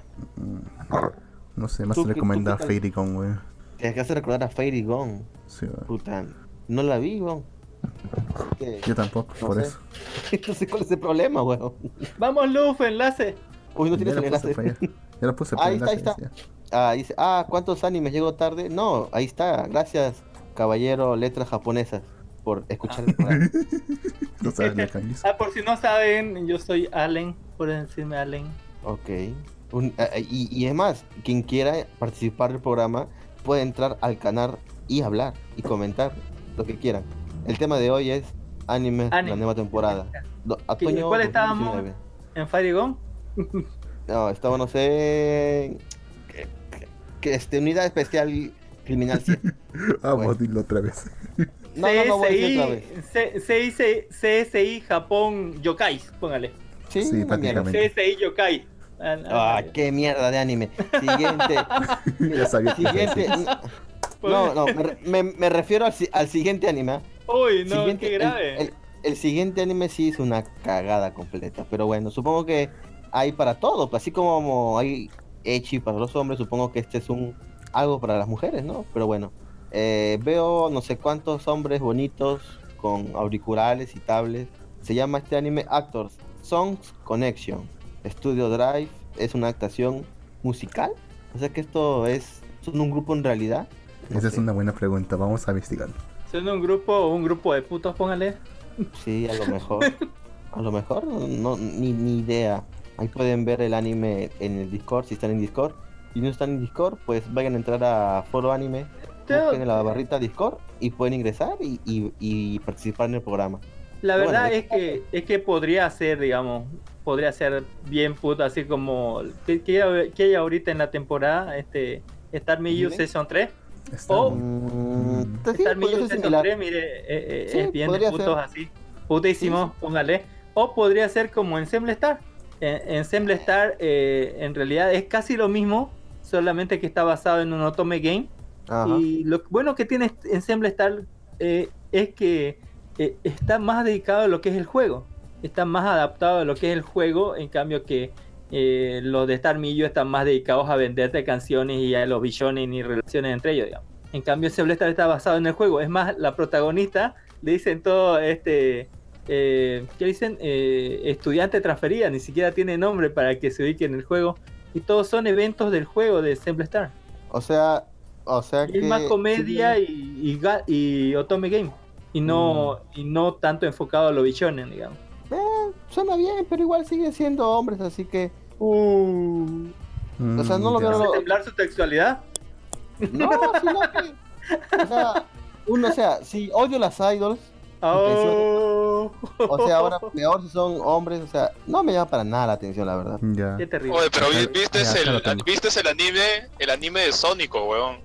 [SPEAKER 2] No sé, más
[SPEAKER 1] ¿Tú
[SPEAKER 2] te
[SPEAKER 1] qué-
[SPEAKER 2] recomienda
[SPEAKER 1] tú qué tal?
[SPEAKER 2] Fairy Gon, güey.
[SPEAKER 1] Te hace recordar a Fairy Gone.
[SPEAKER 2] Sí, güey.
[SPEAKER 1] Puta, no la vi, weón. Que-
[SPEAKER 2] Yo tampoco,
[SPEAKER 1] no
[SPEAKER 2] por
[SPEAKER 1] sé.
[SPEAKER 2] eso.
[SPEAKER 1] No sé cuál es el problema, weón.
[SPEAKER 5] Vamos, Luf, enlace.
[SPEAKER 1] Uy, no
[SPEAKER 2] Ya
[SPEAKER 1] tienes
[SPEAKER 2] lo
[SPEAKER 1] el
[SPEAKER 2] puse,
[SPEAKER 1] enlace.
[SPEAKER 2] fue ya. Ya lo puse,
[SPEAKER 1] Ahí
[SPEAKER 2] pero
[SPEAKER 1] está,
[SPEAKER 2] enlace,
[SPEAKER 1] dice, ¿cuántos animes llegó tarde? No, ahí está. Gracias, caballero letras japonesas, por escuchar el programa.
[SPEAKER 2] ya. No sabes leer kanjis.
[SPEAKER 5] Por si no saben, yo soy Allen, pueden decirme Allen.
[SPEAKER 1] Ok. Y es más, quien quiera participar del programa puede entrar al canal y hablar y comentar lo que quieran. El tema de hoy es anime, la
[SPEAKER 5] Anime.
[SPEAKER 1] nueva temporada. Otoño
[SPEAKER 5] ¿Cuál estábamos?
[SPEAKER 1] 2019.
[SPEAKER 5] ¿En Fairy Gon?
[SPEAKER 1] No, estábamos en... Unidad Especial Criminal 7.
[SPEAKER 2] Vamos,
[SPEAKER 1] Bueno.
[SPEAKER 2] dilo otra vez.
[SPEAKER 1] No voy a decir otra vez.
[SPEAKER 5] CSI Japón Yokais, póngale.
[SPEAKER 1] Sí,
[SPEAKER 2] Sí,
[SPEAKER 1] una mierda.
[SPEAKER 2] prácticamente.
[SPEAKER 5] CSI Yokai.
[SPEAKER 1] Qué mierda de anime. Siguiente.
[SPEAKER 2] Ya sabía que ibas a decir
[SPEAKER 1] Siguiente.
[SPEAKER 2] eso.
[SPEAKER 1] No, me refiero al siguiente anime. ¿Ah?
[SPEAKER 5] Uy, no,
[SPEAKER 1] Siguiente-
[SPEAKER 5] qué grave.
[SPEAKER 1] el siguiente anime sí es una cagada completa. Pero bueno, supongo que hay para todo. Así como hay ecchi para los hombres, supongo que este es algo para las mujeres, ¿no? Pero bueno. Veo no sé cuántos hombres bonitos con auriculares y tablets. Se llama este anime Actors Songs Connection. Studio Drive es una adaptación musical. O sea que son un grupo en realidad. No
[SPEAKER 2] Esa es
[SPEAKER 1] sé.
[SPEAKER 2] una buena pregunta, vamos a investigar.
[SPEAKER 5] ¿Son un grupo de putos, póngale?
[SPEAKER 1] Sí, a lo mejor. A lo mejor, no, ni idea. Ahí pueden ver el anime en el Discord, si están en Discord. Si no están en Discord, pues vayan a entrar a Foro Anime, busquen en la barrita Discord y pueden ingresar y participar en el programa.
[SPEAKER 5] La
[SPEAKER 1] Bueno,
[SPEAKER 5] verdad
[SPEAKER 1] de-
[SPEAKER 5] es que podría ser, digamos, podría ser bien puto, así como que hay ahorita en la temporada, Star Millennium
[SPEAKER 1] Dime.
[SPEAKER 5] Season 3.
[SPEAKER 2] Está
[SPEAKER 5] Oh.
[SPEAKER 2] bien.
[SPEAKER 1] Sí,
[SPEAKER 5] Star
[SPEAKER 1] podría
[SPEAKER 5] Millennium
[SPEAKER 1] ser
[SPEAKER 5] Season
[SPEAKER 1] similar.
[SPEAKER 5] 3, mire,
[SPEAKER 1] Sí,
[SPEAKER 5] es bien de
[SPEAKER 1] podría
[SPEAKER 5] putos
[SPEAKER 1] ser.
[SPEAKER 5] así, putísimos, póngale. O podría ser como Ensemble Star. Ensemble Star en realidad es casi lo mismo, solamente que está basado en un Otome Game.
[SPEAKER 1] Ajá.
[SPEAKER 5] Y lo bueno que tiene Ensemble Star es que está más dedicado a lo que es el juego. Está más adaptado a lo que es el juego. En cambio que los de Star Millo están más dedicados a venderte canciones y a los billones y relaciones entre ellos, digamos. En cambio Ensemble Star está basado en el juego. Es más, la protagonista le dicen todo ¿qué dicen? Estudiante transferida, ni siquiera tiene nombre para que se ubique en el juego. Y todos son eventos del juego de Semble Star.
[SPEAKER 1] O sea
[SPEAKER 5] Y
[SPEAKER 1] que...
[SPEAKER 5] es más comedia
[SPEAKER 1] sí,
[SPEAKER 5] y Otome Game. Y no tanto enfocado a lo bichonen, digamos.
[SPEAKER 1] suena bien, pero igual siguen siendo hombres, así que... O sea, no lo
[SPEAKER 2] ya.
[SPEAKER 1] veo...
[SPEAKER 5] ¿Hace temblar su textualidad?
[SPEAKER 1] No, sino que... O sea, o sea, si odio las idols,
[SPEAKER 5] Oh.
[SPEAKER 1] o sea, ahora peor si son hombres, o sea, no me llama para nada la atención, la verdad.
[SPEAKER 2] Ya.
[SPEAKER 5] Qué terrible.
[SPEAKER 4] Oye, pero
[SPEAKER 2] Ya,
[SPEAKER 4] ¿viste
[SPEAKER 2] ya, ya lo tengo.
[SPEAKER 4] el anime de Sónico, weón?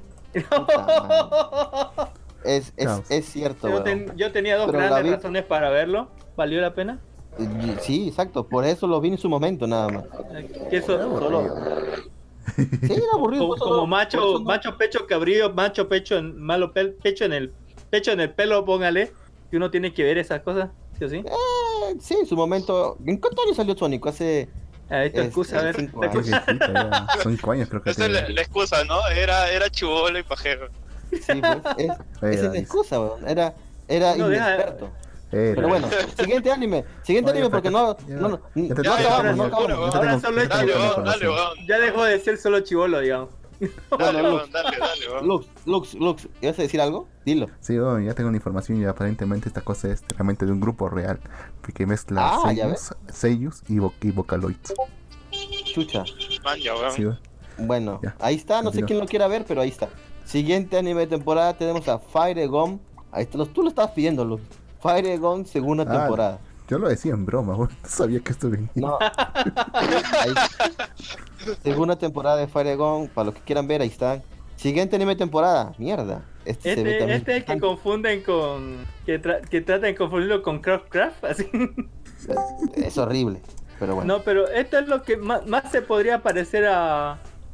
[SPEAKER 1] Es cierto, weón.
[SPEAKER 5] Yo tenía dos
[SPEAKER 1] Pero
[SPEAKER 5] grandes
[SPEAKER 1] David-
[SPEAKER 5] razones para verlo. ¿Valió la pena?
[SPEAKER 1] Sí, exacto, por eso lo vi en su momento, nada más.
[SPEAKER 5] Que eso,
[SPEAKER 1] Solo... Sí, era aburrido.
[SPEAKER 5] como,
[SPEAKER 1] por eso no-
[SPEAKER 5] macho,
[SPEAKER 1] por eso no-
[SPEAKER 5] macho pecho cabrío, macho pecho en malo pecho en el pelo, póngale, que uno tiene que ver esas cosas, ¿sí o sí?
[SPEAKER 1] Sí, en su momento. ¿En cuántos años salió Sonic? Hace...
[SPEAKER 5] Esta excusa, a ver,
[SPEAKER 1] 5
[SPEAKER 5] esta
[SPEAKER 2] Qué
[SPEAKER 1] años.
[SPEAKER 5] excusa.
[SPEAKER 2] viejita, ya. 5 años creo que
[SPEAKER 4] Esa es
[SPEAKER 2] tiene.
[SPEAKER 4] la excusa, ¿no? Era chivolo y pajero.
[SPEAKER 1] Sí, pues, esa es la
[SPEAKER 2] dice.
[SPEAKER 1] excusa, weón. Era
[SPEAKER 5] No, deja-
[SPEAKER 1] inexperto.
[SPEAKER 2] Era.
[SPEAKER 1] Pero bueno, siguiente anime. Siguiente
[SPEAKER 2] Oye,
[SPEAKER 1] anime porque
[SPEAKER 2] pero-
[SPEAKER 1] no
[SPEAKER 2] ya te
[SPEAKER 1] no
[SPEAKER 2] tengo-
[SPEAKER 1] acabamos, no
[SPEAKER 2] ya-
[SPEAKER 1] acabamos.
[SPEAKER 2] ya te
[SPEAKER 5] Ahora
[SPEAKER 2] tengo-
[SPEAKER 5] solo
[SPEAKER 2] ya te
[SPEAKER 5] es
[SPEAKER 2] tengo
[SPEAKER 5] chivolo.
[SPEAKER 2] información.
[SPEAKER 4] Dale, weón.
[SPEAKER 5] Ya dejó de ser solo chivolo, digamos.
[SPEAKER 4] Dale,
[SPEAKER 1] Lux.
[SPEAKER 4] weón, dale, weón.
[SPEAKER 1] Lux, ¿ibas a decir algo? Dilo.
[SPEAKER 2] Sí, bueno, ya tengo una información y aparentemente esta cosa es realmente de un grupo real que mezcla
[SPEAKER 1] Ah, ya
[SPEAKER 2] seiyus y Vocaloids.
[SPEAKER 1] Chucha.
[SPEAKER 4] Man, ya, weón.
[SPEAKER 2] Sí, bueno.
[SPEAKER 1] Bueno,
[SPEAKER 2] Ya,
[SPEAKER 1] ahí está, no sé
[SPEAKER 2] continúa.
[SPEAKER 1] quién lo quiera ver, pero ahí está. Siguiente anime de temporada tenemos a Fire Gone. Ahí está, tú lo estabas pidiendo, Lux. Fire Gone, segunda
[SPEAKER 2] Ah,
[SPEAKER 1] temporada.
[SPEAKER 2] Yo lo decía en broma, güey. No sabía que esto venía.
[SPEAKER 1] No. Ahí- Segunda temporada de Fire Gone, para los que quieran ver, ahí están. Siguiente anime de temporada, mierda. Este se ve también.
[SPEAKER 5] Este es el que confunden con. Que tratan de confundirlo con Craft, así.
[SPEAKER 1] Es horrible, pero bueno.
[SPEAKER 5] No, pero esto es lo que más se podría parecer a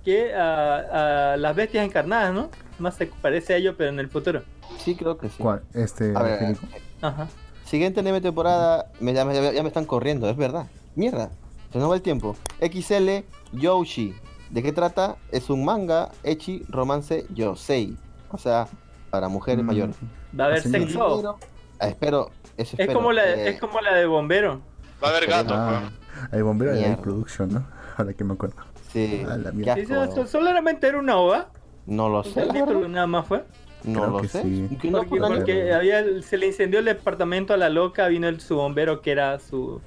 [SPEAKER 5] las bestias encarnadas, ¿no? Más se parece a ello, pero en el futuro.
[SPEAKER 1] Sí, creo que sí.
[SPEAKER 2] ¿Cuál?
[SPEAKER 1] A ver,
[SPEAKER 2] Angélico.
[SPEAKER 5] Ajá.
[SPEAKER 1] siguiente anime de temporada, ya me están corriendo, es verdad. Mierda, se nos va el tiempo. XL Yoshi. ¿De qué trata? Es un manga, ecchi, romance, yosei. O sea, para mujeres mayores.
[SPEAKER 5] Va a haber
[SPEAKER 2] Así
[SPEAKER 5] sexo.
[SPEAKER 1] Pero, espero, eso
[SPEAKER 5] Es
[SPEAKER 1] espero.
[SPEAKER 5] como la de Bombero.
[SPEAKER 4] Va a haber gato,
[SPEAKER 2] Ah,
[SPEAKER 4] weón.
[SPEAKER 2] el bombero de
[SPEAKER 1] Mierda.
[SPEAKER 2] la Production, ¿no? Ahora que me acuerdo.
[SPEAKER 1] Sí,
[SPEAKER 2] Ah, la
[SPEAKER 1] qué
[SPEAKER 2] mierda.
[SPEAKER 5] Sí,
[SPEAKER 1] asco,
[SPEAKER 5] solamente era una ova.
[SPEAKER 1] no lo
[SPEAKER 5] Un
[SPEAKER 1] sé, la
[SPEAKER 5] capítulo
[SPEAKER 1] verdad.
[SPEAKER 5] nada más fue.
[SPEAKER 1] No
[SPEAKER 2] Creo
[SPEAKER 1] lo
[SPEAKER 2] que
[SPEAKER 1] sé.
[SPEAKER 2] sí.
[SPEAKER 1] Que no
[SPEAKER 5] Porque,
[SPEAKER 1] fue una-
[SPEAKER 5] porque se le incendió el departamento a la loca, vino su bombero que era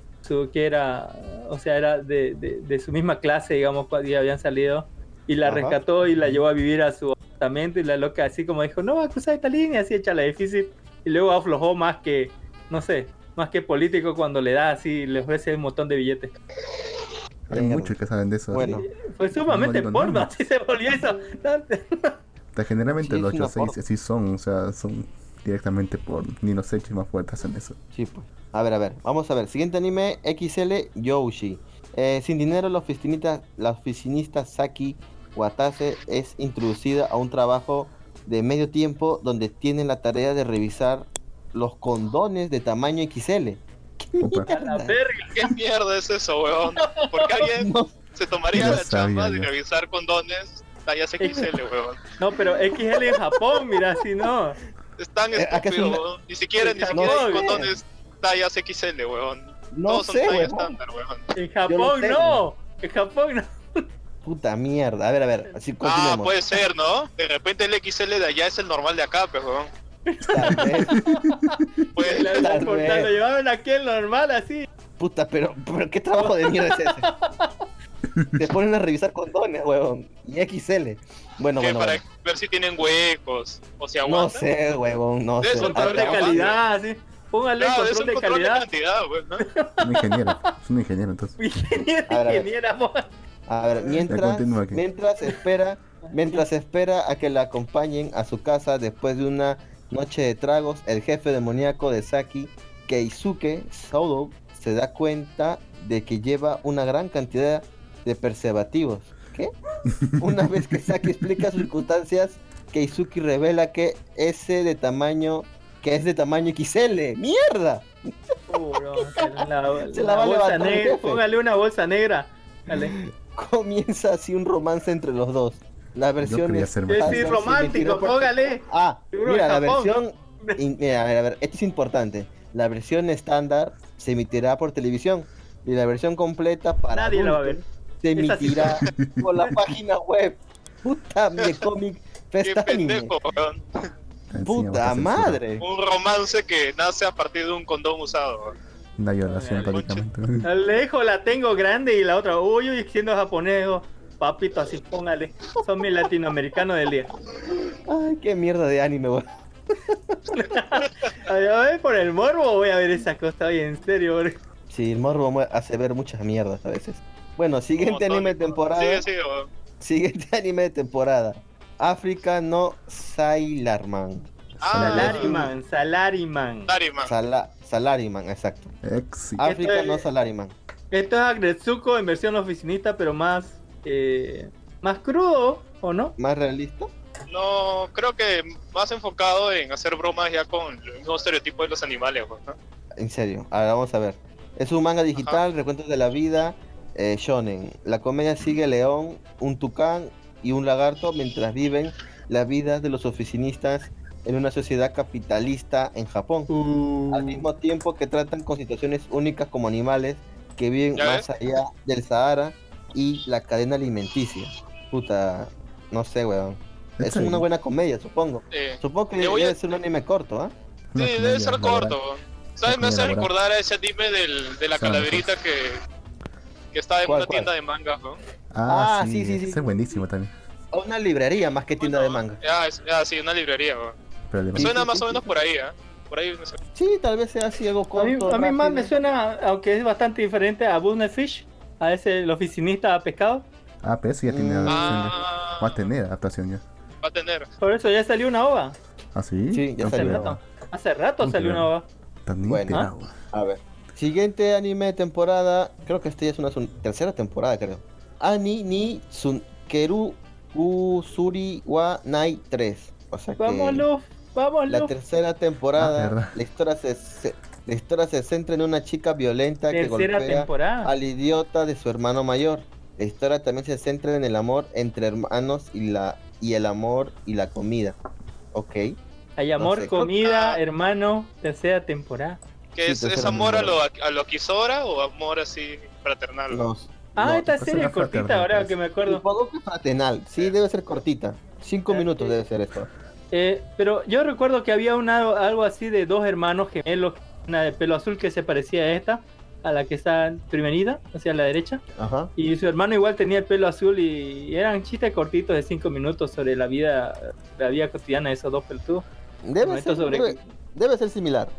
[SPEAKER 5] o sea, era de su misma clase, digamos, cuando ya habían salido, y la
[SPEAKER 1] Ajá.
[SPEAKER 5] rescató y la llevó a vivir a su apartamento, y la loca así como dijo, no va a cruzar esta línea, así echa la difícil, y luego aflojó más que, no sé, más que político cuando le da así, le ofrece un montón de billetes.
[SPEAKER 2] Hay
[SPEAKER 1] Mierda.
[SPEAKER 2] muchos que saben de eso.
[SPEAKER 1] Bueno.
[SPEAKER 2] así.
[SPEAKER 5] Fue sumamente
[SPEAKER 2] No digo
[SPEAKER 5] porno,
[SPEAKER 2] nada.
[SPEAKER 5] así se volvió eso.
[SPEAKER 2] Generalmente
[SPEAKER 1] Sí,
[SPEAKER 2] los
[SPEAKER 1] es una
[SPEAKER 2] yoseis
[SPEAKER 1] forma.
[SPEAKER 2] así son, o sea, son directamente por ni los hechos más fuertes en eso.
[SPEAKER 1] Sí, pues. A ver, vamos a ver. Siguiente anime, XL Yoshi. Sin dinero, la oficinista Saki Watase es introducida a un trabajo de medio tiempo donde tiene la tarea de revisar los condones de tamaño XL.
[SPEAKER 2] Opa.
[SPEAKER 5] A la verga.
[SPEAKER 4] ¿Qué mierda es eso, weón? Porque alguien
[SPEAKER 1] No,
[SPEAKER 4] se tomaría
[SPEAKER 2] Ya
[SPEAKER 4] la
[SPEAKER 2] sabía
[SPEAKER 4] chamba de
[SPEAKER 2] yo.
[SPEAKER 4] revisar condones tallas XL, weón.
[SPEAKER 5] No, pero XL en Japón, mira, si no.
[SPEAKER 4] Es tan
[SPEAKER 1] ¿acaso
[SPEAKER 4] estúpido,
[SPEAKER 1] no-
[SPEAKER 4] weón. Ni siquiera
[SPEAKER 5] No,
[SPEAKER 4] hay
[SPEAKER 5] bien.
[SPEAKER 4] condones tallas XL, weón.
[SPEAKER 1] no
[SPEAKER 4] Todos son
[SPEAKER 1] sé,
[SPEAKER 4] talla
[SPEAKER 1] weón.
[SPEAKER 4] estándar, weón.
[SPEAKER 5] En
[SPEAKER 1] Yo
[SPEAKER 5] Japón
[SPEAKER 1] no sé,
[SPEAKER 5] no. En Japón no.
[SPEAKER 1] Puta mierda. A ver. Así
[SPEAKER 4] Ah,
[SPEAKER 1] continuemos.
[SPEAKER 4] puede ser, ¿no? De repente el XL de allá es el normal de acá, pues, weón.
[SPEAKER 1] Tal vez.
[SPEAKER 4] Pues,
[SPEAKER 5] La
[SPEAKER 1] Tal
[SPEAKER 5] portada
[SPEAKER 1] vez.
[SPEAKER 5] lo llevaban aquí en normal asi.
[SPEAKER 1] Puta, pero qué trabajo de mierda es ese. Te ponen a revisar condones, weón. Y XL. Bueno,
[SPEAKER 4] que
[SPEAKER 1] bueno.
[SPEAKER 4] para
[SPEAKER 1] bueno.
[SPEAKER 4] ver si tienen huecos o si
[SPEAKER 1] No
[SPEAKER 4] aguantan.
[SPEAKER 1] sé, weón, no
[SPEAKER 4] De
[SPEAKER 1] sé.
[SPEAKER 4] eso,
[SPEAKER 5] Control de
[SPEAKER 4] Ah,
[SPEAKER 5] calidad, así. Póngale
[SPEAKER 4] Claro, es
[SPEAKER 5] control
[SPEAKER 4] un
[SPEAKER 5] de
[SPEAKER 4] control de
[SPEAKER 5] calidad.
[SPEAKER 4] cantidad, weón, ¿no?
[SPEAKER 2] Un ingeniero, es un ingeniero entonces.
[SPEAKER 5] Ingeniera,
[SPEAKER 1] A ver.
[SPEAKER 5] ingeniera, mo-
[SPEAKER 1] A ver,
[SPEAKER 2] continúa aquí.
[SPEAKER 1] mientras espera a que la acompañen a su casa después de una noche de tragos, el jefe demoníaco de Saki, Keisuke Sodo, se da cuenta de que lleva una gran cantidad de preservativos. ¿Qué? Una vez que Saki explica sus circunstancias, Keisuke revela que es de tamaño XL. ¡Mierda!
[SPEAKER 5] No,
[SPEAKER 1] Se la va a
[SPEAKER 5] bolsa
[SPEAKER 1] levantar el
[SPEAKER 5] negra.
[SPEAKER 1] jefe.
[SPEAKER 5] Póngale una bolsa negra. Dale.
[SPEAKER 1] Comienza así un romance entre los dos. La
[SPEAKER 2] Yo
[SPEAKER 1] versión
[SPEAKER 2] quería
[SPEAKER 1] es...
[SPEAKER 2] ser
[SPEAKER 5] Es
[SPEAKER 2] más.
[SPEAKER 5] decir, romántico, póngale.
[SPEAKER 1] Ah,
[SPEAKER 5] Seguro
[SPEAKER 1] mira,
[SPEAKER 5] en
[SPEAKER 1] la
[SPEAKER 5] Japón.
[SPEAKER 1] versión... Mira, a ver, esto es importante. La versión estándar se emitirá por televisión y la versión completa para
[SPEAKER 5] Nadie la va a
[SPEAKER 1] adultos
[SPEAKER 5] ver.
[SPEAKER 1] se
[SPEAKER 5] Es así.
[SPEAKER 1] emitirá por la página web. Puta, mi cómic
[SPEAKER 4] Qué
[SPEAKER 1] Fest Anime.
[SPEAKER 4] pendejo, weón.
[SPEAKER 2] Encima
[SPEAKER 1] Puta
[SPEAKER 2] está censurado.
[SPEAKER 1] madre.
[SPEAKER 4] Un romance que nace a partir de un condón usado, weón.
[SPEAKER 2] Una violación
[SPEAKER 5] Ay,
[SPEAKER 2] prácticamente.
[SPEAKER 5] Lejos la tengo grande y la otra, uy, siendo japonés, oh, papito, así póngale. Son mis latinoamericanos del día.
[SPEAKER 1] Ay, qué mierda de anime, weón.
[SPEAKER 5] A ver, por el morbo voy a ver esa cosa, oye, en serio, bro.
[SPEAKER 1] Sí, el morbo hace ver muchas mierdas a veces. Bueno, siguiente
[SPEAKER 4] Como
[SPEAKER 1] anime de
[SPEAKER 4] tónico.
[SPEAKER 1] temporada.
[SPEAKER 4] Sigue, weón.
[SPEAKER 1] Siguiente anime de temporada. África no Sailorman.
[SPEAKER 5] Salaryman, Salaryman.
[SPEAKER 4] Dariman.
[SPEAKER 1] Salaryman, exacto.
[SPEAKER 2] Éxito.
[SPEAKER 1] África
[SPEAKER 5] Esto
[SPEAKER 1] no
[SPEAKER 5] es-
[SPEAKER 1] Salaryman.
[SPEAKER 5] Esto es Agretsuko en versión oficinista, pero más crudo, ¿o no?
[SPEAKER 1] ¿Más realista?
[SPEAKER 4] No, creo que más enfocado en hacer bromas ya con el mismo estereotipo de los animales, weón, ¿no?
[SPEAKER 1] En serio, ahora vamos a ver. Es un manga digital, recuentos de la vida, shonen. La comedia sigue león, un tucán y un lagarto mientras viven las vidas de los oficinistas en una sociedad capitalista en Japón. Al mismo tiempo que tratan con situaciones únicas como animales que viven
[SPEAKER 4] ¿Ya
[SPEAKER 1] más
[SPEAKER 4] ves?
[SPEAKER 1] allá del Sahara y la cadena alimenticia. Puta, no sé, weón. Es
[SPEAKER 2] Está bien.
[SPEAKER 1] una buena comedia, supongo. Supongo que
[SPEAKER 4] Le voy
[SPEAKER 1] debe
[SPEAKER 4] a-
[SPEAKER 1] ser un anime corto, ¿ah?
[SPEAKER 2] Una
[SPEAKER 4] Sí, debe
[SPEAKER 2] comedia
[SPEAKER 4] ser
[SPEAKER 2] laboral.
[SPEAKER 4] corto, weón. ¿Sabes? Me
[SPEAKER 2] Una
[SPEAKER 4] hace
[SPEAKER 2] comedia laboral.
[SPEAKER 4] recordar a ese anime de la
[SPEAKER 2] Claro,
[SPEAKER 4] calaverita que está en
[SPEAKER 1] ¿Cuál,
[SPEAKER 4] una
[SPEAKER 1] cuál?
[SPEAKER 4] tienda de manga, ¿no?
[SPEAKER 2] Ah,
[SPEAKER 1] Ah,
[SPEAKER 2] sí,
[SPEAKER 1] sí, sí, sí.
[SPEAKER 2] ese es buenísimo también.
[SPEAKER 1] A una librería más que tienda de manga.
[SPEAKER 4] Sí, una librería, weón.
[SPEAKER 2] Pero le
[SPEAKER 1] Sí,
[SPEAKER 4] Suena
[SPEAKER 1] sí,
[SPEAKER 4] más
[SPEAKER 1] sí,
[SPEAKER 4] o
[SPEAKER 1] sí.
[SPEAKER 4] menos por ahí, ¿eh? Por ahí, no sé.
[SPEAKER 1] Sí, tal vez sea así algo
[SPEAKER 5] A mí,
[SPEAKER 1] corto.
[SPEAKER 5] a mí más me
[SPEAKER 1] rápido.
[SPEAKER 5] suena, aunque es bastante diferente a Business Fish, a ese el oficinista pescado.
[SPEAKER 2] Ah, pero eso ya tiene adaptación ya.
[SPEAKER 4] Ah,
[SPEAKER 2] Va a tener adaptación ya.
[SPEAKER 4] va a tener.
[SPEAKER 5] Por eso ya salió una ova.
[SPEAKER 2] ¿Ah, sí?
[SPEAKER 1] Sí, ya
[SPEAKER 2] No
[SPEAKER 1] salió.
[SPEAKER 2] creo.
[SPEAKER 5] Hace rato
[SPEAKER 2] No
[SPEAKER 5] salió
[SPEAKER 2] creo.
[SPEAKER 5] una ova.
[SPEAKER 2] Tan
[SPEAKER 1] Bueno.
[SPEAKER 2] enterado.
[SPEAKER 1] A ver. Siguiente anime de temporada. Creo que esta ya es una tercera temporada, creo. Ani ni Sunkeru Usuri wa Nai 3. O sea que
[SPEAKER 5] Vámonos,
[SPEAKER 1] la
[SPEAKER 5] vámonos.
[SPEAKER 1] tercera
[SPEAKER 2] Ah,
[SPEAKER 1] temporada,
[SPEAKER 2] verdad.
[SPEAKER 1] la historia se centra en una chica violenta que
[SPEAKER 5] Tercera
[SPEAKER 1] golpea
[SPEAKER 5] temporada.
[SPEAKER 1] al idiota de su hermano mayor. La historia también se centra en el amor entre hermanos y el amor y la comida. Ok.
[SPEAKER 5] Hay amor,
[SPEAKER 1] no sé.
[SPEAKER 5] comida,
[SPEAKER 4] Ah.
[SPEAKER 5] hermano, tercera temporada.
[SPEAKER 4] ¿Qué
[SPEAKER 1] Sí,
[SPEAKER 4] es
[SPEAKER 1] tercera
[SPEAKER 4] amor a
[SPEAKER 1] temporada.
[SPEAKER 4] lo Kisora o amor así fraternal?
[SPEAKER 1] Los,
[SPEAKER 5] Ah,
[SPEAKER 1] no,
[SPEAKER 5] esta
[SPEAKER 2] pues
[SPEAKER 5] serie
[SPEAKER 2] era
[SPEAKER 5] es cortita,
[SPEAKER 2] fraternal,
[SPEAKER 5] ahora
[SPEAKER 2] pues.
[SPEAKER 5] que me acuerdo.
[SPEAKER 1] supongo que fraternal. Sí, debe ser cortita. 5 minutos debe ser esto.
[SPEAKER 5] Pero yo recuerdo que había algo así de dos hermanos gemelos, una de pelo azul que se parecía a esta, a la que está primerita, hacia la derecha.
[SPEAKER 1] Ajá.
[SPEAKER 5] Y su hermano igual tenía el pelo azul y eran chistes cortitos de 5 minutos sobre la vida cotidiana de esos dos pelotudos.
[SPEAKER 1] Debe
[SPEAKER 5] Momento
[SPEAKER 1] ser,
[SPEAKER 5] sobre-
[SPEAKER 1] debe ser similar.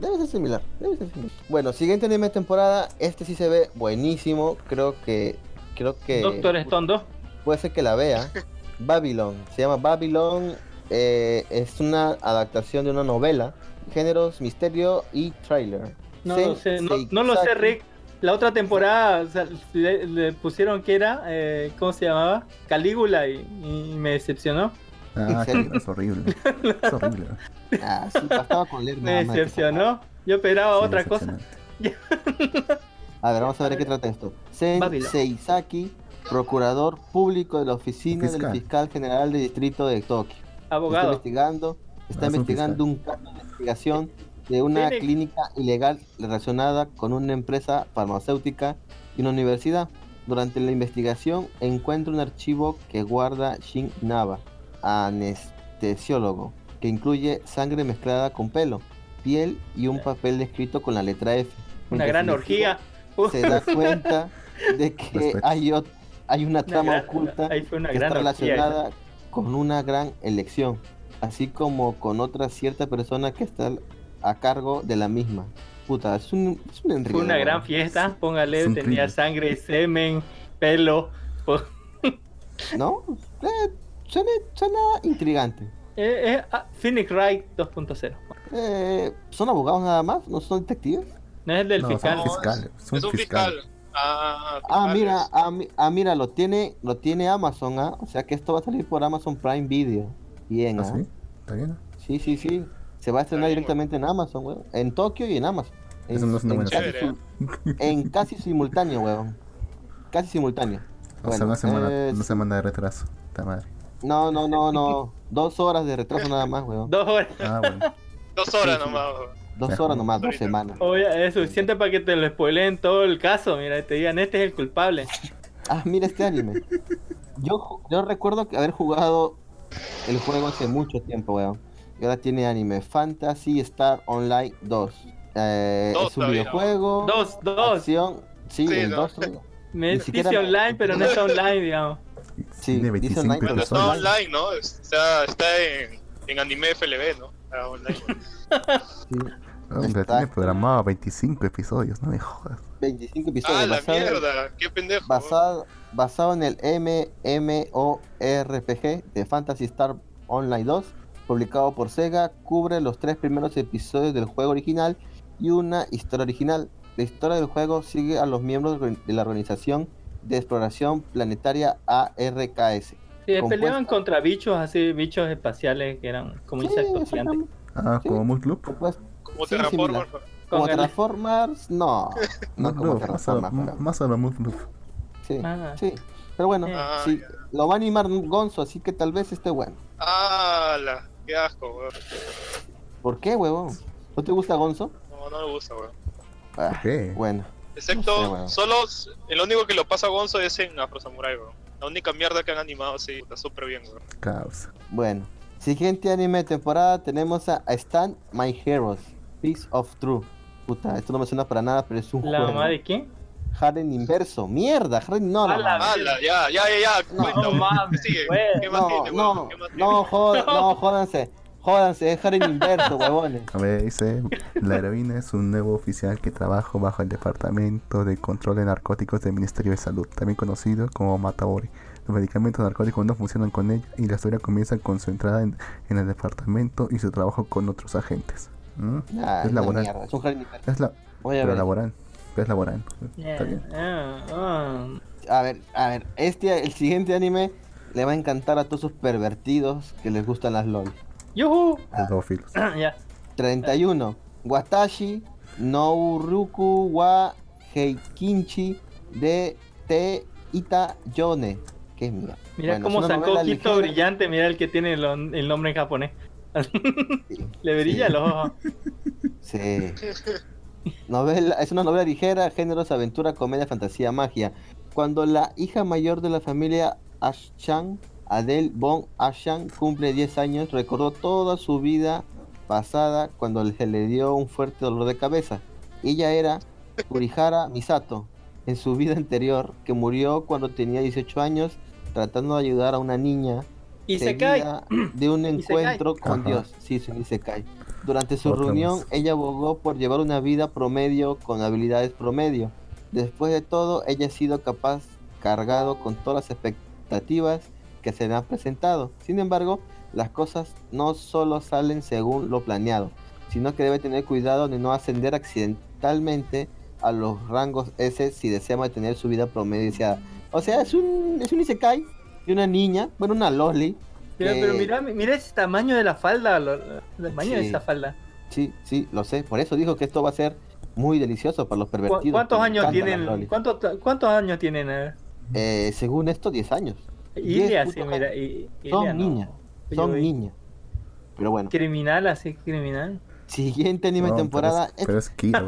[SPEAKER 1] Bueno, siguiente anime de temporada. Este sí se ve buenísimo. Creo que
[SPEAKER 5] Doctor Stone 2.
[SPEAKER 1] puede ser que la vea. Babylon. Se llama Babylon. Es una adaptación de una novela. Géneros, misterio y trailer.
[SPEAKER 5] No lo sé, no lo sé, Rick. La otra temporada o sea, le pusieron que era, ¿cómo se llamaba? Calígula y me decepcionó.
[SPEAKER 2] Ah,
[SPEAKER 1] ¿En serio?
[SPEAKER 2] es horrible. Es horrible.
[SPEAKER 1] Ah, sí, bastaba con leer
[SPEAKER 5] Me
[SPEAKER 1] nada más.
[SPEAKER 5] decepcionó. Yo esperaba
[SPEAKER 2] Sí,
[SPEAKER 5] otra cosa.
[SPEAKER 2] decepcionante.
[SPEAKER 1] A ver, vamos a ver de qué trata esto. Sen
[SPEAKER 5] Babylon.
[SPEAKER 1] Seisaki, procurador público de la oficina
[SPEAKER 2] Fiscal.
[SPEAKER 1] del fiscal general del distrito de Tokio. Está
[SPEAKER 5] Abogado.
[SPEAKER 1] investigando,
[SPEAKER 2] Ah, es un
[SPEAKER 1] investigando un caso de investigación de una
[SPEAKER 5] Tiene-
[SPEAKER 1] clínica ilegal relacionada con una empresa farmacéutica y una universidad. Durante la investigación encuentra un archivo que guarda Shin Naba, anestesiólogo, que incluye sangre mezclada con pelo, piel y un papel escrito con la letra F.
[SPEAKER 5] Una
[SPEAKER 1] Mientras
[SPEAKER 5] gran
[SPEAKER 1] investiga,
[SPEAKER 5] orgía.
[SPEAKER 1] se da cuenta de que
[SPEAKER 2] Respeto.
[SPEAKER 1] hay una trama
[SPEAKER 5] gran-
[SPEAKER 1] oculta
[SPEAKER 5] ahí fue una
[SPEAKER 1] que está
[SPEAKER 5] gran orgía.
[SPEAKER 1] relacionada con una gran elección, así como con otra cierta persona que está a cargo de la misma. Puta, es un
[SPEAKER 5] Fue
[SPEAKER 1] enredo,
[SPEAKER 5] una gran
[SPEAKER 1] weón.
[SPEAKER 5] fiesta. Póngale,
[SPEAKER 2] Es un
[SPEAKER 5] tenía
[SPEAKER 2] thriller.
[SPEAKER 5] sangre, semen, pelo.
[SPEAKER 1] ¿No? Suena intrigante.
[SPEAKER 5] Phoenix Wright 2.0.
[SPEAKER 1] ¿Son abogados nada más? ¿No son detectives?
[SPEAKER 5] No es el del
[SPEAKER 2] No,
[SPEAKER 5] fiscal.
[SPEAKER 2] son fiscales.
[SPEAKER 4] Es un fiscal.
[SPEAKER 1] Mira, lo tiene Amazon, ¿ah? O sea que esto va a salir por Amazon Prime Video. Bien,
[SPEAKER 2] ¿Ah,
[SPEAKER 1] ¿ah?
[SPEAKER 2] sí? ¿Está bien?
[SPEAKER 1] Sí. Se va a estrenar
[SPEAKER 4] Está bien,
[SPEAKER 1] directamente en Amazon, weón. En Tokio y en Amazon.
[SPEAKER 2] Eso no es una buena
[SPEAKER 4] serie.
[SPEAKER 1] En casi simultáneo, weón. Casi simultáneo.
[SPEAKER 2] O sea,
[SPEAKER 1] Bueno,
[SPEAKER 2] una semana de retraso. Está madre.
[SPEAKER 1] No. 2 horas de retraso nada más, weón.
[SPEAKER 5] 2 horas.
[SPEAKER 2] Ah, bueno.
[SPEAKER 4] 2 horas
[SPEAKER 1] Sí, sí.
[SPEAKER 4] nomás.
[SPEAKER 1] 2
[SPEAKER 2] Mejor.
[SPEAKER 1] horas nomás, 2
[SPEAKER 4] Ahorita.
[SPEAKER 1] semanas.
[SPEAKER 5] Oye, es suficiente para que te lo spoileen todo el caso. Mira, te digan, este es el culpable.
[SPEAKER 1] Ah, mira este anime. Yo recuerdo que haber jugado el juego hace mucho tiempo, weón. Y ahora tiene anime Fantasy Star Online 2.
[SPEAKER 4] Dos
[SPEAKER 1] Es un
[SPEAKER 4] todavía.
[SPEAKER 1] videojuego.
[SPEAKER 5] Dos.
[SPEAKER 1] Acción. Sí,
[SPEAKER 4] Sí,
[SPEAKER 1] el
[SPEAKER 4] ¿no?
[SPEAKER 1] 2.
[SPEAKER 5] Me
[SPEAKER 1] Ni siquiera
[SPEAKER 5] dice
[SPEAKER 1] me-
[SPEAKER 5] online, pero no está online, digamos.
[SPEAKER 1] Sí,
[SPEAKER 2] Tiene
[SPEAKER 1] dice
[SPEAKER 2] 25
[SPEAKER 1] online, pero
[SPEAKER 4] Bueno, está
[SPEAKER 1] Soy-
[SPEAKER 2] episodios.
[SPEAKER 4] online, ¿no? Está en anime FLB, ¿no? Está online.
[SPEAKER 1] Sí,
[SPEAKER 2] Hombre,
[SPEAKER 1] Está-
[SPEAKER 2] tiene programado 25 episodios, no me jodas.
[SPEAKER 1] 25 episodios.
[SPEAKER 4] Ah, la
[SPEAKER 1] basado en-
[SPEAKER 4] mierda, qué pendejo.
[SPEAKER 1] basado en el MMORPG de Phantasy Star Online 2, publicado por Sega, cubre los 3 primeros episodios del juego original y una historia original. La historia del juego sigue a los miembros de la organización de exploración planetaria ARKS.
[SPEAKER 5] Sí,
[SPEAKER 1] Compuesta-
[SPEAKER 5] peleaban contra bichos así, bichos espaciales que eran como
[SPEAKER 1] Sí,
[SPEAKER 5] insectos gigantes.
[SPEAKER 1] exactamente.
[SPEAKER 2] Ah,
[SPEAKER 1] Sí.
[SPEAKER 2] como Mood Loop.
[SPEAKER 1] Compuesta-
[SPEAKER 4] Como
[SPEAKER 1] sí,
[SPEAKER 4] Terraformer.
[SPEAKER 1] similar. Como
[SPEAKER 5] Con el-
[SPEAKER 1] Transformers, no. No
[SPEAKER 2] Mood
[SPEAKER 1] como
[SPEAKER 2] Loop,
[SPEAKER 1] Transformers. pero-
[SPEAKER 2] más a lo Mood Loop.
[SPEAKER 1] Sí,
[SPEAKER 5] Ah.
[SPEAKER 1] sí. Pero bueno,
[SPEAKER 4] Ah,
[SPEAKER 1] sí,
[SPEAKER 4] ya.
[SPEAKER 1] lo va a animar Gonzo, así que tal vez esté bueno.
[SPEAKER 4] Qué asco, weón.
[SPEAKER 1] ¿Por qué, huevón? ¿No te gusta Gonzo?
[SPEAKER 4] No me gusta, weón.
[SPEAKER 1] Ah,
[SPEAKER 2] ¿Por qué?
[SPEAKER 1] bueno,
[SPEAKER 4] Excepto,
[SPEAKER 1] No sé, weón.
[SPEAKER 4] solo el único que lo pasa a Gonzo es en Afro Samurai, weón. La única mierda que han animado, sí, está súper bien, weón.
[SPEAKER 2] Caos.
[SPEAKER 1] bueno. Siguiente anime de temporada tenemos a Stand My Heroes, Piece of True. Puta, esto no me suena para nada, pero es un
[SPEAKER 5] ¿La
[SPEAKER 1] juego.
[SPEAKER 5] mamá de quién?
[SPEAKER 1] Harem inverso, mierda, Harem no,
[SPEAKER 5] A
[SPEAKER 1] no,
[SPEAKER 5] la
[SPEAKER 1] no,
[SPEAKER 4] ¡Hala! Ya,
[SPEAKER 1] No,
[SPEAKER 4] cuenta,
[SPEAKER 5] no
[SPEAKER 4] weón.
[SPEAKER 5] mames,
[SPEAKER 4] ¿Qué sigue?
[SPEAKER 5] weón.
[SPEAKER 4] ¿Qué más tiene,
[SPEAKER 1] no,
[SPEAKER 4] weón? ¿Qué más tiene?
[SPEAKER 1] no, jódanse, es Harem inverso, huevones.
[SPEAKER 2] A ver, dice, la heroína es un nuevo oficial que trabaja bajo el Departamento de Control de Narcóticos del Ministerio de Salud, también conocido como Matabori. Los medicamentos narcóticos no funcionan con ella y la historia comienza concentrada en el departamento y su trabajo con otros agentes. ¿Mm?
[SPEAKER 1] Ah,
[SPEAKER 2] Es
[SPEAKER 1] una
[SPEAKER 2] laboral.
[SPEAKER 1] mierda, es un Harem inverso.
[SPEAKER 2] Es la,
[SPEAKER 1] Voy a
[SPEAKER 2] pero
[SPEAKER 1] ver.
[SPEAKER 2] laboral. Pero es laboral. Está bien.
[SPEAKER 1] A ver, el siguiente anime le va a encantar a todos esos pervertidos que les gustan las LOL.
[SPEAKER 5] ¡Yuhu!
[SPEAKER 2] Pedófilos.
[SPEAKER 5] Ya.
[SPEAKER 1] 31. Watashi no Uruku wa Heikinchi de Te Ita Yone. ¿Qué mierda?
[SPEAKER 5] Mira
[SPEAKER 1] Bueno,
[SPEAKER 5] cómo
[SPEAKER 1] es una
[SPEAKER 5] sacó
[SPEAKER 1] novela
[SPEAKER 5] Quito
[SPEAKER 1] ligera.
[SPEAKER 5] brillante, mira el que tiene el nombre en japonés.
[SPEAKER 1] Sí,
[SPEAKER 5] Le brilla
[SPEAKER 1] sí,
[SPEAKER 5] los ojos.
[SPEAKER 1] sí. Es una novela ligera, géneros, aventura, comedia, fantasía, magia. Cuando la hija mayor de la familia Ashchan, Adele von Ashchan, cumple 10 años, recordó toda su vida pasada cuando se le dio un fuerte dolor de cabeza. Ella era Kurihara Misato, en su vida anterior, que murió cuando tenía 18 años, tratando de ayudar a una niña
[SPEAKER 5] Y se cae.
[SPEAKER 1] seguida de un encuentro con
[SPEAKER 2] Ajá.
[SPEAKER 1] Dios. Sí, se dice cae. Durante su
[SPEAKER 2] Otra
[SPEAKER 1] reunión,
[SPEAKER 2] más.
[SPEAKER 1] ella abogó por llevar una vida promedio con habilidades promedio. Después de todo, ella ha sido cargado con todas las expectativas que se le han presentado. Sin embargo, las cosas no solo salen según lo planeado, sino que debe tener cuidado de no ascender accidentalmente a los rangos S si desea mantener su vida promedio deseada. O sea, es un isekai de una niña, bueno, una loli.
[SPEAKER 5] Pero mira ese tamaño de la falda, el tamaño de
[SPEAKER 1] Sí.
[SPEAKER 5] esa falda.
[SPEAKER 1] Sí, lo sé. Por eso dijo que esto va a ser muy delicioso para los pervertidos.
[SPEAKER 5] ¿Cuántos
[SPEAKER 1] que les
[SPEAKER 5] años
[SPEAKER 1] encantan las
[SPEAKER 5] tienen?
[SPEAKER 1] lolis.
[SPEAKER 5] ¿Cuántos años tienen?
[SPEAKER 1] Según esto, 10 años.
[SPEAKER 5] Ilia,
[SPEAKER 1] 10
[SPEAKER 5] sí,
[SPEAKER 1] putos
[SPEAKER 5] mira.
[SPEAKER 1] años.
[SPEAKER 5] Ilia,
[SPEAKER 1] Son
[SPEAKER 5] no.
[SPEAKER 1] niñas.
[SPEAKER 5] Oye,
[SPEAKER 1] Son
[SPEAKER 5] oye,
[SPEAKER 1] niñas. Pero bueno,
[SPEAKER 5] Criminal, así, criminal.
[SPEAKER 1] siguiente anime
[SPEAKER 2] No,
[SPEAKER 1] temporada.
[SPEAKER 2] Pero es Kiro.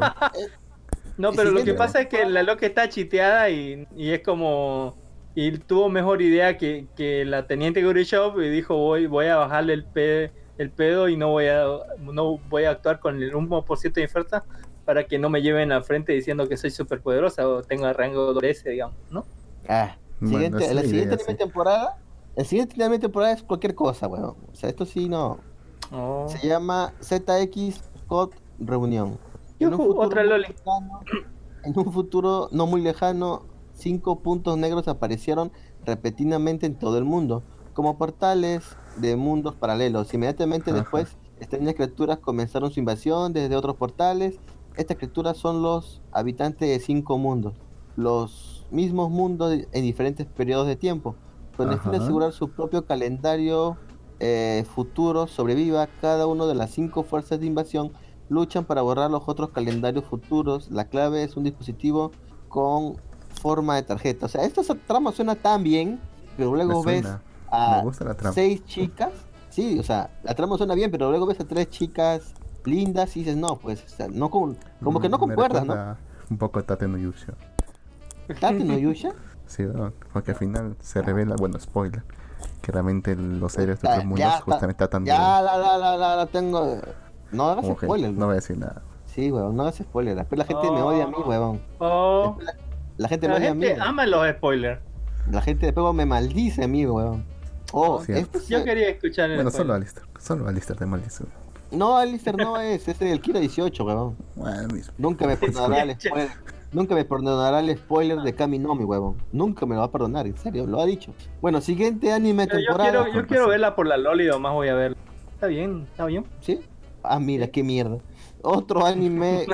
[SPEAKER 5] No,
[SPEAKER 1] El
[SPEAKER 5] pero lo que
[SPEAKER 1] siguiente-
[SPEAKER 5] pasa es que la loca está chiteada y es como... Y tuvo mejor idea que la teniente Gurishov y dijo voy a bajarle el pedo y no voy a actuar con el 1% de fuerza para que no me lleven al frente diciendo que soy súper poderosa o tengo el rango de S, digamos, ¿no?
[SPEAKER 2] Bueno,
[SPEAKER 1] Siguiente,
[SPEAKER 2] es
[SPEAKER 1] la
[SPEAKER 2] la
[SPEAKER 1] siguiente
[SPEAKER 2] idea,
[SPEAKER 1] anime
[SPEAKER 2] sí.
[SPEAKER 1] temporada. El siguiente anime temporada es cualquier cosa, weón. O sea, esto sí no.
[SPEAKER 5] Oh.
[SPEAKER 1] Se llama ZX Code Reunión.
[SPEAKER 5] Yujú, otra
[SPEAKER 1] muy
[SPEAKER 5] loli.
[SPEAKER 1] en un futuro no muy lejano, 5 puntos negros aparecieron repetidamente en todo el mundo, como portales de mundos paralelos. Inmediatamente
[SPEAKER 2] Ajá.
[SPEAKER 1] después, extrañas criaturas comenzaron su invasión desde otros portales. Estas criaturas son los habitantes de 5 mundos, los mismos mundos en diferentes periodos de tiempo. Con el fin de
[SPEAKER 2] Ajá.
[SPEAKER 1] asegurar su propio calendario futuro sobreviva, cada una de las 5 fuerzas de invasión luchan para borrar los otros calendarios futuros. La clave es un dispositivo con forma de tarjeta. O sea, esta trama suena tan bien, pero luego
[SPEAKER 2] Me
[SPEAKER 1] ves
[SPEAKER 2] suena.
[SPEAKER 1] a
[SPEAKER 2] Me gusta la trama.
[SPEAKER 1] 6 chicas. Sí, o sea, la trama suena bien, pero luego ves a 3 chicas lindas y dices, no, pues, o sea, no como que no
[SPEAKER 2] Me
[SPEAKER 1] concuerdas, ¿no?
[SPEAKER 2] recuerda un poco a Tate no Yusha.
[SPEAKER 1] ¿Tate no Yusha?
[SPEAKER 2] Sí, ¿no? Porque al final se revela, bueno, spoiler, que realmente los héroes de
[SPEAKER 1] Ya,
[SPEAKER 2] otros mundos justamente tratan de...
[SPEAKER 1] ya la tengo. No hagas
[SPEAKER 2] como que
[SPEAKER 1] spoiler,
[SPEAKER 2] no voy a decir nada.
[SPEAKER 1] Sí, weón, no hagas spoiler. Después la gente me odia a mí, weón.
[SPEAKER 5] Oh,
[SPEAKER 1] Después la gente me
[SPEAKER 5] la
[SPEAKER 1] odia a mí.
[SPEAKER 5] gente ama los spoilers.
[SPEAKER 1] La gente después me maldice a mí, weón. Oh,
[SPEAKER 2] Cierto.
[SPEAKER 5] Yo quería escuchar el
[SPEAKER 2] Bueno,
[SPEAKER 5] spoiler.
[SPEAKER 2] solo Alistair de maldición.
[SPEAKER 1] No, Alistair no es el Kira 18, weón.
[SPEAKER 2] Bueno, mismo.
[SPEAKER 1] Nunca me perdonará el spoiler. Nunca me perdonará el spoiler de Kami no Mi, huevón. Nunca me lo va a perdonar, en serio, lo ha dicho. Bueno, siguiente anime
[SPEAKER 5] Pero
[SPEAKER 1] temporada.
[SPEAKER 5] yo quiero verla por la Loli, nomás voy a verla. Está bien, está bien.
[SPEAKER 1] ¿Sí? Ah, mira, qué mierda. Otro anime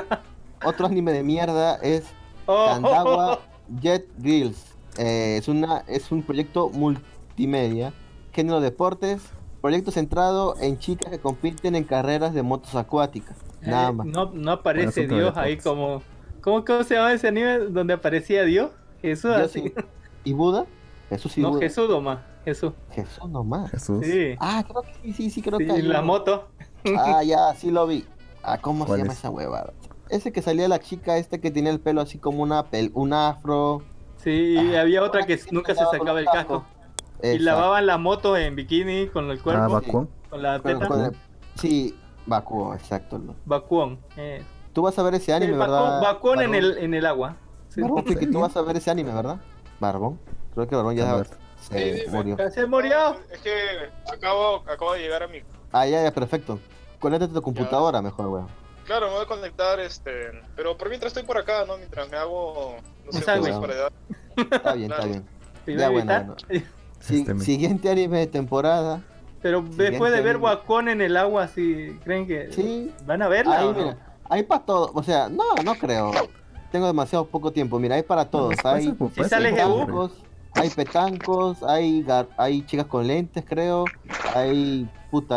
[SPEAKER 1] de mierda es
[SPEAKER 5] Oh,
[SPEAKER 1] Kandawa Jet Girls. Es un proyecto multimedia, género deportes, proyecto centrado en chicas que compiten en carreras de motos acuáticas. Nada más.
[SPEAKER 5] No aparece
[SPEAKER 2] Bueno,
[SPEAKER 5] Dios
[SPEAKER 2] son
[SPEAKER 5] ahí
[SPEAKER 2] deportes.
[SPEAKER 5] como... ¿Cómo se llama ese anime donde aparecía Dios? Jesús
[SPEAKER 1] Yo
[SPEAKER 5] así.
[SPEAKER 1] sí. ¿Y Buda? Jesús y
[SPEAKER 5] No,
[SPEAKER 1] Buda.
[SPEAKER 5] Jesús nomás. Jesús.
[SPEAKER 1] Jesús nomás.
[SPEAKER 2] Jesús.
[SPEAKER 5] Sí.
[SPEAKER 1] Ah, creo que sí, creo
[SPEAKER 5] Sí,
[SPEAKER 1] que hay
[SPEAKER 5] la
[SPEAKER 1] uno.
[SPEAKER 5] moto.
[SPEAKER 1] Ah, ya, sí lo vi. Ah, ¿cómo se
[SPEAKER 2] ¿Cuál
[SPEAKER 1] llama
[SPEAKER 2] es?
[SPEAKER 1] esa huevada? Ese que salía la chica que tenía el pelo así como un afro.
[SPEAKER 5] Sí, y había otra que
[SPEAKER 1] Sí,
[SPEAKER 5] nunca se
[SPEAKER 1] andaba con
[SPEAKER 5] sacaba
[SPEAKER 1] un
[SPEAKER 5] el
[SPEAKER 1] casco.
[SPEAKER 5] casco. Y
[SPEAKER 1] Exacto.
[SPEAKER 5] lavaban la moto en bikini con el cuerpo,
[SPEAKER 2] Bakuon.
[SPEAKER 5] con la
[SPEAKER 1] Con-
[SPEAKER 5] teta.
[SPEAKER 1] con el- Sí, Bakuo, exacto.
[SPEAKER 5] Bakuon.
[SPEAKER 1] Tú vas a ver ese anime,
[SPEAKER 5] El
[SPEAKER 1] ¿verdad?
[SPEAKER 5] Bakuon en
[SPEAKER 1] Barbón?
[SPEAKER 5] en el agua. Sí.
[SPEAKER 1] Barbón, que tú vas a ver ese anime, ¿verdad? Barbón. Creo que Barbón
[SPEAKER 2] Está
[SPEAKER 1] ya
[SPEAKER 2] muerto.
[SPEAKER 1] se
[SPEAKER 4] Sí,
[SPEAKER 1] murió.
[SPEAKER 5] Se murió.
[SPEAKER 4] Es que acabo de llegar a mi...
[SPEAKER 1] Ah, ya, perfecto. Conéctate a tu computadora mejor, weón.
[SPEAKER 4] Claro, me voy a conectar, pero por mientras estoy por acá, ¿no? Mientras me hago, no sé,
[SPEAKER 5] Un sándwich.
[SPEAKER 4] cosas para edad.
[SPEAKER 1] Está bien, está
[SPEAKER 4] Claro.
[SPEAKER 1] bien.
[SPEAKER 5] Primero
[SPEAKER 1] Ya, bueno,
[SPEAKER 5] evitar.
[SPEAKER 1] bueno. Siguiente anime de temporada.
[SPEAKER 5] Pero después de ver
[SPEAKER 1] anime.
[SPEAKER 5] Bakuon en el agua, si creen que
[SPEAKER 1] Sí.
[SPEAKER 5] van a verla
[SPEAKER 1] Ahí,
[SPEAKER 5] o no?
[SPEAKER 1] mira, hay para todo. O sea, no creo. Tengo demasiado poco tiempo. Mira, hay para todos.
[SPEAKER 2] Parece-
[SPEAKER 1] Hay
[SPEAKER 2] parece
[SPEAKER 5] sale
[SPEAKER 2] poco
[SPEAKER 5] Jebu.
[SPEAKER 2] aburrido.
[SPEAKER 1] petancos, hay chicas con lentes, creo. Hay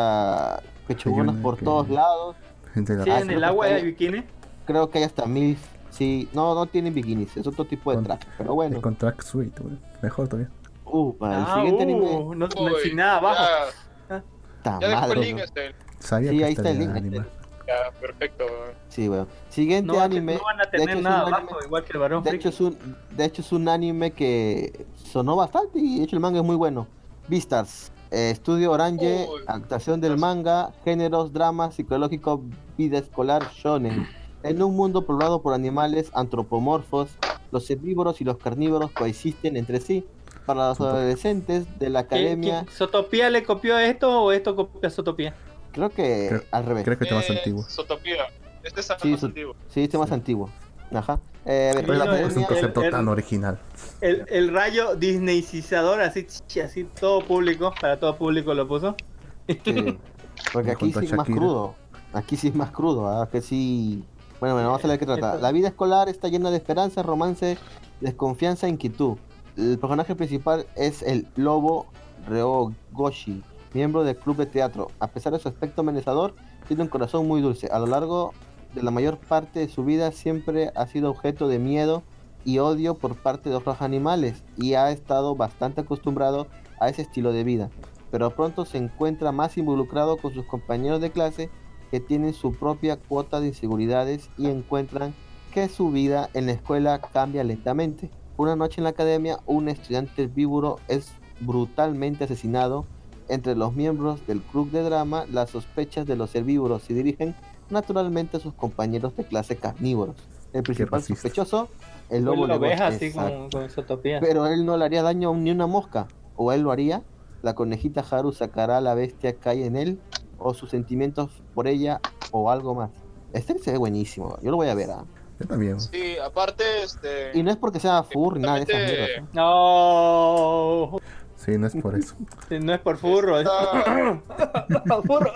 [SPEAKER 1] pechugonas
[SPEAKER 2] Hay una
[SPEAKER 1] por
[SPEAKER 2] que-
[SPEAKER 1] todos lados.
[SPEAKER 2] Gente de la
[SPEAKER 5] Sí,
[SPEAKER 1] Ah,
[SPEAKER 5] en
[SPEAKER 1] creo
[SPEAKER 5] el
[SPEAKER 1] que
[SPEAKER 5] agua
[SPEAKER 1] está
[SPEAKER 5] hay
[SPEAKER 1] ahí.
[SPEAKER 5] bikini.
[SPEAKER 1] Creo que hay hasta 1000. Sí, no tienen bikinis, es otro tipo de
[SPEAKER 2] Con-
[SPEAKER 1] traje. Pero bueno.
[SPEAKER 2] con tracksuit, güey. Mejor todavía.
[SPEAKER 1] Para el siguiente anime.
[SPEAKER 5] no,
[SPEAKER 4] Uy,
[SPEAKER 5] sin nada abajo.
[SPEAKER 1] Ta
[SPEAKER 4] Ya dejó
[SPEAKER 1] madre,
[SPEAKER 4] el link,
[SPEAKER 1] ¿no?
[SPEAKER 2] Sabía
[SPEAKER 1] Sí,
[SPEAKER 2] que
[SPEAKER 1] ahí está el
[SPEAKER 2] estaría
[SPEAKER 1] link.
[SPEAKER 2] animal.
[SPEAKER 4] Ya, perfecto. Weón.
[SPEAKER 1] Sí, weón. Siguiente
[SPEAKER 5] No,
[SPEAKER 1] anime.
[SPEAKER 5] no van a
[SPEAKER 1] de hecho,
[SPEAKER 5] tener
[SPEAKER 1] es
[SPEAKER 5] nada
[SPEAKER 1] un
[SPEAKER 5] abajo,
[SPEAKER 1] anime-
[SPEAKER 5] igual que el varón
[SPEAKER 1] De
[SPEAKER 5] friki.
[SPEAKER 1] hecho es un anime que sonó bastante y de hecho el manga es muy bueno. Beastars, estudio Orange,
[SPEAKER 4] Uy.
[SPEAKER 1] adaptación del manga, géneros, drama, psicológico, vida escolar, shonen. En un mundo poblado por animales antropomorfos, los herbívoros y los carnívoros coexisten entre sí. Para los
[SPEAKER 2] Súper.
[SPEAKER 1] adolescentes de la academia,
[SPEAKER 5] ¿Sotopía le copió esto o esto copió a Sotopía?
[SPEAKER 1] creo que
[SPEAKER 2] Creo-
[SPEAKER 1] al revés.
[SPEAKER 2] Creo que te más antiguo.
[SPEAKER 4] Zootopia. Este es
[SPEAKER 1] Sí,
[SPEAKER 4] más antiguo.
[SPEAKER 1] Sí, este más
[SPEAKER 2] Sí.
[SPEAKER 1] antiguo. Ajá. A ver,
[SPEAKER 5] Sí,
[SPEAKER 1] la
[SPEAKER 5] no,
[SPEAKER 2] Es un
[SPEAKER 1] academia-
[SPEAKER 2] concepto
[SPEAKER 5] el-
[SPEAKER 2] tan original.
[SPEAKER 5] El rayo disneycizador, así todo público, para todo público lo puso.
[SPEAKER 1] Sí, porque
[SPEAKER 2] Y
[SPEAKER 1] aquí sí
[SPEAKER 2] junto a
[SPEAKER 1] es más
[SPEAKER 2] Shakira.
[SPEAKER 1] crudo. Aquí sí es más crudo, ¿ah? Que sí. Bueno, vamos a ver qué trata. La vida escolar está llena de esperanza, romance, desconfianza e inquietud. El personaje principal es el lobo Ryogoshi, miembro del club de teatro. A pesar de su aspecto amenazador, tiene un corazón muy dulce. A lo largo de la mayor parte de su vida siempre ha sido objeto de miedo y odio por parte de otros animales y ha estado bastante acostumbrado a ese estilo de vida, pero pronto se encuentra más involucrado con sus compañeros de clase que tienen su propia cuota de inseguridades y encuentran que su vida en la escuela cambia lentamente. Una noche en la academia, un estudiante herbívoro es brutalmente asesinado. Entre los miembros del club de drama, las sospechas de los herbívoros se dirigen naturalmente a sus compañeros de clase carnívoros. El principal
[SPEAKER 2] racista.
[SPEAKER 1] sospechoso, el lobo
[SPEAKER 5] Lo ves
[SPEAKER 1] Legoshi.
[SPEAKER 5] así
[SPEAKER 1] Exacto.
[SPEAKER 5] con Sotopía.
[SPEAKER 1] Pero él no le haría daño ni una mosca. O él lo haría. La conejita Haru sacará a la bestia que hay en él. O sus sentimientos por ella. O algo más. Este se ve buenísimo. Yo lo voy a ver. ¿Ah?
[SPEAKER 2] Yo también.
[SPEAKER 4] Sí, aparte,
[SPEAKER 1] Y no es porque sea furry, nada de esas
[SPEAKER 4] justamente-
[SPEAKER 1] mierdas. ¿eh?
[SPEAKER 5] No,
[SPEAKER 2] Sí, no es por eso.
[SPEAKER 5] no es por furro. Furro.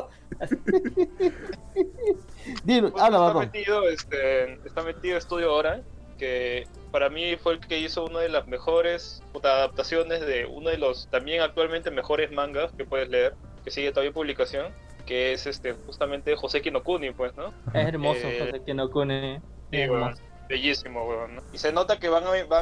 [SPEAKER 1] Dilo,
[SPEAKER 4] Justo
[SPEAKER 1] habla,
[SPEAKER 4] está
[SPEAKER 1] Barrón.
[SPEAKER 4] metido, está metido Estudio Hora, que para mí fue el que hizo una de las mejores adaptaciones de uno de los también actualmente mejores mangas que puedes leer, que sigue todavía en publicación, que es justamente Joseki no Kuni, pues, ¿no?
[SPEAKER 5] Es hermoso,
[SPEAKER 4] Eh,
[SPEAKER 5] José que no cune.
[SPEAKER 4] Sí,
[SPEAKER 5] Es
[SPEAKER 4] weón,
[SPEAKER 5] hermoso.
[SPEAKER 4] bellísimo, weón, ¿no? Y se nota que lo van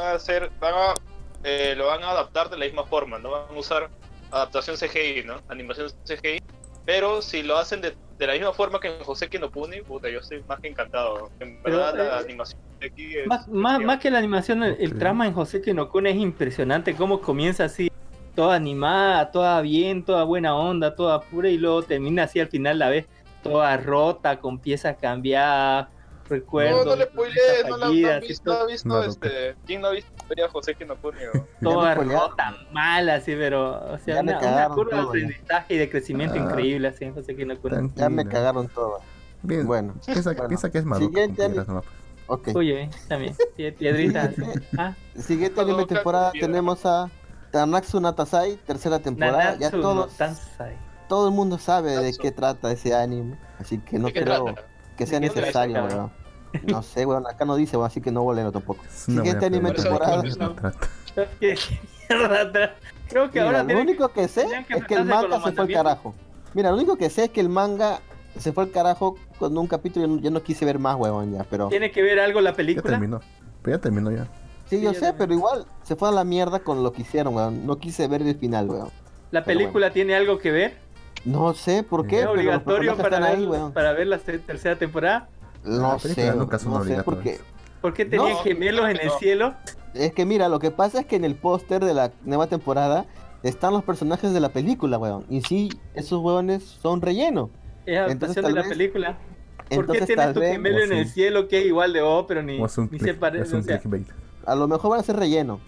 [SPEAKER 4] a adaptar de la misma forma, ¿no? Van a usar adaptación CGI, ¿no? Animación CGI, pero si lo hacen de la misma forma que en Hoseki no Puni, puta, yo estoy más que encantado. En
[SPEAKER 5] Pero,
[SPEAKER 4] verdad, la animación de aquí es...
[SPEAKER 5] Más que la animación, el
[SPEAKER 2] Ok.
[SPEAKER 5] trama en Hoseki no Kun es impresionante. Cómo comienza así, toda animada, toda bien, toda buena onda, toda pura, y luego termina así al final la vez toda rota, con piezas cambiadas,
[SPEAKER 4] No,
[SPEAKER 5] recuerdos,
[SPEAKER 4] no le spoilees, no la
[SPEAKER 5] fallidas,
[SPEAKER 4] han
[SPEAKER 5] y
[SPEAKER 4] visto, no ha visto,
[SPEAKER 2] No,
[SPEAKER 4] ¿quién no ha visto a Hoseki no Puni?
[SPEAKER 5] toda
[SPEAKER 1] Ya me spoilearon.
[SPEAKER 5] rota, mal, así, pero, o sea,
[SPEAKER 1] Ya me
[SPEAKER 5] una
[SPEAKER 1] cagaron
[SPEAKER 5] curva de
[SPEAKER 1] todo, ya.
[SPEAKER 5] aprendizaje y de crecimiento
[SPEAKER 2] Ah.
[SPEAKER 5] increíble, así en Hoseki no Kun.
[SPEAKER 1] Ya me
[SPEAKER 2] Tranquila.
[SPEAKER 1] cagaron todo.
[SPEAKER 2] Bien,
[SPEAKER 1] Bueno,
[SPEAKER 2] piensa,
[SPEAKER 1] bueno.
[SPEAKER 2] piensa que es Madoka
[SPEAKER 1] Siguiente
[SPEAKER 2] con piedras nomás.
[SPEAKER 1] ok.
[SPEAKER 5] Oye, también, piedritas. Ah,
[SPEAKER 1] Siguiente anime
[SPEAKER 4] Madoka
[SPEAKER 1] temporada
[SPEAKER 4] con piedra.
[SPEAKER 1] tenemos a Tanatsu no Taizai, tercera temporada. Ya
[SPEAKER 5] Nanatsu no
[SPEAKER 1] todos,
[SPEAKER 5] Tansai.
[SPEAKER 1] todo el mundo sabe de
[SPEAKER 4] Nanatsu.
[SPEAKER 1] qué trata ese anime, así que no
[SPEAKER 4] ¿De qué
[SPEAKER 1] creo
[SPEAKER 4] trata?
[SPEAKER 1] que sea
[SPEAKER 5] ¿De qué
[SPEAKER 1] necesario,
[SPEAKER 5] trata?
[SPEAKER 1] weón. No sé, weón, acá no dice, weón, así que no voy a leerlo tampoco.
[SPEAKER 2] Es una
[SPEAKER 1] Siguiente
[SPEAKER 2] buena
[SPEAKER 1] anime
[SPEAKER 2] pregunta.
[SPEAKER 1] temporada.
[SPEAKER 2] ¿De qué trata?
[SPEAKER 5] ¿Qué mierda? Creo que
[SPEAKER 1] Mira,
[SPEAKER 5] ahora
[SPEAKER 1] lo
[SPEAKER 5] tienen
[SPEAKER 1] único que sé
[SPEAKER 5] tenían que
[SPEAKER 1] es que el
[SPEAKER 5] enfrentarse con
[SPEAKER 1] manga
[SPEAKER 5] los
[SPEAKER 1] se fue al
[SPEAKER 5] mandamientos.
[SPEAKER 1] carajo. Mira, lo único que sé es que el manga se fue al carajo con un capítulo y ya no quise ver más, weón, ya, pero...
[SPEAKER 5] ¿Tiene que ver algo la
[SPEAKER 2] Ya
[SPEAKER 5] película?
[SPEAKER 2] terminó. Pero ya terminó ya.
[SPEAKER 1] Sí, yo
[SPEAKER 5] ya
[SPEAKER 1] sé,
[SPEAKER 5] también.
[SPEAKER 1] pero igual se fue a la mierda con lo que hicieron, weón. No quise ver el final, weón.
[SPEAKER 5] ¿La
[SPEAKER 1] Pero
[SPEAKER 5] película tiene algo que ver?
[SPEAKER 1] No sé por qué,
[SPEAKER 5] ¿Es
[SPEAKER 1] pero los
[SPEAKER 5] obligatorio
[SPEAKER 1] personajes
[SPEAKER 5] para
[SPEAKER 1] están ahí,
[SPEAKER 5] ver,
[SPEAKER 1] weón.
[SPEAKER 5] para ver la tercera temporada?
[SPEAKER 1] No
[SPEAKER 2] La película
[SPEAKER 1] sé,
[SPEAKER 2] nunca son
[SPEAKER 1] no sé
[SPEAKER 2] obligatorias.
[SPEAKER 1] porque...
[SPEAKER 5] ¿Por qué tenían
[SPEAKER 1] No,
[SPEAKER 5] gemelos en el
[SPEAKER 4] no.
[SPEAKER 5] cielo?
[SPEAKER 1] Es que mira, lo que pasa es que en el póster de la nueva temporada están los personajes de la película, weón. Y sí, esos weones son relleno.
[SPEAKER 5] Es adaptación
[SPEAKER 1] tal
[SPEAKER 5] de la
[SPEAKER 1] vez-
[SPEAKER 5] película. ¿Por qué
[SPEAKER 1] Entonces
[SPEAKER 5] tienes
[SPEAKER 1] tal
[SPEAKER 5] tu
[SPEAKER 1] vez
[SPEAKER 5] gemelo
[SPEAKER 2] O
[SPEAKER 5] en el
[SPEAKER 2] sí.
[SPEAKER 5] cielo que es igual de vos, pero ni,
[SPEAKER 2] O es un,
[SPEAKER 5] ni se
[SPEAKER 2] click-
[SPEAKER 5] parece?
[SPEAKER 2] es un
[SPEAKER 5] O sea,
[SPEAKER 2] clickbait.
[SPEAKER 1] a lo mejor van a ser relleno.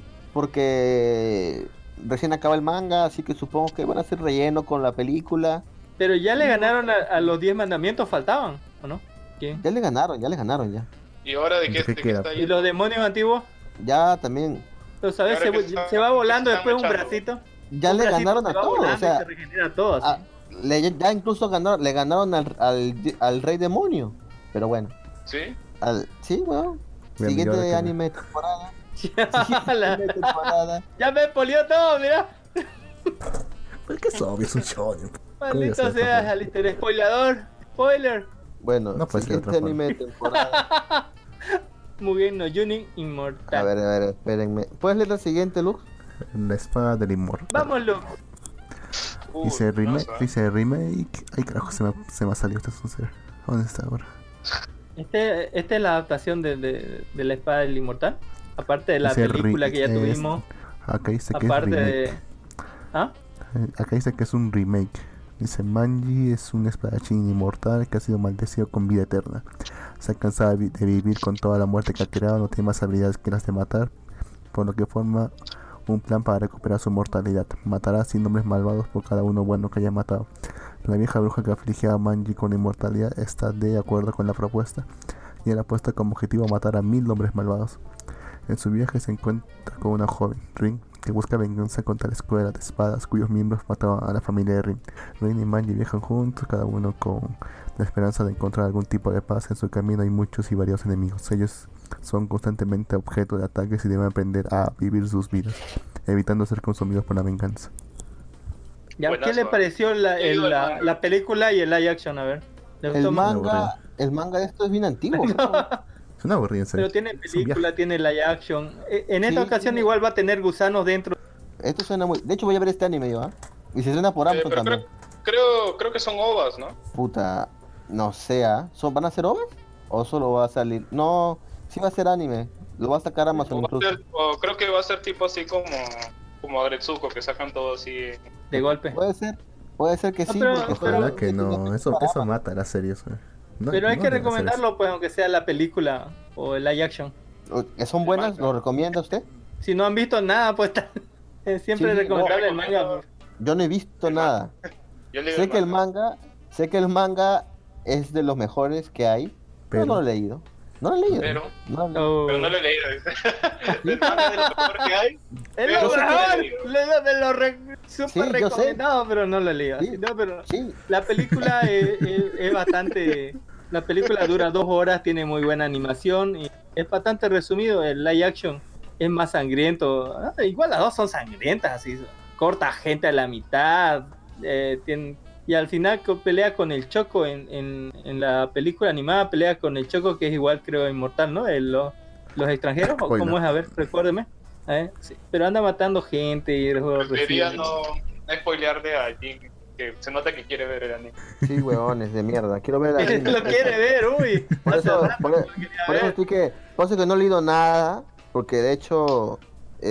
[SPEAKER 1] Porque recién acaba el manga, así que supongo que van a ser relleno con la película.
[SPEAKER 5] pero ya le ganaron a los 10 mandamientos, faltaban, ¿o no? ¿Quién?
[SPEAKER 1] Ya le ganaron ya.
[SPEAKER 4] ¿Y ahora de
[SPEAKER 2] ¿De
[SPEAKER 4] qué,
[SPEAKER 2] qué
[SPEAKER 4] de qué
[SPEAKER 2] queda?
[SPEAKER 4] está
[SPEAKER 5] ¿Y
[SPEAKER 4] ahí?
[SPEAKER 5] los demonios antiguos?
[SPEAKER 1] Ya también.
[SPEAKER 5] Pero, ¿sabes?
[SPEAKER 4] Ahora que está-
[SPEAKER 5] Se va volando
[SPEAKER 4] que
[SPEAKER 5] después
[SPEAKER 4] están
[SPEAKER 5] un
[SPEAKER 4] echando.
[SPEAKER 5] bracito.
[SPEAKER 1] Ya
[SPEAKER 5] Un
[SPEAKER 1] le
[SPEAKER 5] bracito
[SPEAKER 1] ganaron
[SPEAKER 5] se
[SPEAKER 1] a
[SPEAKER 5] va
[SPEAKER 1] todos, o
[SPEAKER 5] volando y
[SPEAKER 1] sea,
[SPEAKER 5] se regenera todo, así.
[SPEAKER 1] ya incluso le ganaron al rey demonio. Pero bueno,
[SPEAKER 4] ¿Sí?
[SPEAKER 1] sí, weón.
[SPEAKER 2] Bien,
[SPEAKER 1] Siguiente
[SPEAKER 2] ¿y ahora qué
[SPEAKER 1] anime de temporada.
[SPEAKER 5] La-
[SPEAKER 1] Siguiente temporada.
[SPEAKER 5] ya me polió todo, mira.
[SPEAKER 2] Pues que es obvio, es un shonen.
[SPEAKER 5] Maldito
[SPEAKER 2] ser, por
[SPEAKER 5] seas,
[SPEAKER 2] favor?
[SPEAKER 5] Alistair. Spoilador. Spoiler.
[SPEAKER 1] Bueno,
[SPEAKER 2] No puede ser de
[SPEAKER 1] siguiente
[SPEAKER 2] otra forma.
[SPEAKER 1] anime de temporada.
[SPEAKER 5] Mugen no Yunin
[SPEAKER 1] A
[SPEAKER 5] Inmortal.
[SPEAKER 1] ver, espérenme. ¿Puedes leer la siguiente, Lux?
[SPEAKER 2] La espada del inmortal.
[SPEAKER 5] Vamos, Luke.
[SPEAKER 2] Dice remake,
[SPEAKER 4] no sé.
[SPEAKER 2] dice remake. Ay carajo, se me ha salido este suceder. ¿Dónde está ahora?
[SPEAKER 5] Esta es la adaptación de la espada del inmortal. Aparte de la
[SPEAKER 2] Dice
[SPEAKER 5] película que ya
[SPEAKER 2] es-
[SPEAKER 5] tuvimos.
[SPEAKER 2] Acá dice que es
[SPEAKER 5] Aparte
[SPEAKER 2] remake.
[SPEAKER 5] de. ¿Ah?
[SPEAKER 2] Acá dice que es un remake. Dice Manji es un espadachín inmortal que ha sido maldecido con vida eterna. Se ha cansado de vivir con toda la muerte que ha creado, no tiene más habilidades que las de matar, por lo que forma un plan para recuperar su mortalidad. Matará a 100 hombres malvados por cada uno bueno que haya matado. La vieja bruja que afligía a Manji con la inmortalidad está de acuerdo con la propuesta y él ha puesto como objetivo matar a 1000 hombres malvados. En su viaje se encuentra con una joven, Rin, que busca venganza contra la escuela de espadas cuyos miembros mataban a la familia de Rin. Rin y Manji viajan juntos, cada uno con la esperanza de encontrar algún tipo de paz. En su camino hay muchos y variados enemigos. Ellos son constantemente objeto de ataques y deben aprender a vivir sus vidas, evitando ser consumidos por la venganza.
[SPEAKER 5] ¿Ya? ¿Qué
[SPEAKER 4] Buenazo.
[SPEAKER 5] le pareció
[SPEAKER 4] Yo digo el
[SPEAKER 5] la
[SPEAKER 4] manga.
[SPEAKER 5] la película y el live action? A ver. ¿Le gustó
[SPEAKER 1] El
[SPEAKER 5] más?
[SPEAKER 1] manga de esto es bien antiguo.
[SPEAKER 2] Es una aburrida, en serio.
[SPEAKER 5] Pero tiene
[SPEAKER 2] Es un
[SPEAKER 5] película, tiene live action. En esta
[SPEAKER 1] Sí,
[SPEAKER 5] ocasión
[SPEAKER 1] tiene-
[SPEAKER 5] igual va a tener gusanos dentro.
[SPEAKER 1] Esto suena muy... De hecho voy a ver este anime yo, ¿ah? Y se estrena por Amazon
[SPEAKER 4] pero
[SPEAKER 1] también.
[SPEAKER 4] creo que son ovas, ¿no?
[SPEAKER 1] Puta, no sé, ¿ah? ¿Van a ser ovas? ¿O solo va a salir? No, sí va a ser anime. Lo va a sacar Amazon
[SPEAKER 4] O
[SPEAKER 1] incluso.
[SPEAKER 4] creo que va a ser tipo así como Agretsuko, que sacan todo así.
[SPEAKER 5] De golpe.
[SPEAKER 1] Puede ser que
[SPEAKER 5] No,
[SPEAKER 1] sí.
[SPEAKER 5] pero-
[SPEAKER 1] porque
[SPEAKER 2] Ojalá
[SPEAKER 1] esto-
[SPEAKER 2] que no,
[SPEAKER 1] esto
[SPEAKER 2] eso
[SPEAKER 1] es para
[SPEAKER 2] mata las series. No,
[SPEAKER 5] Pero hay
[SPEAKER 2] no
[SPEAKER 5] que
[SPEAKER 2] deben hacer
[SPEAKER 5] recomendarlo, pues, aunque sea la película o el live action.
[SPEAKER 1] Amazon. ¿Son buenas? ¿Lo recomienda usted?
[SPEAKER 5] Si no han visto nada, pues es siempre
[SPEAKER 1] Sí,
[SPEAKER 5] recomendable
[SPEAKER 4] no,
[SPEAKER 5] el manga.
[SPEAKER 4] recomiendo-
[SPEAKER 1] Yo no he visto
[SPEAKER 4] El
[SPEAKER 1] nada.
[SPEAKER 4] Yo leí
[SPEAKER 1] Sé que el manga es de los mejores que hay, pero
[SPEAKER 2] Pero-
[SPEAKER 1] no lo he leído. No lo he leído.
[SPEAKER 4] Pero-
[SPEAKER 1] No lo he leído.
[SPEAKER 5] Oh.
[SPEAKER 4] Pero no lo he leído, dice. El manga de lo mejor que hay.
[SPEAKER 5] Es
[SPEAKER 4] Pero
[SPEAKER 5] lo
[SPEAKER 4] sí que
[SPEAKER 5] mejor,
[SPEAKER 4] lo he leído.
[SPEAKER 5] me lo súper
[SPEAKER 1] Sí, yo sé.
[SPEAKER 5] recomendado, pero no lo he leído.
[SPEAKER 1] Sí.
[SPEAKER 5] No, pero
[SPEAKER 1] Sí,
[SPEAKER 5] la película es bastante. La película dura 2 horas, tiene muy buena animación y es bastante resumido. El live action es más sangriento. Igual las dos son sangrientas, así. Corta gente a la mitad. Y al final pelea con el Choco en la película animada. Pelea con el Choco, que es igual, creo, inmortal, ¿no? Los extranjeros, ¿o
[SPEAKER 2] Spoiler.
[SPEAKER 5] cómo es? A ver, recuérdeme. Sí. Pero anda matando gente y luego
[SPEAKER 4] Preferiría
[SPEAKER 5] recibe-
[SPEAKER 4] no spoilearle a Jin que se nota que quiere ver el anime.
[SPEAKER 1] Sí, huevones de mierda. Quiero ver el anime.
[SPEAKER 5] Lo quiere ver, uy.
[SPEAKER 1] Por
[SPEAKER 5] Hace
[SPEAKER 1] eso,
[SPEAKER 5] rato
[SPEAKER 1] por,
[SPEAKER 5] que lo quería
[SPEAKER 1] por eso
[SPEAKER 5] ver.
[SPEAKER 1] por eso que no he leído nada, porque de hecho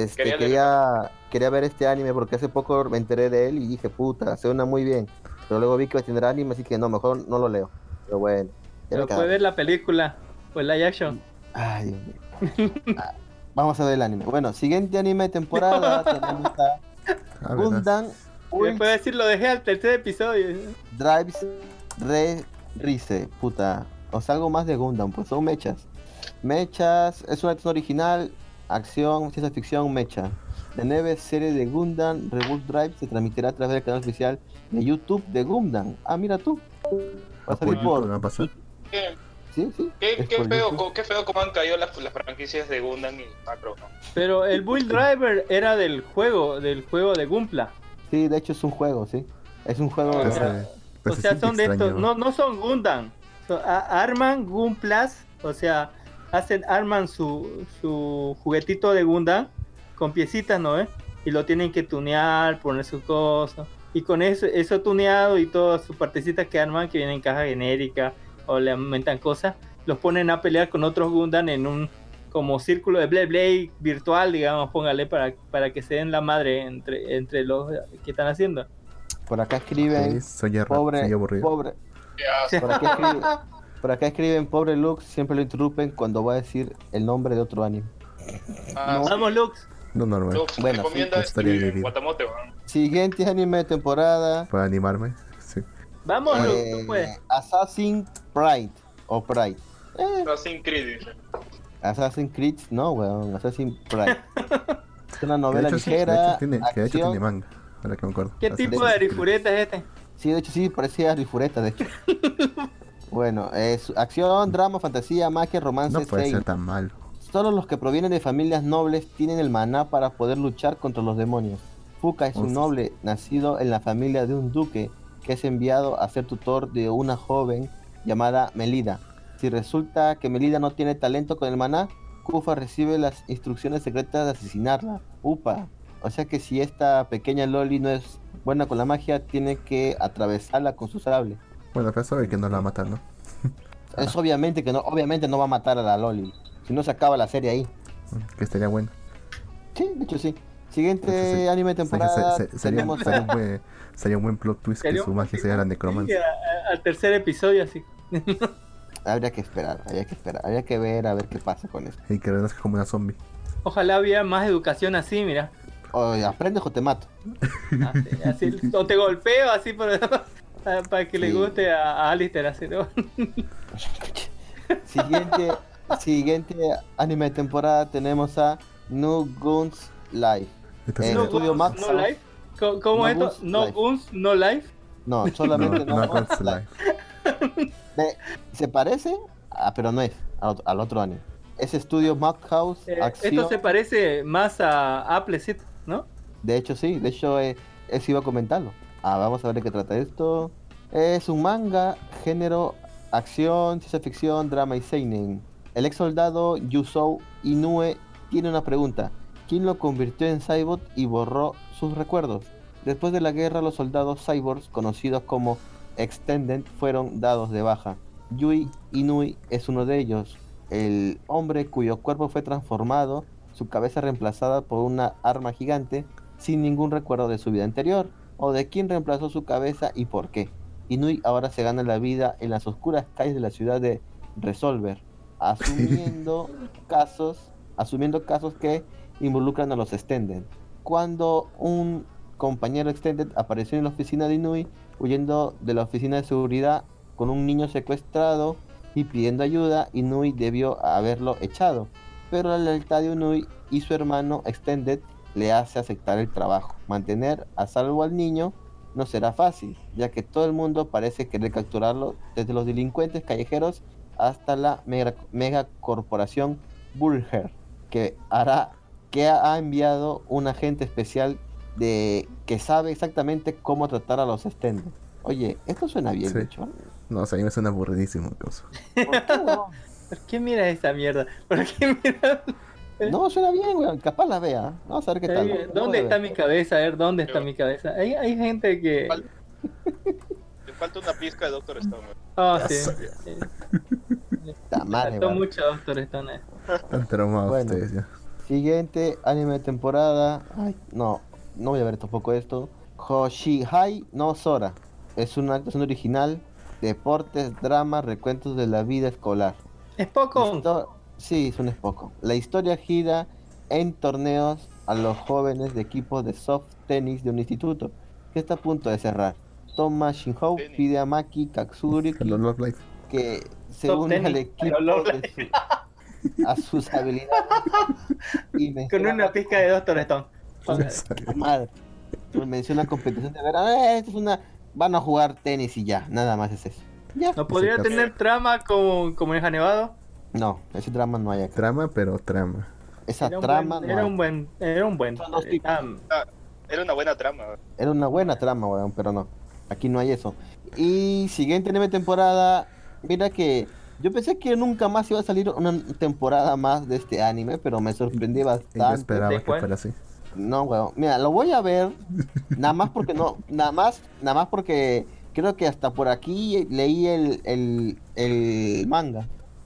[SPEAKER 1] quería ver este anime porque hace poco me enteré de él y dije, puta, suena muy bien. Pero luego vi que iba a tener anime, así que no, mejor no lo leo. Pero bueno, ya me
[SPEAKER 5] Pero
[SPEAKER 1] cago.
[SPEAKER 5] puede ver la película o el live action.
[SPEAKER 1] Ay, Dios mío. Vamos a ver el anime. Bueno, siguiente anime de temporada tenemos a
[SPEAKER 2] A ver,
[SPEAKER 1] Gundam
[SPEAKER 5] Puede decir, lo dejé al tercer episodio.
[SPEAKER 1] Drives Rise, puta. O sea, algo más de Gundam, pues son mechas. Mechas, es una acción original, acción, ciencia ficción, mecha. La nueva serie de Gundam Revolt Drive se transmitirá a través del canal oficial de YouTube de Gundam. Ah, mira tú. Va a salir
[SPEAKER 2] por YouTube
[SPEAKER 1] por...
[SPEAKER 2] va a pasar.
[SPEAKER 4] Qué,
[SPEAKER 1] Sí, sí.
[SPEAKER 4] qué,
[SPEAKER 1] es
[SPEAKER 4] qué
[SPEAKER 1] por
[SPEAKER 4] feo,
[SPEAKER 1] YouTube.
[SPEAKER 4] qué feo como han caído las franquicias de Gundam y Macro, ¿no?
[SPEAKER 5] Pero el Build Driver era del juego de Gunpla.
[SPEAKER 1] Sí, de hecho es un juego, sí. Es un juego...
[SPEAKER 4] Ah,
[SPEAKER 5] O sea,
[SPEAKER 2] Pues
[SPEAKER 5] o
[SPEAKER 2] se
[SPEAKER 5] sea,
[SPEAKER 2] siente
[SPEAKER 5] son de estos,
[SPEAKER 2] extraño.
[SPEAKER 5] no son Gundam. Arman Gunplas, o sea, arman su juguetito de Gundam con piecitas, ¿no? Y lo tienen que tunear, poner sus cosas. Y con eso tuneado y todas sus partecitas que arman, que vienen en caja genérica o le aumentan cosas, los ponen a pelear con otros Gundam en un como círculo de Blade virtual, digamos, póngale, para que se den la madre entre los que están haciendo.
[SPEAKER 1] Por acá escriben...
[SPEAKER 2] Soy
[SPEAKER 1] Pobre,
[SPEAKER 2] aburrido.
[SPEAKER 1] pobre.
[SPEAKER 4] Ya,
[SPEAKER 1] Por acá escriben, pobre Lux, siempre lo interrumpen cuando va a decir el nombre de otro anime.
[SPEAKER 4] ah, sí.
[SPEAKER 5] Vamos, Lux.
[SPEAKER 2] No normal.
[SPEAKER 4] Lux,
[SPEAKER 1] Bueno,
[SPEAKER 4] recomienda
[SPEAKER 2] sí, estaría vivido.
[SPEAKER 4] Guatamote, weón.
[SPEAKER 1] Siguiente anime de temporada.
[SPEAKER 2] Para animarme. Sí.
[SPEAKER 5] Vamos, Lux, tú puedes.
[SPEAKER 1] Assassin's Pride o Pride.
[SPEAKER 4] Assassin's Creed, dice.
[SPEAKER 1] Assassin's Creed, no, weón, Assassin's Pride. Es una
[SPEAKER 2] De
[SPEAKER 1] novela
[SPEAKER 2] hecho, sí,
[SPEAKER 1] ligera.
[SPEAKER 2] que de hecho
[SPEAKER 1] acción.
[SPEAKER 2] tiene manga. Ahora que me acuerdo.
[SPEAKER 5] ¿Qué
[SPEAKER 2] Así
[SPEAKER 5] tipo
[SPEAKER 2] es.
[SPEAKER 5] de arifureta es este?
[SPEAKER 1] Sí, de hecho sí, parecía rifureta, de hecho. Bueno, es acción, drama, fantasía, magia, romance,
[SPEAKER 2] No puede ser
[SPEAKER 1] seinen.
[SPEAKER 2] tan malo.
[SPEAKER 1] Solo los que provienen de familias nobles tienen el maná para poder luchar contra los demonios. Fuka es un
[SPEAKER 2] Uf.
[SPEAKER 1] noble nacido en la familia de un duque que es enviado a ser tutor de una joven llamada Melida. Si resulta que Melida no tiene talento con el maná, Kufa recibe las instrucciones secretas de asesinarla. Upa. O sea que si esta pequeña Loli no es buena con la magia, tiene que atravesarla con su sable.
[SPEAKER 2] Bueno, pero sabe que no la va a matar, ¿no?
[SPEAKER 1] Es obviamente no va a matar a la Loli. Si no se acaba la serie ahí.
[SPEAKER 2] Que estaría bueno.
[SPEAKER 1] Sí, de hecho sí. Siguiente
[SPEAKER 2] De hecho, sí.
[SPEAKER 1] anime de temporada. tenemos a-
[SPEAKER 2] Sería un buen plot twist que
[SPEAKER 5] Sería
[SPEAKER 2] su
[SPEAKER 5] un-
[SPEAKER 2] magia sea la
[SPEAKER 5] Sí,
[SPEAKER 2] necromancia.
[SPEAKER 5] al tercer episodio, así.
[SPEAKER 1] Habría que esperar. Habría que ver a ver qué pasa con eso.
[SPEAKER 2] Y que renazca como una zombie.
[SPEAKER 5] Ojalá hubiera más educación así, mira.
[SPEAKER 1] O aprendes o te mato.
[SPEAKER 5] Así, o te golpeo así para que le
[SPEAKER 1] Sí.
[SPEAKER 5] guste a Alistair así, ¿no?
[SPEAKER 1] Siguiente anime de temporada tenemos a No Guns Live.
[SPEAKER 2] Esta
[SPEAKER 1] Eh,
[SPEAKER 2] sí-
[SPEAKER 5] No
[SPEAKER 1] Estudio
[SPEAKER 5] Guns,
[SPEAKER 1] Max.
[SPEAKER 5] no life. ¿Cómo
[SPEAKER 1] No
[SPEAKER 5] es esto?
[SPEAKER 1] Guns,
[SPEAKER 5] No
[SPEAKER 1] Life.
[SPEAKER 5] Guns, no life.
[SPEAKER 1] No, solamente
[SPEAKER 2] no,
[SPEAKER 1] No,
[SPEAKER 2] no
[SPEAKER 1] Guns
[SPEAKER 2] Guns
[SPEAKER 1] Live.
[SPEAKER 2] Live.
[SPEAKER 1] Se parece, pero no es al otro anime. Es Estudio Madhouse Acción.
[SPEAKER 5] Esto se parece más a Appleseed, ¿no?
[SPEAKER 1] De hecho, sí, eso iba a comentarlo. Vamos a ver de qué trata esto. Es un manga, género, acción, ciencia ficción, drama y seinen. El ex soldado Yusou Inoue tiene una pregunta. ¿Quién lo convirtió en cyborg y borró sus recuerdos? Después de la guerra, los soldados cyborgs, conocidos como Extended, fueron dados de baja. Yui Inui es uno de ellos. El hombre cuyo cuerpo fue transformado, su cabeza reemplazada por una arma gigante, sin ningún recuerdo de su vida anterior, o de quién reemplazó su cabeza y por qué. Inui ahora se gana la vida en las oscuras calles de la ciudad de Resolver, asumiendo casos que involucran a los Extended. Cuando un compañero Extended apareció en la oficina de Inui, huyendo de la oficina de seguridad con un niño secuestrado y pidiendo ayuda, Inui debió haberlo echado, pero la lealtad de Inui y su hermano Extended le hace aceptar el trabajo. Mantener a salvo al niño no será fácil, ya que todo el mundo parece querer capturarlo, desde los delincuentes callejeros hasta la mega corporación Burger, que ha enviado un agente especial que sabe exactamente cómo tratar a los Extended. Oye, esto suena bien,
[SPEAKER 2] Sí.
[SPEAKER 1] dicho.
[SPEAKER 2] No, o sea, a mí me suena aburridísimo. Cosa.
[SPEAKER 1] ¿Por qué, huevón?
[SPEAKER 5] ¿Por qué mira esta mierda? ¿Por qué mira?
[SPEAKER 1] No, suena bien, weón. Capaz la vea. Vamos a ver qué tal.
[SPEAKER 5] ¿Dónde está mi cabeza? A ver, ¿dónde está mi cabeza? Hay gente que
[SPEAKER 4] falta una pizca de Doctor Stone.
[SPEAKER 5] Oh,
[SPEAKER 2] Ya
[SPEAKER 5] sí.
[SPEAKER 2] sabía.
[SPEAKER 1] Ta madre,
[SPEAKER 5] Faltó
[SPEAKER 1] weón.
[SPEAKER 5] mucho Doctor Stone.
[SPEAKER 2] Están traumados
[SPEAKER 1] Bueno.
[SPEAKER 2] ustedes ya.
[SPEAKER 1] Siguiente anime de temporada. Ay, no voy a ver tampoco esto. Hoshihai no Sora. Es una actuación original, deportes, drama, recuentos de la vida escolar.
[SPEAKER 5] Es poco.
[SPEAKER 1] Sí, es un poco. La historia gira en torneos a los jóvenes de equipos de soft tenis de un instituto que está a punto de cerrar. Toma Shinhou
[SPEAKER 4] Tenis.
[SPEAKER 1] pide a Maki Katsuriki
[SPEAKER 2] Los Love Life.
[SPEAKER 1] que se
[SPEAKER 5] Soft
[SPEAKER 1] une al
[SPEAKER 5] tenis,
[SPEAKER 1] equipo
[SPEAKER 5] pero Love
[SPEAKER 1] a sus habilidades y
[SPEAKER 5] Con
[SPEAKER 1] menciona
[SPEAKER 5] una pizca de Doctor Stone.
[SPEAKER 2] Ya sabía.
[SPEAKER 1] madre. Menciona competición de verano. Esto es una. Van a jugar tenis y ya, nada más es eso. Ya.
[SPEAKER 5] ¿No podría
[SPEAKER 2] caso.
[SPEAKER 5] tener trama como en Nevado?
[SPEAKER 1] No, ese drama no hay acá.
[SPEAKER 2] Trama, pero trama.
[SPEAKER 1] Esa
[SPEAKER 5] Era un
[SPEAKER 1] trama
[SPEAKER 5] buen,
[SPEAKER 1] no
[SPEAKER 5] era
[SPEAKER 1] hay.
[SPEAKER 5] un buen, era un buen.
[SPEAKER 1] Son dos tipos.
[SPEAKER 4] Era una buena trama.
[SPEAKER 1] Era una buena trama, weón, pero no. Aquí no hay eso. Y siguiente anime temporada. Mira que yo pensé que nunca más iba a salir una temporada más de este anime, pero me sorprendí
[SPEAKER 2] Y yo
[SPEAKER 1] bastante.
[SPEAKER 2] esperaba
[SPEAKER 5] ¿De
[SPEAKER 2] que
[SPEAKER 5] cuál?
[SPEAKER 2] fuera así.
[SPEAKER 1] No, weón. Mira, lo voy a ver. Nada más porque no. Nada más porque creo que hasta por aquí leí el manga.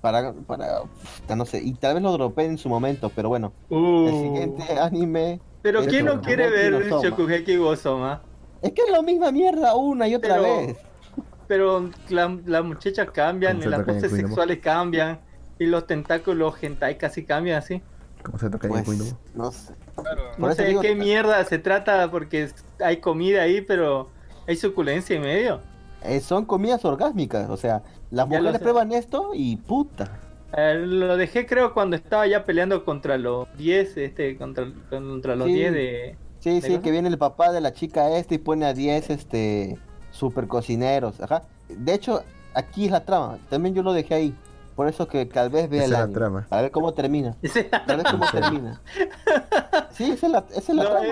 [SPEAKER 1] No sé. Y tal vez lo dropé en su momento, pero bueno. El siguiente anime.
[SPEAKER 5] Pero
[SPEAKER 1] es
[SPEAKER 5] ¿quién no
[SPEAKER 1] Shokugeki
[SPEAKER 5] quiere ver
[SPEAKER 1] no Soma.
[SPEAKER 5] Shokugeki Gozoma?
[SPEAKER 1] Es que es la misma mierda una y otra
[SPEAKER 5] Pero-
[SPEAKER 1] vez.
[SPEAKER 5] Pero las muchachas cambian,
[SPEAKER 2] Como
[SPEAKER 5] y
[SPEAKER 2] se
[SPEAKER 5] las
[SPEAKER 2] toca en
[SPEAKER 5] poses
[SPEAKER 2] Queen, ¿no?
[SPEAKER 5] sexuales cambian, y los tentáculos hentai casi cambian así.
[SPEAKER 2] ¿Cómo se toca ahí
[SPEAKER 1] Pues,
[SPEAKER 2] en Windows?
[SPEAKER 1] no sé.
[SPEAKER 4] Claro.
[SPEAKER 1] Por
[SPEAKER 5] No
[SPEAKER 1] eso
[SPEAKER 5] sé de
[SPEAKER 1] digo
[SPEAKER 5] qué
[SPEAKER 1] que-
[SPEAKER 5] mierda se trata, porque hay comida ahí, pero hay suculencia en medio.
[SPEAKER 1] Son comidas orgásmicas, o sea, las
[SPEAKER 5] Ya lo
[SPEAKER 1] mujeres
[SPEAKER 5] sé.
[SPEAKER 1] prueban esto y puta.
[SPEAKER 5] Lo dejé creo cuando estaba ya peleando contra los 10, contra los
[SPEAKER 1] Sí.
[SPEAKER 5] 10 de...
[SPEAKER 1] Sí,
[SPEAKER 5] ¿De
[SPEAKER 1] sí,
[SPEAKER 5] cosa?
[SPEAKER 1] que viene el papá de la chica y pone a 10 super cocineros, ajá. De hecho, aquí es la trama, también yo lo dejé ahí. Por eso que tal vez vea
[SPEAKER 2] Esa
[SPEAKER 1] el
[SPEAKER 2] es la
[SPEAKER 1] anime,
[SPEAKER 2] trama.
[SPEAKER 1] para ver cómo termina. Para ver cómo
[SPEAKER 2] ¿En serio?
[SPEAKER 1] termina. Sí, esa es la
[SPEAKER 5] No,
[SPEAKER 1] trama.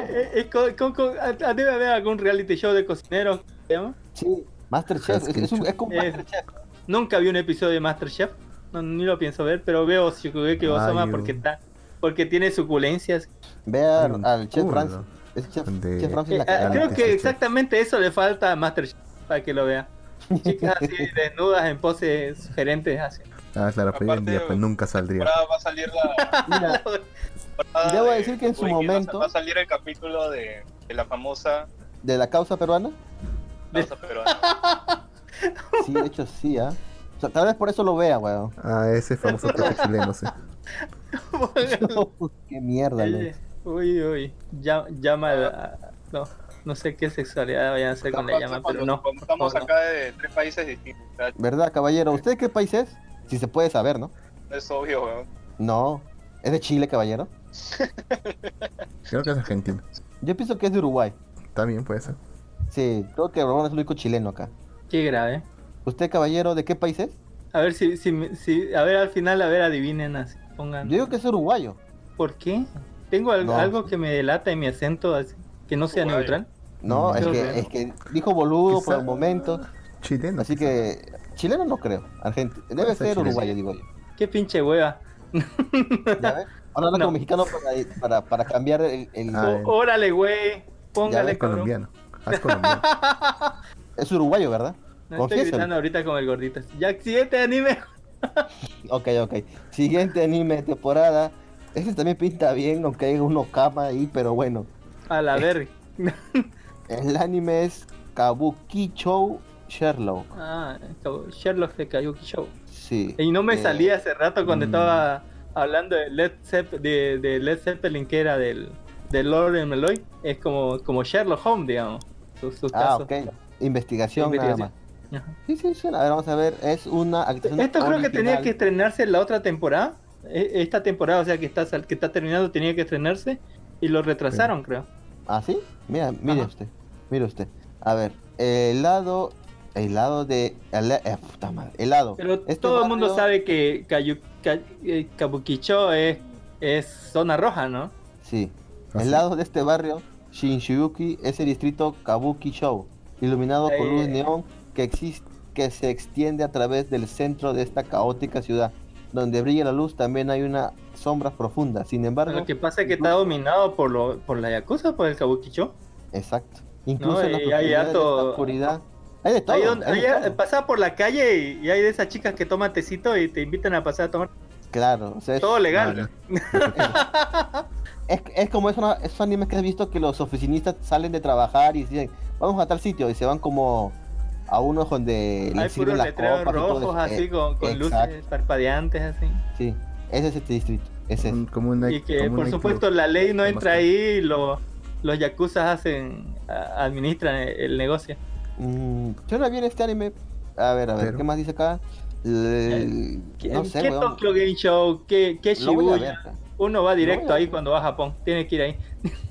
[SPEAKER 5] debe haber algún reality show de cocineros, ¿se llama?
[SPEAKER 1] Sí, Masterchef, es como
[SPEAKER 5] Es-
[SPEAKER 1] Masterchef.
[SPEAKER 5] Nunca vi un episodio de Masterchef, no, ni lo pienso ver, pero veo Shokugeki Gozoma
[SPEAKER 2] Ay,
[SPEAKER 5] porque tiene suculencias.
[SPEAKER 1] Vea
[SPEAKER 2] Hay un
[SPEAKER 1] al Chef
[SPEAKER 2] culo
[SPEAKER 1] Francis. Es Chef
[SPEAKER 2] de-
[SPEAKER 1] Chef Francis la
[SPEAKER 2] Reality
[SPEAKER 5] Creo que
[SPEAKER 2] show.
[SPEAKER 5] exactamente eso le falta a Masterchef, para que lo vea. Chicas así desnudas en poses sugerentes así.
[SPEAKER 2] Ah, claro, pero hoy en día
[SPEAKER 4] Aparte,
[SPEAKER 2] pues nunca saldría.
[SPEAKER 4] Ahora va a salir la
[SPEAKER 1] Mira,
[SPEAKER 4] temporada
[SPEAKER 1] Debo
[SPEAKER 4] de
[SPEAKER 1] decir que en su
[SPEAKER 4] Shokugeki no
[SPEAKER 1] momento-
[SPEAKER 4] va a salir el capítulo de la famosa
[SPEAKER 1] de la causa peruana.
[SPEAKER 4] causa peruana.
[SPEAKER 1] Sí, de hecho sí, ¿ah? O sea, tal vez por eso lo vea, weón.
[SPEAKER 2] Ah, ese famoso profe chileno, sí.
[SPEAKER 1] Qué mierda, loco.
[SPEAKER 5] Uy, llama no sé qué sexualidad vayan a hacer con la llama, pero no.
[SPEAKER 4] Cuando estamos
[SPEAKER 5] no.
[SPEAKER 4] acá de tres países distintos, o sea,
[SPEAKER 1] ¿Verdad, caballero? ¿Usted qué país es? Si se puede saber, ¿no?
[SPEAKER 4] es obvio, weón.
[SPEAKER 1] No. ¿Es de Chile, caballero?
[SPEAKER 2] Creo que es argentino.
[SPEAKER 1] Yo pienso que es de Uruguay.
[SPEAKER 2] También puede ser.
[SPEAKER 1] Sí, creo que Román es el único chileno acá.
[SPEAKER 5] Qué grave.
[SPEAKER 1] ¿Usted, caballero, de qué país es?
[SPEAKER 5] A ver si a ver al final, a ver, adivinen así. Pongan.
[SPEAKER 1] Yo digo que es uruguayo.
[SPEAKER 5] ¿Por qué? Tengo
[SPEAKER 1] No.
[SPEAKER 5] algo que me delata en mi acento, así, que no sea
[SPEAKER 4] Uruguayo.
[SPEAKER 5] neutral.
[SPEAKER 1] No,
[SPEAKER 2] Creo
[SPEAKER 1] es que dijo boludo por
[SPEAKER 2] Quizá-
[SPEAKER 1] el momento.
[SPEAKER 2] Chileno.
[SPEAKER 1] Así
[SPEAKER 2] quizá.
[SPEAKER 1] que chileno no creo. Debe
[SPEAKER 2] ser
[SPEAKER 1] ser
[SPEAKER 2] chileno.
[SPEAKER 1] uruguayo, digo yo.
[SPEAKER 5] Qué pinche hueva.
[SPEAKER 1] ¿Ya ves? Ahora habla
[SPEAKER 5] No.
[SPEAKER 1] como mexicano para cambiar el-
[SPEAKER 2] Ah,
[SPEAKER 5] Órale, güey. Póngale,
[SPEAKER 1] ves,
[SPEAKER 5] cabrón.
[SPEAKER 2] Colombiano. Haz colombiano.
[SPEAKER 1] Es uruguayo, ¿verdad?
[SPEAKER 5] No estoy
[SPEAKER 1] Confiésalo.
[SPEAKER 5] gritando ahorita con el gordito. Ya, siguiente anime.
[SPEAKER 1] Ok. Siguiente anime de temporada. Este también pinta bien, aunque hay uno cama ahí, pero bueno.
[SPEAKER 5] A la verga.
[SPEAKER 1] El anime es Kabuki Show Sherlock.
[SPEAKER 5] Sherlock de Kayuki Show.
[SPEAKER 1] Sí.
[SPEAKER 5] Y no me
[SPEAKER 1] Eh,
[SPEAKER 5] salía hace rato cuando
[SPEAKER 2] mm.
[SPEAKER 5] estaba hablando de de Led Zeppelin, que era del Lord and Meloy. Es como Sherlock Holmes, digamos. Sus casos.
[SPEAKER 1] ok. Investigación nada más.
[SPEAKER 5] Ajá.
[SPEAKER 1] Sí. A ver, vamos a ver. Es una actuación
[SPEAKER 5] Esto creo que tenía
[SPEAKER 1] original.
[SPEAKER 5] que estrenarse en la otra temporada. Esta temporada, o sea, que está terminando, tenía que estrenarse. Y lo retrasaron, creo.
[SPEAKER 1] ¿Ah, sí? Mire
[SPEAKER 5] Ajá.
[SPEAKER 1] usted. Mire usted. A ver, helado de... puta madre, helado.
[SPEAKER 5] Pero
[SPEAKER 1] Este
[SPEAKER 5] todo el mundo
[SPEAKER 1] barrio-
[SPEAKER 5] sabe que Kabukicho es zona roja, ¿no?
[SPEAKER 1] Sí.
[SPEAKER 2] ¿Ah,
[SPEAKER 1] El
[SPEAKER 2] sí?
[SPEAKER 1] lado de este barrio, Shinjuku, es el distrito Kabuki Show, iluminado por luz neón que se extiende a través del centro de esta caótica ciudad. Donde brilla la luz también hay una sombra profunda. Sin embargo,
[SPEAKER 5] Lo que pasa es que está dominado por la Yakuza, por el Kabukicho.
[SPEAKER 1] exacto. Incluso
[SPEAKER 5] No,
[SPEAKER 1] en la
[SPEAKER 5] y hay
[SPEAKER 1] profundidad de
[SPEAKER 5] harto-
[SPEAKER 1] esta oscuridad Hay de todo.
[SPEAKER 5] Ahí pasás por la calle y hay de esas chicas que toman tecito y te invitan a pasar a tomar.
[SPEAKER 1] Claro, o sea,
[SPEAKER 5] Todo legal.
[SPEAKER 1] es como esos animes que has visto que los oficinistas salen de trabajar y dicen, vamos a tal sitio y se van como a uno donde
[SPEAKER 5] Hay
[SPEAKER 1] les sirven
[SPEAKER 5] puros
[SPEAKER 1] las
[SPEAKER 5] letreros
[SPEAKER 1] copas y todo
[SPEAKER 5] rojos
[SPEAKER 1] eso.
[SPEAKER 5] así con
[SPEAKER 1] Exacto.
[SPEAKER 5] luces parpadeantes así.
[SPEAKER 1] Sí, ese es este distrito. Ese es.
[SPEAKER 2] Como un
[SPEAKER 5] Y que
[SPEAKER 2] como
[SPEAKER 5] por
[SPEAKER 2] un
[SPEAKER 5] supuesto
[SPEAKER 2] nightclub.
[SPEAKER 5] la ley no
[SPEAKER 2] Más
[SPEAKER 5] entra
[SPEAKER 2] que-
[SPEAKER 5] ahí y los yakuzas administran el negocio.
[SPEAKER 1] Suena bien este anime. A ver,
[SPEAKER 2] Pero-
[SPEAKER 1] ¿qué más dice acá? No sé,
[SPEAKER 5] ¿Qué
[SPEAKER 1] weón.
[SPEAKER 5] Tokyo Game Show? ¿Qué
[SPEAKER 1] Lo voy a ver.
[SPEAKER 5] Shibuya? Uno va directo
[SPEAKER 1] Lo voy a
[SPEAKER 5] ahí
[SPEAKER 1] ver.
[SPEAKER 5] cuando va a Japón. Tiene que ir ahí.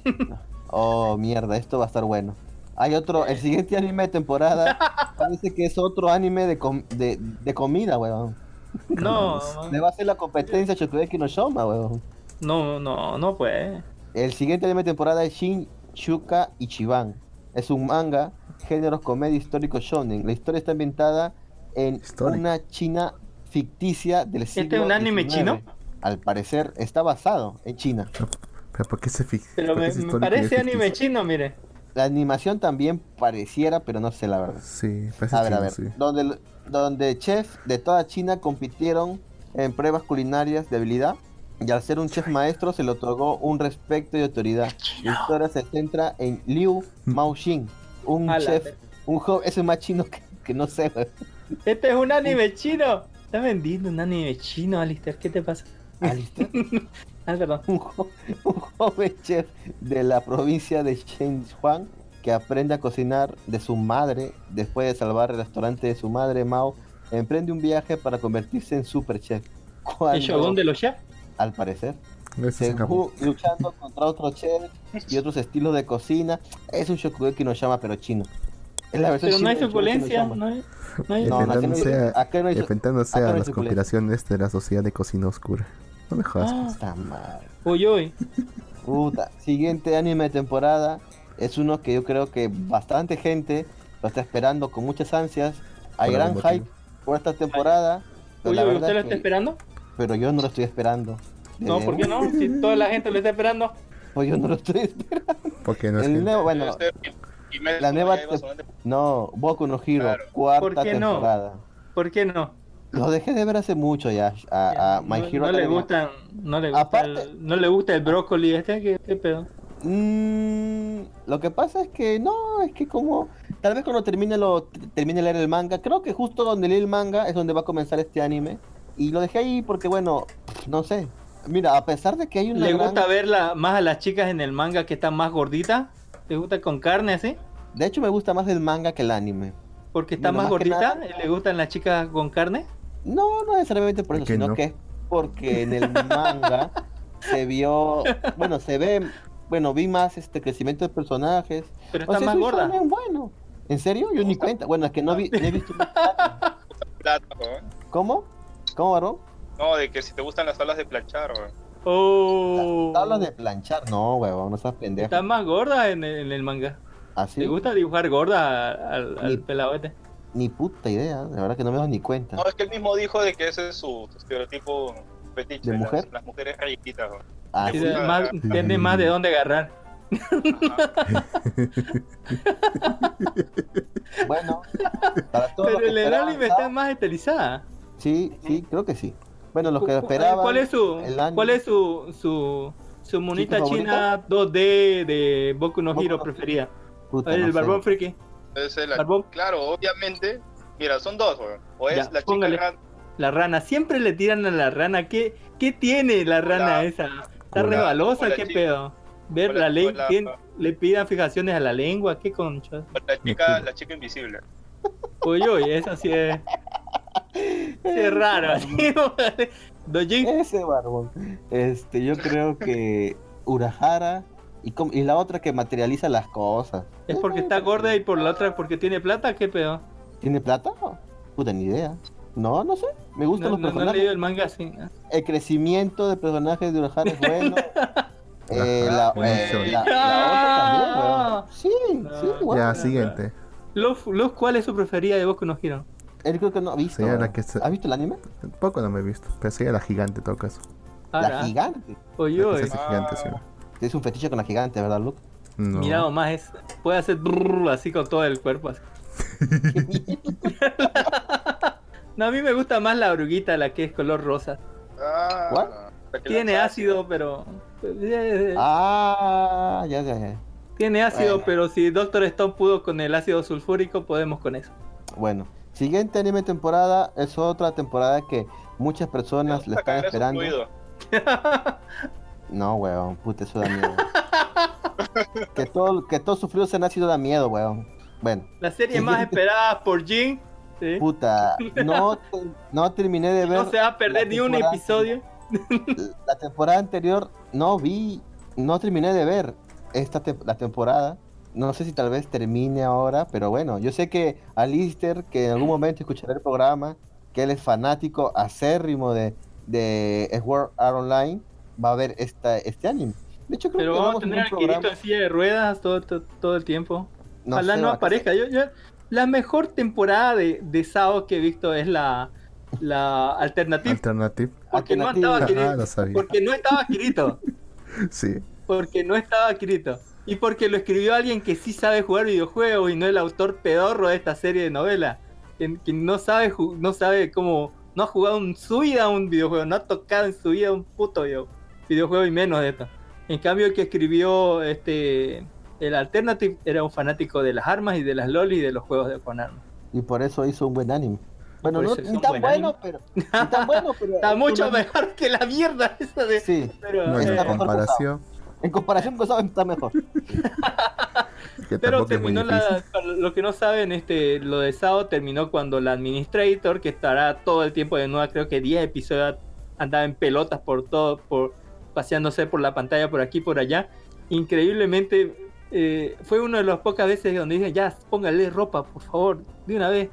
[SPEAKER 1] Oh, mierda, esto va a estar bueno. Hay otro, el siguiente anime de temporada parece que es otro anime de comida, weón.
[SPEAKER 5] No,
[SPEAKER 1] Le va a hacer la competencia a Shokugeki no Shoma, weón.
[SPEAKER 5] no puede.
[SPEAKER 1] El siguiente anime de temporada es Shin Shuka Ichiban. Es un manga, géneros comedia histórico shonen. La historia está ambientada en
[SPEAKER 2] Histórico.
[SPEAKER 1] una China ficticia del siglo
[SPEAKER 5] ¿Este es un anime
[SPEAKER 1] XIX.
[SPEAKER 5] chino?
[SPEAKER 1] Al parecer está basado en China.
[SPEAKER 2] Pero ¿por qué se fija?
[SPEAKER 5] Pero me parece anime chino, mire.
[SPEAKER 1] La animación también pareciera, pero no sé la verdad.
[SPEAKER 2] Sí, parece
[SPEAKER 1] A ver,
[SPEAKER 2] chino, sí.
[SPEAKER 1] donde chefs de toda China compitieron en pruebas culinarias de habilidad y al ser un chef maestro se le otorgó un respeto y autoridad. La historia se centra en Liu Maoxin, un
[SPEAKER 5] A la
[SPEAKER 1] chef,
[SPEAKER 5] ver-
[SPEAKER 1] un joven, ese es más chino que no sé, güey.
[SPEAKER 5] Este es un anime chino. Estás vendiendo un anime chino, Alistair. ¿Qué te pasa?
[SPEAKER 1] Alistair,
[SPEAKER 5] Ah, perdón.
[SPEAKER 1] un joven chef de la provincia de Shenzhen que aprende a cocinar de su madre después de salvar el restaurante de su madre Mao, emprende un viaje para convertirse en super chef.
[SPEAKER 5] ¿El Shogun de los chefs?
[SPEAKER 1] Al parecer,
[SPEAKER 2] Ese es
[SPEAKER 1] según luchando contra otros chefs y otros estilos de cocina, es un Shokugeki no Shama pero chino. Es la versión
[SPEAKER 5] Pero no hay
[SPEAKER 1] china de Shokugeki
[SPEAKER 5] suculencia.
[SPEAKER 1] Shama.
[SPEAKER 5] No hay.
[SPEAKER 1] No, no,
[SPEAKER 2] enfrentándose
[SPEAKER 1] acá no hay-
[SPEAKER 2] enfrentándose
[SPEAKER 1] acá
[SPEAKER 2] a
[SPEAKER 1] no hay
[SPEAKER 2] las
[SPEAKER 1] suculencia.
[SPEAKER 2] conspiraciones de la sociedad de cocina oscura. No me jodas.
[SPEAKER 5] Ah.
[SPEAKER 2] pues.
[SPEAKER 1] Está mal.
[SPEAKER 5] Uy.
[SPEAKER 1] Puta. Siguiente anime de temporada es uno que yo creo que bastante gente lo está esperando con muchas ansias. Hay
[SPEAKER 2] Por
[SPEAKER 1] gran
[SPEAKER 2] algún
[SPEAKER 1] hype
[SPEAKER 2] motivo.
[SPEAKER 1] por esta temporada. Pero
[SPEAKER 5] Uy,
[SPEAKER 1] la
[SPEAKER 5] ¿usted
[SPEAKER 1] verdad
[SPEAKER 5] lo
[SPEAKER 1] es
[SPEAKER 5] está
[SPEAKER 1] que-
[SPEAKER 5] esperando?
[SPEAKER 1] pero yo no lo estoy esperando.
[SPEAKER 5] No, ¿por qué no? Si toda la gente lo está esperando.
[SPEAKER 1] Pues yo no lo estoy esperando.
[SPEAKER 2] Porque no es
[SPEAKER 1] El
[SPEAKER 2] que...
[SPEAKER 1] nuevo, bueno, la nueva no, Boku no Hero,
[SPEAKER 4] Claro.
[SPEAKER 1] cuarta
[SPEAKER 5] ¿Por qué no?
[SPEAKER 1] temporada.
[SPEAKER 5] ¿Por qué no?
[SPEAKER 1] Lo dejé de ver hace mucho ya. A My Hero
[SPEAKER 5] no le
[SPEAKER 1] Academia.
[SPEAKER 5] gustan, no le gusta,
[SPEAKER 1] Aparte-
[SPEAKER 5] no le gusta el brócoli este, ¿qué pedo?
[SPEAKER 1] Lo que pasa es que no, es que como tal vez cuando termine de leer el manga, creo que justo donde leí el manga es donde va a comenzar este anime y lo dejé ahí porque bueno, no sé. Mira, a pesar de que hay una
[SPEAKER 5] ¿Le
[SPEAKER 1] gran-
[SPEAKER 5] gusta verla más a las chicas en el manga que están más gorditas? ¿Le gusta con carne así?
[SPEAKER 1] de hecho me gusta más el manga que el anime.
[SPEAKER 5] ¿Porque está
[SPEAKER 1] Bueno,
[SPEAKER 5] más
[SPEAKER 1] más que
[SPEAKER 5] gordita?
[SPEAKER 1] nada-
[SPEAKER 5] ¿Le gustan las chicas con carne?
[SPEAKER 1] No, no necesariamente por
[SPEAKER 2] ¿Por
[SPEAKER 1] eso,
[SPEAKER 2] qué
[SPEAKER 1] sino
[SPEAKER 2] no?
[SPEAKER 1] que es porque en el manga se vio, bueno, se ve, bueno, vi más este crecimiento de personajes.
[SPEAKER 5] Pero
[SPEAKER 1] O
[SPEAKER 5] está
[SPEAKER 1] sea,
[SPEAKER 5] más
[SPEAKER 1] es un
[SPEAKER 5] gorda.
[SPEAKER 1] shonen bueno. ¿En serio? Yo ni cuenta. Bueno, es que no he visto.
[SPEAKER 4] Plata, ¿no?
[SPEAKER 1] ¿Cómo? ¿Cómo, varón?
[SPEAKER 4] No, de que si te gustan las tablas de planchar, weón.
[SPEAKER 5] Oh,
[SPEAKER 1] Tablas de planchar, no, huevón, no seas pendejo.
[SPEAKER 5] está más gorda en el manga.
[SPEAKER 1] Así.
[SPEAKER 5] ¿Le gusta dibujar gorda al
[SPEAKER 1] Ni-
[SPEAKER 5] pelado este?
[SPEAKER 1] Ni puta idea, la verdad que no me doy ni cuenta.
[SPEAKER 4] No, es que él mismo dijo de que ese es su estereotipo fetiche.
[SPEAKER 1] ¿De mujer?
[SPEAKER 4] Las mujeres rayitas, weón.
[SPEAKER 1] Así.
[SPEAKER 5] Tiene más, tiene más de dónde agarrar.
[SPEAKER 1] Bueno, para todos los
[SPEAKER 5] Pero
[SPEAKER 1] que
[SPEAKER 5] el
[SPEAKER 1] esperaban,
[SPEAKER 5] anime está más estilizada.
[SPEAKER 1] Sí, sí, creo que sí. Bueno, los que esperaban.
[SPEAKER 5] ¿Cuál es su,
[SPEAKER 1] el anime-
[SPEAKER 5] cuál es su monita
[SPEAKER 1] ¿Chica
[SPEAKER 5] china 2D de Boku no
[SPEAKER 1] Boku
[SPEAKER 5] Hero
[SPEAKER 1] no-
[SPEAKER 5] preferida?
[SPEAKER 1] Puta,
[SPEAKER 5] El
[SPEAKER 1] no sé.
[SPEAKER 5] barbón friki.
[SPEAKER 4] Entonces,
[SPEAKER 5] Barbón.
[SPEAKER 4] claro, obviamente. Mira, son dos, weón. O es
[SPEAKER 5] Ya,
[SPEAKER 4] la chica
[SPEAKER 5] póngale. La rana, siempre le tiran a la rana. ¿Qué tiene la rana esa? ¿Está
[SPEAKER 2] Hola.
[SPEAKER 5] resbalosa?
[SPEAKER 4] Hola,
[SPEAKER 5] ¿Qué
[SPEAKER 4] chica.
[SPEAKER 5] pedo? Ver
[SPEAKER 4] Hola,
[SPEAKER 5] la ley,
[SPEAKER 4] hola.
[SPEAKER 5] le pidan fijaciones a la lengua, ¿qué concha?
[SPEAKER 4] la chica invisible.
[SPEAKER 5] Uy, eso sí es raro. así, Dojin,
[SPEAKER 1] Ese barbón. Yo creo que Urahara y la otra que materializa las cosas.
[SPEAKER 5] ¿es porque está gorda y por la otra porque tiene plata? ¿Qué pedo?
[SPEAKER 1] ¿Tiene plata? Puta, ni idea. No, no sé. Me gustan
[SPEAKER 5] No,
[SPEAKER 1] los
[SPEAKER 5] no he
[SPEAKER 1] personajes.
[SPEAKER 5] leído el manga así.
[SPEAKER 1] El crecimiento de personajes de Urahara es bueno.
[SPEAKER 2] Ajá, buenísimo.
[SPEAKER 1] La otra también, weón. Sí,
[SPEAKER 5] No,
[SPEAKER 1] sí, bueno.
[SPEAKER 2] Ya, siguiente.
[SPEAKER 5] Luz, ¿cuál es su preferida de Boku no Hero?
[SPEAKER 1] Él creo que no ha visto.
[SPEAKER 2] Sería la
[SPEAKER 1] weón.
[SPEAKER 2] que se-
[SPEAKER 1] ¿Has visto el anime?
[SPEAKER 2] Poco no me he visto, pero sería la gigante en todo caso.
[SPEAKER 1] La gigante.
[SPEAKER 5] Oye,
[SPEAKER 2] La que se hace gigante, sí.
[SPEAKER 1] Es un fetiche con la gigante, ¿verdad, Luke?
[SPEAKER 2] No.
[SPEAKER 5] mira nomás, puede hacer brrr así con todo el cuerpo. Así. No, a mí me gusta más la oruguita, la que es color rosa.
[SPEAKER 1] ¿Cuál?
[SPEAKER 4] La que
[SPEAKER 5] Tiene
[SPEAKER 4] lanza
[SPEAKER 5] ácido, pero...
[SPEAKER 1] Ya.
[SPEAKER 5] Tiene ácido,
[SPEAKER 1] Bueno.
[SPEAKER 5] pero si Doctor Stone pudo con el ácido sulfúrico, podemos con eso.
[SPEAKER 1] Bueno, siguiente anime temporada es otra temporada que muchas personas le están
[SPEAKER 4] Cangrejo
[SPEAKER 1] esperando.
[SPEAKER 4] fluido.
[SPEAKER 1] No, weón, puta, eso da miedo. que todo su fluido sea ácido da miedo, weón. Bueno,
[SPEAKER 5] La serie más esperada por Jin. ¿Sí?
[SPEAKER 1] puta, no terminé de ver.
[SPEAKER 5] No se va a perder
[SPEAKER 1] la
[SPEAKER 5] ni un
[SPEAKER 1] temporada-
[SPEAKER 5] episodio.
[SPEAKER 1] La temporada anterior no terminé de ver la temporada. No sé si tal vez termine ahora, pero bueno, yo sé que Alistair, que en algún momento escuchará el programa, que él es fanático acérrimo de Sword Art Online, va a ver este anime. De hecho, creo
[SPEAKER 5] Pero
[SPEAKER 1] que
[SPEAKER 5] vamos a
[SPEAKER 1] vamos en
[SPEAKER 5] tener
[SPEAKER 1] un
[SPEAKER 5] al Kirito
[SPEAKER 1] programa.
[SPEAKER 5] en silla de ruedas todo el tiempo.
[SPEAKER 1] No
[SPEAKER 5] Ojalá
[SPEAKER 1] sé,
[SPEAKER 5] no
[SPEAKER 1] va, que
[SPEAKER 5] aparezca. La mejor temporada de SAO que he visto es la alternativa.
[SPEAKER 2] Alternative.
[SPEAKER 5] Porque no
[SPEAKER 1] Alternativa.
[SPEAKER 5] estaba Kirito.
[SPEAKER 2] Lo sabía.
[SPEAKER 5] Porque no estaba Kirito.
[SPEAKER 2] Sí.
[SPEAKER 5] Porque no estaba Kirito. Y porque lo escribió alguien que sí sabe jugar videojuegos y no el autor pedorro de esta serie de novela. Que no sabe cómo. No ha jugado en su vida un videojuego. No ha tocado en su vida un puto videojuego y menos de esto. En cambio, el que escribió el Alternative era un fanático de las armas y de las lolis y de los juegos con armas.
[SPEAKER 1] Y por eso hizo un buen anime. Bueno,
[SPEAKER 5] Por
[SPEAKER 1] no
[SPEAKER 5] eso hizo
[SPEAKER 1] ni
[SPEAKER 5] un
[SPEAKER 1] tan
[SPEAKER 5] buen
[SPEAKER 1] bueno,
[SPEAKER 5] anime.
[SPEAKER 1] pero ni tan bueno, pero
[SPEAKER 5] Está
[SPEAKER 1] es un
[SPEAKER 5] mucho
[SPEAKER 1] anime-
[SPEAKER 5] mejor que la mierda esa de.
[SPEAKER 1] Sí,
[SPEAKER 5] Pero,
[SPEAKER 2] No,
[SPEAKER 1] está
[SPEAKER 2] en
[SPEAKER 1] mejor
[SPEAKER 2] comparación.
[SPEAKER 1] en comparación con eso está mejor.
[SPEAKER 2] Que
[SPEAKER 5] Pero
[SPEAKER 2] tampoco es muy
[SPEAKER 5] terminó
[SPEAKER 2] difícil.
[SPEAKER 5] para los que no saben, lo de SAO terminó cuando la Administrator, que estará todo el tiempo de nuevo, creo que 10 episodios, andaba en pelotas paseándose por la pantalla por aquí y por allá. Increíblemente, fue una de las pocas veces donde dicen, ya, póngale ropa, por favor, de una vez.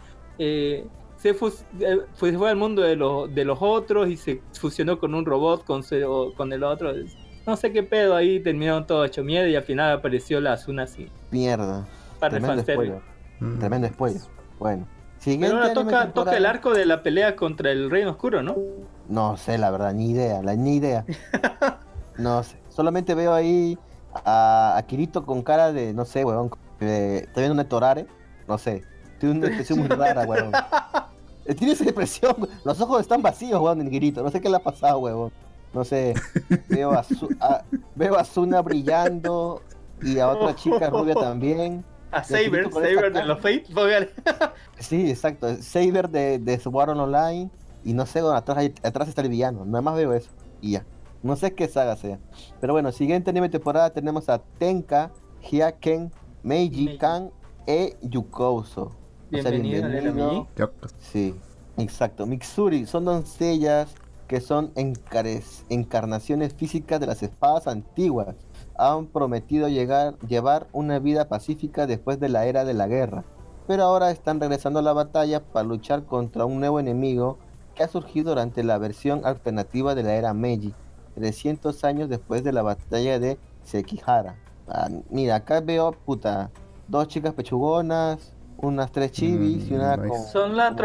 [SPEAKER 5] Fue al mundo de los otros y se fusionó con un robot, con el otro. No sé qué pedo, ahí terminaron todo hecho mierda y al final apareció la Asuna así.
[SPEAKER 1] Mierda.
[SPEAKER 5] Par de
[SPEAKER 1] Tremendo
[SPEAKER 5] fanservice.
[SPEAKER 1] spoiler. Tremendo spoiler. Bueno.
[SPEAKER 5] Pero
[SPEAKER 1] Siguiente
[SPEAKER 5] ahora
[SPEAKER 1] anime
[SPEAKER 5] toca
[SPEAKER 1] temporada.
[SPEAKER 5] el arco de la pelea contra el Reino Oscuro, ¿no?
[SPEAKER 1] No sé, la verdad, ni idea. No sé. Solamente veo ahí a Kirito con cara de, no sé, weón. Está viendo una Torare. No sé. Tiene una expresión muy rara, weón. Tiene esa expresión. Los ojos están vacíos, weón, en Kirito. No sé qué le ha pasado, weón. No sé. Veo a Asuna brillando y a otra chica rubia también.
[SPEAKER 5] A
[SPEAKER 1] Kirito
[SPEAKER 5] Saber
[SPEAKER 1] con esa
[SPEAKER 5] de
[SPEAKER 1] cara.
[SPEAKER 5] los Fate, póngale.
[SPEAKER 1] Sí, exacto. Saber de Sword Art Online. Y no sé, bueno, atrás está el villano. Nada más veo eso. Y ya. No sé qué saga sea. Pero bueno, siguiente anime temporada tenemos a Tenka, Hyaken, Meiji Kan e Yukouso. O sea,
[SPEAKER 5] Bienvenido,
[SPEAKER 1] bienvenido.
[SPEAKER 2] Yo-
[SPEAKER 1] Sí, exacto. Mitsuri son doncellas que son encarnaciones físicas de las espadas antiguas. Han prometido llevar una vida pacífica después de la era de la guerra. Pero ahora están regresando a la batalla para luchar contra un nuevo enemigo que ha surgido durante la versión alternativa de la era Meiji, 300 años después de la batalla de Sekihara. Mira, acá veo, puta, dos chicas pechugonas, unas 3 chivis y una
[SPEAKER 2] Nice.
[SPEAKER 1] con...
[SPEAKER 5] Son la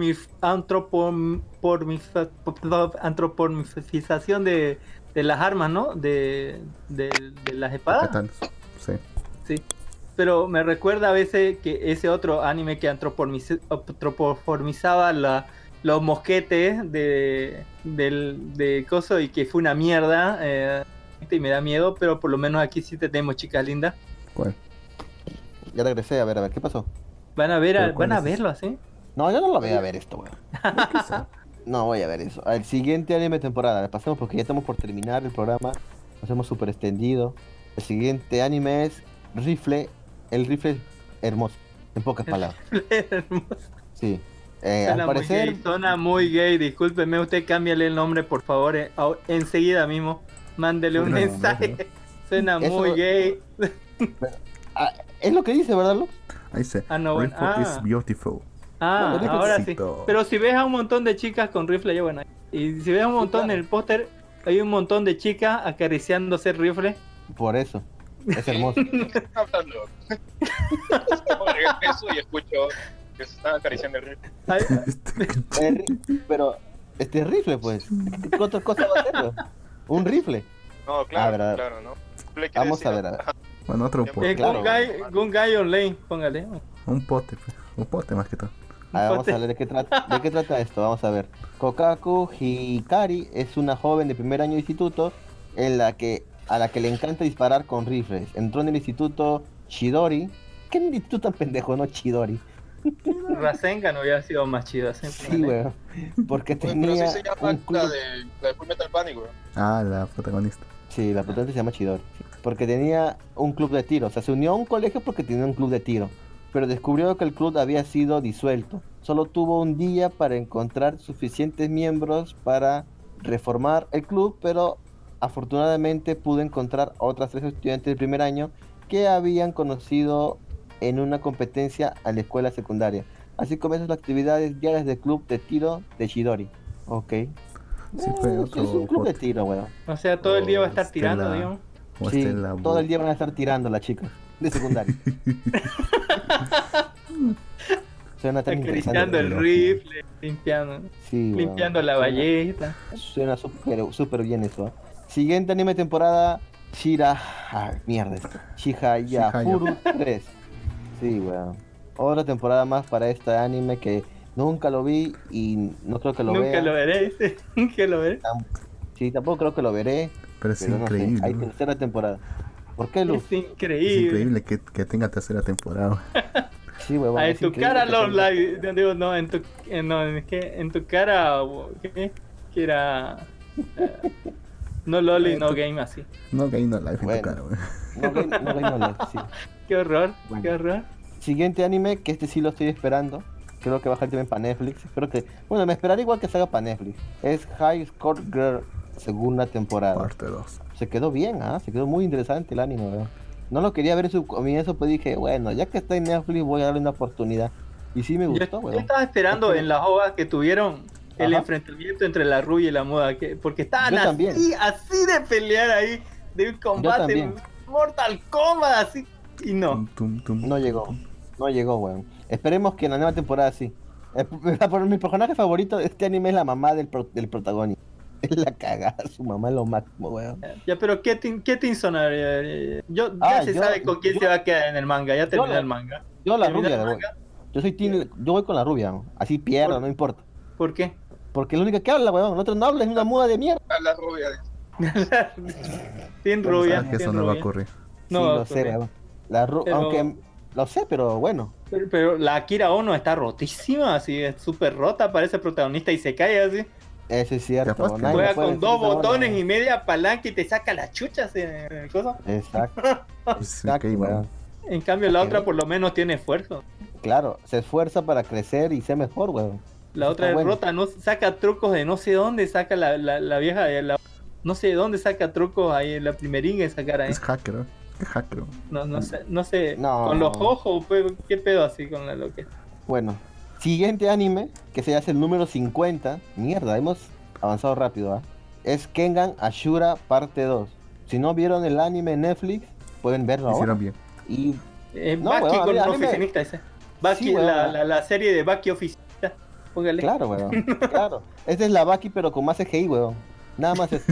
[SPEAKER 5] antropormización de las armas, ¿no? De las espadas.
[SPEAKER 2] Katanas. Sí.
[SPEAKER 5] Sí. Pero me recuerda a veces que ese otro anime que antropoformizaba los mosquetes de coso y que fue una mierda. Y me da miedo, pero por lo menos aquí sí tenemos chicas lindas.
[SPEAKER 2] ¿Cuál?
[SPEAKER 1] Ya regresé, a ver, ¿qué pasó?
[SPEAKER 5] Van a
[SPEAKER 2] ¿Pero cuál
[SPEAKER 5] van a
[SPEAKER 2] es ese?
[SPEAKER 5] verlo así.
[SPEAKER 1] No, yo no lo voy a ver esto, weón. No voy a ver eso. El siguiente anime de temporada, le pasemos porque ya estamos por terminar el programa. Nos hemos súper extendido. El siguiente anime es Rifle. El rifle hermoso, en pocas palabras. Sí. Al parecer,
[SPEAKER 5] Suena muy gay, discúlpeme, usted cámbiale el nombre por favor, enseguida mismo, mándele un
[SPEAKER 2] No,
[SPEAKER 5] mensaje.
[SPEAKER 2] no.
[SPEAKER 5] Suena
[SPEAKER 1] Eso-
[SPEAKER 5] muy gay.
[SPEAKER 1] es lo que dice, ¿verdad, Lux?
[SPEAKER 2] Ahí dice,
[SPEAKER 5] Ah, no, bueno.
[SPEAKER 2] Rifle is
[SPEAKER 5] Ah.
[SPEAKER 2] beautiful.
[SPEAKER 5] Ah,
[SPEAKER 1] Bueno,
[SPEAKER 5] ahora sí.
[SPEAKER 2] Riflecito.
[SPEAKER 5] Pero si ves a un montón de chicas con rifle, ya bueno. Y si ves un montón
[SPEAKER 1] claro.
[SPEAKER 5] en el póster, hay un montón de chicas acariciándose el rifle.
[SPEAKER 1] Por eso. Es hermoso.
[SPEAKER 4] hablando? Eso y escucho que se están acariciando el ritmo.
[SPEAKER 5] Ay,
[SPEAKER 1] Pero, este rifle, pues. ¿Qué otra cosa va a ser, weón? Un rifle.
[SPEAKER 4] No, claro,
[SPEAKER 1] verdad.
[SPEAKER 4] claro, ¿no? Le quiere
[SPEAKER 1] Vamos a
[SPEAKER 4] decir,
[SPEAKER 1] ver, a ver.
[SPEAKER 2] Bueno, otro
[SPEAKER 4] Es
[SPEAKER 2] poco.
[SPEAKER 1] claro.
[SPEAKER 5] Gun Guy Online, póngale.
[SPEAKER 2] Un pote, pues. Un pote más que todo.
[SPEAKER 1] Vamos a ver de qué trata esto. Vamos a ver. Kokaku Hikari es una joven de primer año de instituto a la que le encanta disparar con rifles. Entró en el instituto Chidori. ¿Qué instituto tan pendejo, no Chidori?
[SPEAKER 5] Rasengan hubiera sido más chido.
[SPEAKER 1] Sí, weón. Porque
[SPEAKER 4] Pero
[SPEAKER 1] tenía
[SPEAKER 4] así se llama
[SPEAKER 1] un club.
[SPEAKER 4] la de Full Metal Panic, weón.
[SPEAKER 2] Ah, la protagonista.
[SPEAKER 1] Sí, la protagonista se llama Chidori. Sí. Porque tenía un club de tiro. O sea, se unió a un colegio porque tenía un club de tiro. Pero descubrió que el club había sido disuelto. Solo tuvo un día para encontrar suficientes miembros para reformar el club, pero afortunadamente pudo encontrar otras 3 estudiantes del primer año que habían conocido en una competencia a la escuela secundaria. Así comienzan las actividades diarias del club de tiro de Chidori. Ok.
[SPEAKER 2] Sí, fue
[SPEAKER 1] Es
[SPEAKER 2] otro
[SPEAKER 1] un club de
[SPEAKER 2] pote.
[SPEAKER 1] tiro, weón.
[SPEAKER 5] O sea, todo el día va a estar
[SPEAKER 2] Estela-
[SPEAKER 5] tirando, digamos.
[SPEAKER 2] O
[SPEAKER 1] Sí,
[SPEAKER 2] Estela
[SPEAKER 1] todo el día van a estar tirando las chicas de secundaria. Suena tan
[SPEAKER 5] Acariciando
[SPEAKER 1] interesante.
[SPEAKER 5] el rifle, limpiando,
[SPEAKER 1] Sí, weón.
[SPEAKER 5] limpiando la ballesta.
[SPEAKER 1] Suena súper bien eso. ¿Eh? Siguiente anime temporada, Shihayafuru 3. Sí, weón. Otra temporada más para este anime que nunca lo vi y no creo que lo
[SPEAKER 5] Nunca
[SPEAKER 1] vea.
[SPEAKER 5] lo veré, dice. Nunca lo veré.
[SPEAKER 1] Sí, tampoco creo que lo veré.
[SPEAKER 2] Pero es
[SPEAKER 1] Pero no sé,
[SPEAKER 2] increíble.
[SPEAKER 1] hay
[SPEAKER 2] ¿no?
[SPEAKER 1] tercera temporada. ¿Por qué, Luz?
[SPEAKER 5] Es increíble.
[SPEAKER 2] Es increíble que tenga tercera temporada.
[SPEAKER 1] Sí, weón.
[SPEAKER 5] Ah, en
[SPEAKER 1] es
[SPEAKER 5] tu
[SPEAKER 1] increíble
[SPEAKER 5] cara,
[SPEAKER 1] que
[SPEAKER 5] Lord
[SPEAKER 1] tenga-
[SPEAKER 5] Live. Digo, no, en tu cara, ¿qué? Que era. No Loli, no game así.
[SPEAKER 2] No Game No Life en
[SPEAKER 1] Bueno.
[SPEAKER 2] tu cara, güey.
[SPEAKER 1] No, sí.
[SPEAKER 5] Qué horror,
[SPEAKER 1] Bueno.
[SPEAKER 5] qué horror.
[SPEAKER 1] Siguiente anime, que este sí lo estoy esperando. Creo que va a salir también para Netflix. Espero que. Bueno, me esperaré igual que salga para Netflix. Es High Score Girl, segunda temporada.
[SPEAKER 2] Parte 2.
[SPEAKER 1] Se quedó bien, se quedó muy interesante el anime, weón. No lo quería ver en su comienzo, pues dije, bueno, ya que está en Netflix, voy a darle una oportunidad. Y sí me
[SPEAKER 5] Yo,
[SPEAKER 1] gustó,
[SPEAKER 5] yo
[SPEAKER 1] weón.
[SPEAKER 5] estaba esperando en las ovas que tuvieron el
[SPEAKER 1] Ajá.
[SPEAKER 5] enfrentamiento entre la rubia y la muda, porque estaban
[SPEAKER 1] Yo también.
[SPEAKER 5] así de pelear ahí, de un combate
[SPEAKER 1] también.
[SPEAKER 5] Mortal Kombat, así, y no.
[SPEAKER 1] No llegó, weón. Esperemos que en la nueva temporada sí. Mi personaje favorito de este anime es la mamá del protagonista. Es la cagada, su mamá es lo máximo, weón.
[SPEAKER 5] Ya, pero ¿qué team son? Ya se sabe con quién se va a quedar en el manga, ya terminó el manga.
[SPEAKER 1] Yo la
[SPEAKER 5] ¿Terminó
[SPEAKER 1] rubia,
[SPEAKER 5] el
[SPEAKER 1] weón.
[SPEAKER 5] manga?
[SPEAKER 1] Yo voy con la rubia, weón. Así pierdo,
[SPEAKER 5] ¿Por?
[SPEAKER 1] no importa.
[SPEAKER 5] ¿Por qué?
[SPEAKER 1] Porque es la única que habla, weón. El otro no habla, es una muda de mierda.
[SPEAKER 4] A la rubia.
[SPEAKER 5] Team
[SPEAKER 1] Bueno,
[SPEAKER 5] rubia,
[SPEAKER 2] Sabes que eso
[SPEAKER 5] team
[SPEAKER 2] no va a
[SPEAKER 5] rubia.
[SPEAKER 2] ocurrir.
[SPEAKER 5] No
[SPEAKER 1] Sí,
[SPEAKER 5] va a
[SPEAKER 1] lo sé,
[SPEAKER 5] ocurrir.
[SPEAKER 1] weón.
[SPEAKER 5] Pero-
[SPEAKER 1] Aunque lo sé, pero bueno.
[SPEAKER 5] Pero la Akira Ono está rotísima, así, es súper rota, parece protagonista y se cae así.
[SPEAKER 1] Eso es cierto.
[SPEAKER 2] Capaz que
[SPEAKER 1] nadie
[SPEAKER 5] Juega
[SPEAKER 1] me puede
[SPEAKER 5] con
[SPEAKER 1] decir
[SPEAKER 5] 2
[SPEAKER 1] esa hora,
[SPEAKER 5] botones
[SPEAKER 1] weón.
[SPEAKER 5] y media palanca y te saca las chuchas en el coso.
[SPEAKER 1] Exacto.
[SPEAKER 2] Es
[SPEAKER 1] Exacto,
[SPEAKER 2] Game
[SPEAKER 1] weón.
[SPEAKER 2] On.
[SPEAKER 5] En cambio la
[SPEAKER 1] Ok.
[SPEAKER 5] otra por lo menos tiene esfuerzo.
[SPEAKER 1] Claro, se esfuerza para crecer y ser mejor, weón.
[SPEAKER 5] La
[SPEAKER 1] Eso
[SPEAKER 5] otra
[SPEAKER 1] está
[SPEAKER 5] es
[SPEAKER 1] bueno.
[SPEAKER 5] rota, no saca trucos de no sé dónde saca la vieja de no sé de dónde saca trucos ahí en la primerina esa cara ahí.
[SPEAKER 2] Es hacker, ¿no? Es hacker.
[SPEAKER 5] No sé,
[SPEAKER 1] No.
[SPEAKER 5] con los ojos, pues, qué pedo así con la loca.
[SPEAKER 1] Bueno, siguiente anime, que se hace el número 50. Mierda, hemos avanzado rápido, Es Kengan Ashura parte 2. Si no vieron el anime en Netflix, pueden verlo ahora.
[SPEAKER 2] Hicieron bien.
[SPEAKER 1] Y No,
[SPEAKER 5] Baki
[SPEAKER 1] weón,
[SPEAKER 5] con
[SPEAKER 1] a mí me-
[SPEAKER 5] oficinista ese. Baki,
[SPEAKER 1] Sí, weón.
[SPEAKER 5] la serie de Baki oficinista. Póngale.
[SPEAKER 1] claro, weón. Claro. Esta es la Baki, pero con más CGI, weón. Nada más es.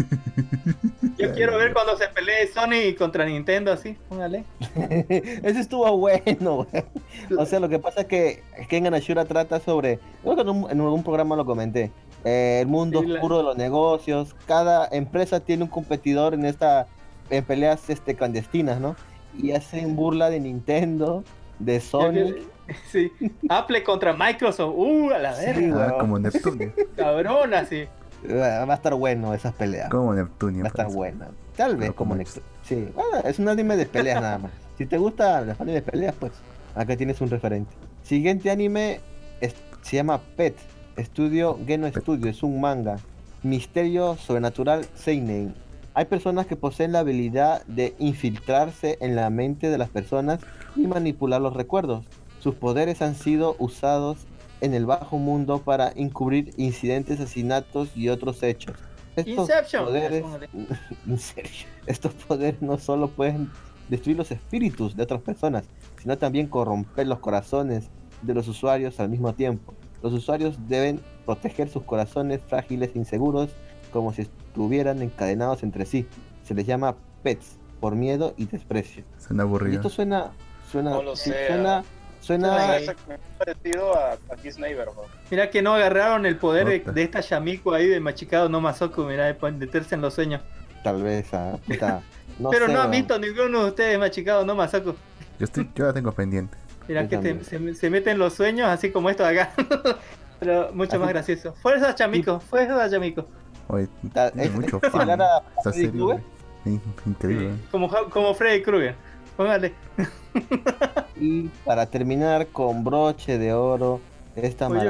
[SPEAKER 5] Yo quiero ver cuando se pelee Sony contra Nintendo así. Póngale.
[SPEAKER 1] Ese estuvo bueno, weón. O sea, lo que pasa es que Kengan Ashura trata sobre. Creo que en algún programa lo comenté. El mundo
[SPEAKER 5] Sí,
[SPEAKER 1] oscuro de los negocios. Cada empresa tiene un competidor en peleas clandestinas, ¿no? Y hacen burla de Nintendo, de Sonic.
[SPEAKER 5] Sí. Apple contra Microsoft. A la
[SPEAKER 1] Sí,
[SPEAKER 5] verga.
[SPEAKER 2] Ah,
[SPEAKER 1] weón.
[SPEAKER 2] como Neptunio.
[SPEAKER 5] Cabrón, así.
[SPEAKER 1] Va a estar bueno esas peleas.
[SPEAKER 2] Como Neptunio.
[SPEAKER 1] Va a estar
[SPEAKER 2] parece.
[SPEAKER 1] buena. Tal vez
[SPEAKER 2] Pero
[SPEAKER 1] como
[SPEAKER 2] como
[SPEAKER 1] Next. Sí, bueno, es un anime de peleas nada más. Si te gusta el anime de peleas, pues acá tienes un referente. Siguiente anime se llama Pet. Estudio Geno Studio, es un manga. Misterio sobrenatural seinen. Hay personas que poseen la habilidad de infiltrarse en la mente de las personas y manipular los recuerdos. Sus poderes han sido usados en el bajo mundo para encubrir incidentes, asesinatos y otros hechos. Estos
[SPEAKER 5] Inception.
[SPEAKER 1] poderes,
[SPEAKER 5] Póngale.
[SPEAKER 1] Inception. Estos poderes no solo pueden destruir los espíritus de otras personas, sino también corromper los corazones de los usuarios al mismo tiempo. Los usuarios deben proteger sus corazones frágiles e inseguros como si estuvieran encadenados entre sí. Se les llama pets por miedo y desprecio.
[SPEAKER 2] Suena
[SPEAKER 1] Y
[SPEAKER 2] aburrido.
[SPEAKER 1] esto suena,
[SPEAKER 4] No lo
[SPEAKER 1] sí,
[SPEAKER 4] sea.
[SPEAKER 1] suena Suena...
[SPEAKER 5] Ay.
[SPEAKER 6] Es parecido a Kiss Neighbor, ¿no?
[SPEAKER 5] Mira que no agarraron el poder
[SPEAKER 2] Puta.
[SPEAKER 5] de esta Yamiko ahí de Machikado no Masoku, mira, de meterse en los sueños.
[SPEAKER 1] Tal vez, puta, no
[SPEAKER 5] Pero
[SPEAKER 1] sé,
[SPEAKER 5] no han
[SPEAKER 1] weón.
[SPEAKER 5] visto ninguno de ustedes Machikado no Masoku.
[SPEAKER 2] Yo la tengo pendiente.
[SPEAKER 5] Mira
[SPEAKER 1] Yo
[SPEAKER 5] que
[SPEAKER 1] también.
[SPEAKER 5] se mete en los sueños así como esto de acá. Pero mucho
[SPEAKER 1] Así-
[SPEAKER 5] más gracioso. Fuerza Chamiko, fuerza Chamiko.
[SPEAKER 2] Oye,
[SPEAKER 1] Ta-
[SPEAKER 2] tiene
[SPEAKER 1] es
[SPEAKER 2] mucho fan.
[SPEAKER 1] similar a
[SPEAKER 2] Esta
[SPEAKER 1] Freddy
[SPEAKER 2] serie,
[SPEAKER 1] Krueger.
[SPEAKER 2] increíble.
[SPEAKER 5] Como Freddy Krueger. Póngale.
[SPEAKER 1] Y para terminar con broche de oro, esta
[SPEAKER 5] Uy, uy.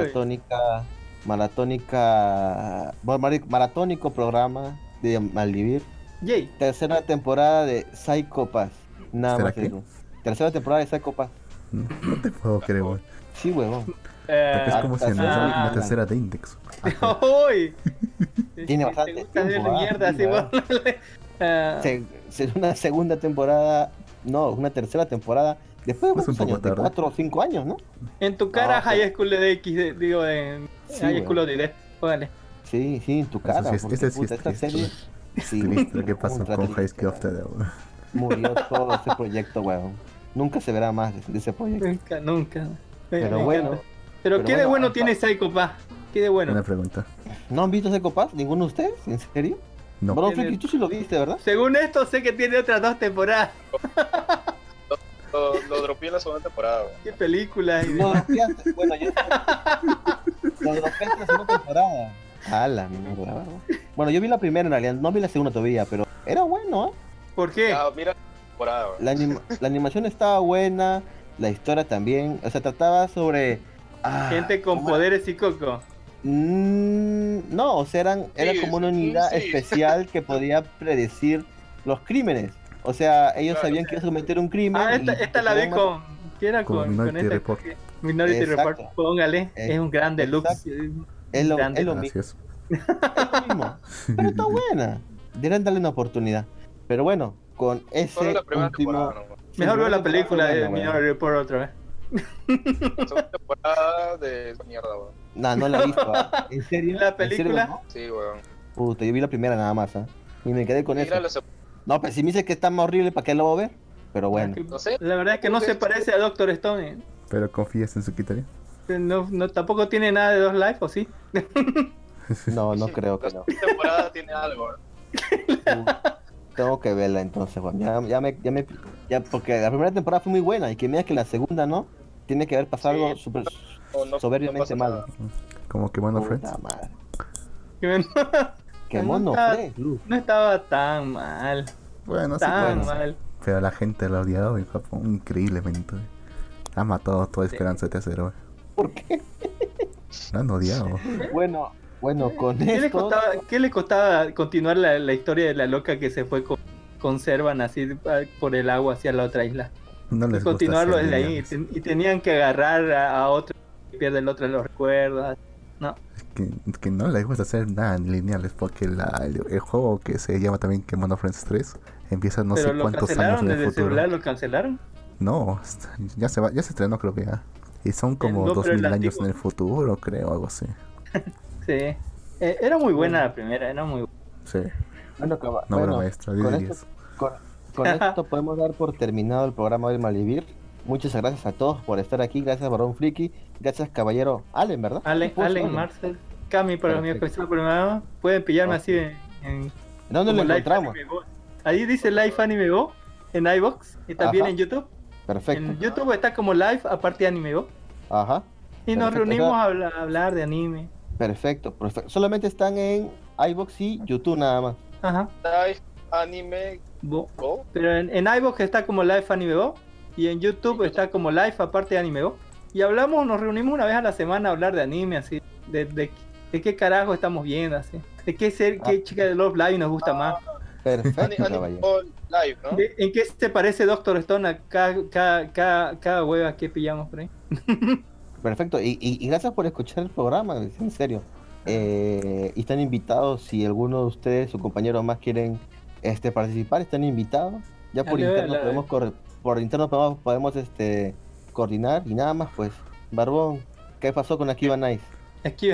[SPEAKER 1] maratónico programa de Malvivir.
[SPEAKER 5] Yay.
[SPEAKER 1] Tercera temporada de Psycho Pass. Nada
[SPEAKER 2] ¿Será
[SPEAKER 1] más que
[SPEAKER 2] qué?
[SPEAKER 1] digo. Tercera temporada de Psycho Pass.
[SPEAKER 2] No te puedo creer, weón.
[SPEAKER 1] Sí, huevón.
[SPEAKER 2] Porque es como si analizara
[SPEAKER 1] ah,
[SPEAKER 2] una tercera de Index.
[SPEAKER 5] ¡Uy!
[SPEAKER 1] Tiene
[SPEAKER 5] Si
[SPEAKER 1] bastante
[SPEAKER 5] te gusta ver
[SPEAKER 1] tiempo,
[SPEAKER 5] la mierda,
[SPEAKER 1] sí,
[SPEAKER 5] así,
[SPEAKER 1] ¿verdad?
[SPEAKER 5] ponle. Ah,
[SPEAKER 1] Una segunda temporada, no, una tercera temporada. Después de
[SPEAKER 2] Es un
[SPEAKER 1] cuántos años,
[SPEAKER 2] poco
[SPEAKER 1] de
[SPEAKER 2] tarde.
[SPEAKER 1] 4 o 5 años, ¿no?
[SPEAKER 5] en tu cara,
[SPEAKER 1] No,
[SPEAKER 5] High School de X, digo, en
[SPEAKER 1] Sí,
[SPEAKER 5] High
[SPEAKER 1] weón.
[SPEAKER 5] School of the Dead. Póngale.
[SPEAKER 1] Sí, en tu cara.
[SPEAKER 2] Eso sí es-
[SPEAKER 1] porque,
[SPEAKER 2] ese sí
[SPEAKER 1] puta,
[SPEAKER 2] es
[SPEAKER 1] esta
[SPEAKER 2] triste.
[SPEAKER 1] serie. Sí,
[SPEAKER 2] Triste lo que pasó
[SPEAKER 1] ultra
[SPEAKER 2] con
[SPEAKER 1] triste,
[SPEAKER 2] High School of the
[SPEAKER 1] weón.
[SPEAKER 2] Dead.
[SPEAKER 1] Murió todo ese proyecto, weón. Nunca se verá más de ese proyecto.
[SPEAKER 5] Nunca, nunca.
[SPEAKER 1] Pero
[SPEAKER 5] Me
[SPEAKER 1] bueno.
[SPEAKER 5] encanta. Pero qué de
[SPEAKER 1] bueno,
[SPEAKER 5] bueno tiene Psycho Pass. Qué de bueno.
[SPEAKER 2] Una pregunta.
[SPEAKER 1] ¿No han visto Psycho Pass? ¿Ninguno de ustedes? ¿En serio?
[SPEAKER 2] No.
[SPEAKER 1] Bro,
[SPEAKER 5] Tiene-
[SPEAKER 1] Friki, tú sí lo viste, ¿verdad?
[SPEAKER 5] Según esto, sé que tiene otras 2 temporadas.
[SPEAKER 6] Lo dropeé en la segunda temporada, weón.
[SPEAKER 5] Qué películas. y
[SPEAKER 1] Lo
[SPEAKER 5] demás.
[SPEAKER 1] dropeaste, bueno, yo... Lo dropeaste en la segunda temporada. A la mierda, weón. Bueno, yo vi la primera en realidad, no vi la segunda todavía, pero era bueno, ¿eh?
[SPEAKER 5] ¿Por qué?
[SPEAKER 6] Ah, mira la temporada, weón.
[SPEAKER 1] La animación estaba buena, la historia también, o sea, trataba sobre...
[SPEAKER 5] Gente con
[SPEAKER 1] ¿cómo era?
[SPEAKER 5] poderes y coco.
[SPEAKER 1] No, o sea, era
[SPEAKER 6] Sí,
[SPEAKER 1] como una
[SPEAKER 6] sí,
[SPEAKER 1] unidad
[SPEAKER 6] sí.
[SPEAKER 1] especial que podía predecir los crímenes. O sea, ellos
[SPEAKER 6] Claro,
[SPEAKER 1] sabían que iba a cometer un crimen.
[SPEAKER 5] Ah,
[SPEAKER 1] y
[SPEAKER 5] esta la vi
[SPEAKER 1] tenían
[SPEAKER 5] con. ¿Qué era
[SPEAKER 2] Con
[SPEAKER 5] con
[SPEAKER 2] Minority
[SPEAKER 5] esta?
[SPEAKER 2] Report.
[SPEAKER 5] Minority
[SPEAKER 1] Exacto.
[SPEAKER 5] Report. Póngale. Es un gran deluxe.
[SPEAKER 1] Es lo
[SPEAKER 5] grande.
[SPEAKER 1] mismo.
[SPEAKER 2] Gracias.
[SPEAKER 1] Es lo mismo. Pero está buena. Deberían darle una oportunidad. Pero bueno, con
[SPEAKER 6] Solo
[SPEAKER 1] ese
[SPEAKER 6] la primera
[SPEAKER 1] último...
[SPEAKER 6] temporada, ¿no?
[SPEAKER 1] Sí,
[SPEAKER 5] Mejor veo
[SPEAKER 1] primera
[SPEAKER 5] la película
[SPEAKER 1] temporada
[SPEAKER 5] de
[SPEAKER 1] fue buena,
[SPEAKER 5] Minority Report otra vez.
[SPEAKER 6] La segunda temporada de mierda, weón.
[SPEAKER 1] No la he visto. ¿Ah? ¿En serio?
[SPEAKER 5] ¿La
[SPEAKER 1] ¿En serio,
[SPEAKER 5] película?
[SPEAKER 1] no?
[SPEAKER 6] Sí, weón.
[SPEAKER 1] Puta, yo vi la primera nada más, ¿ah? Y me quedé con eso.
[SPEAKER 6] Mira la segunda.
[SPEAKER 1] No, pero si me dice que está más horrible, ¿para qué lo voy a ver? Pero bueno.
[SPEAKER 6] No sé.
[SPEAKER 5] La verdad es que no se parece a Doctor Stone.
[SPEAKER 2] Pero confías en su criterio.
[SPEAKER 5] No, tampoco tiene nada de 2 Life, ¿o sí?
[SPEAKER 1] No, no creo que
[SPEAKER 6] La
[SPEAKER 1] no.
[SPEAKER 6] segunda temporada tiene algo, weón.
[SPEAKER 1] Tengo que verla entonces, Juan. Ya, porque la primera temporada fue muy buena y que mira que la segunda no. Tiene que haber pasado
[SPEAKER 6] Sí,
[SPEAKER 1] algo súper
[SPEAKER 6] no
[SPEAKER 1] soberbiamente
[SPEAKER 6] pasa
[SPEAKER 1] malo.
[SPEAKER 6] nada.
[SPEAKER 2] Como que Mono Friends.
[SPEAKER 1] Puta madre.
[SPEAKER 5] Que bueno,
[SPEAKER 1] Qué
[SPEAKER 5] No
[SPEAKER 1] mono
[SPEAKER 5] está-
[SPEAKER 1] fue.
[SPEAKER 5] no estaba tan mal.
[SPEAKER 2] Bueno, sí,
[SPEAKER 5] Tan
[SPEAKER 2] bueno.
[SPEAKER 5] mal.
[SPEAKER 2] Pero la gente lo ha odiado en Japón increíblemente. Ha matado toda esperanza de tercero.
[SPEAKER 1] ¿Por qué?
[SPEAKER 2] Lo han odiado.
[SPEAKER 1] Bueno, con
[SPEAKER 5] ¿Qué le
[SPEAKER 1] esto.
[SPEAKER 5] costaba continuar la historia de la loca que se fue con Servan así por el agua hacia la otra isla?
[SPEAKER 2] No les gusta
[SPEAKER 5] Continuarlo
[SPEAKER 2] ser
[SPEAKER 5] desde ahí
[SPEAKER 2] lineales.
[SPEAKER 5] y tenían que agarrar a otro y pierde el otro los recuerdos. No,
[SPEAKER 2] Que no les gusta hacer nada lineales porque el juego que se llama también que Mono Friends 3 empieza no
[SPEAKER 5] pero
[SPEAKER 2] sé
[SPEAKER 5] lo
[SPEAKER 2] cuántos años
[SPEAKER 5] cancelaron
[SPEAKER 2] en
[SPEAKER 5] desde
[SPEAKER 2] el
[SPEAKER 5] el
[SPEAKER 2] futuro.
[SPEAKER 5] celular, lo cancelaron.
[SPEAKER 2] No, ya se estrenó creo que ya. Y son como
[SPEAKER 5] No, pero el
[SPEAKER 2] 2000 años
[SPEAKER 5] antiguo.
[SPEAKER 2] en el futuro, creo, algo así.
[SPEAKER 5] Sí. Era muy buena la primera, era muy buena.
[SPEAKER 2] Sí,
[SPEAKER 1] Bueno,
[SPEAKER 2] no obra maestra, 10
[SPEAKER 1] con
[SPEAKER 2] de
[SPEAKER 1] esto,
[SPEAKER 2] 10.
[SPEAKER 1] con esto podemos dar por terminado el programa del Malvivir. Muchas gracias a todos por estar aquí. Gracias, Barón Friki. Gracias, caballero Allen, ¿verdad?
[SPEAKER 5] Allen, Marcel, Cami para mi
[SPEAKER 1] Perfecto.
[SPEAKER 5] especial programa. Pueden pillarme
[SPEAKER 1] Ok.
[SPEAKER 5] así en
[SPEAKER 1] ¿Dónde lo
[SPEAKER 5] como Live
[SPEAKER 1] encontramos?
[SPEAKER 5] Anime Go. Ahí dice Live Anime Go en iVoox y también
[SPEAKER 1] Ajá.
[SPEAKER 5] en YouTube.
[SPEAKER 1] Perfecto.
[SPEAKER 5] En YouTube está como Live aparte de Anime Go.
[SPEAKER 1] Ajá.
[SPEAKER 5] Y nos
[SPEAKER 1] Perfecto.
[SPEAKER 5] reunimos a hablar de anime.
[SPEAKER 1] Perfecto. Solamente están en iVoox y YouTube nada más.
[SPEAKER 5] Ajá.
[SPEAKER 6] Live Anime
[SPEAKER 5] Go.
[SPEAKER 6] Go.
[SPEAKER 5] Pero en iVoox está como Live Anime Go. Y en YouTube está como Live aparte de Anime Go. Y nos reunimos una vez a la semana a hablar de anime, así. De qué carajo estamos viendo, así. De qué chica de Love Live nos gusta más.
[SPEAKER 1] Perfecto,
[SPEAKER 6] Anime
[SPEAKER 1] caballero.
[SPEAKER 6] Go Live, ¿no?
[SPEAKER 5] ¿En qué se parece Doctor Stone a cada hueva que pillamos por ahí?
[SPEAKER 1] Perfecto. Y gracias por escuchar el programa, en serio. Y están invitados, si alguno de ustedes, su compañero más quieren participar, están invitados. Ya por
[SPEAKER 5] Dale,
[SPEAKER 1] interno
[SPEAKER 5] dale.
[SPEAKER 1] podemos coordinar y nada más, pues. Barbón, ¿qué pasó con Akiba Nice?
[SPEAKER 5] Aquí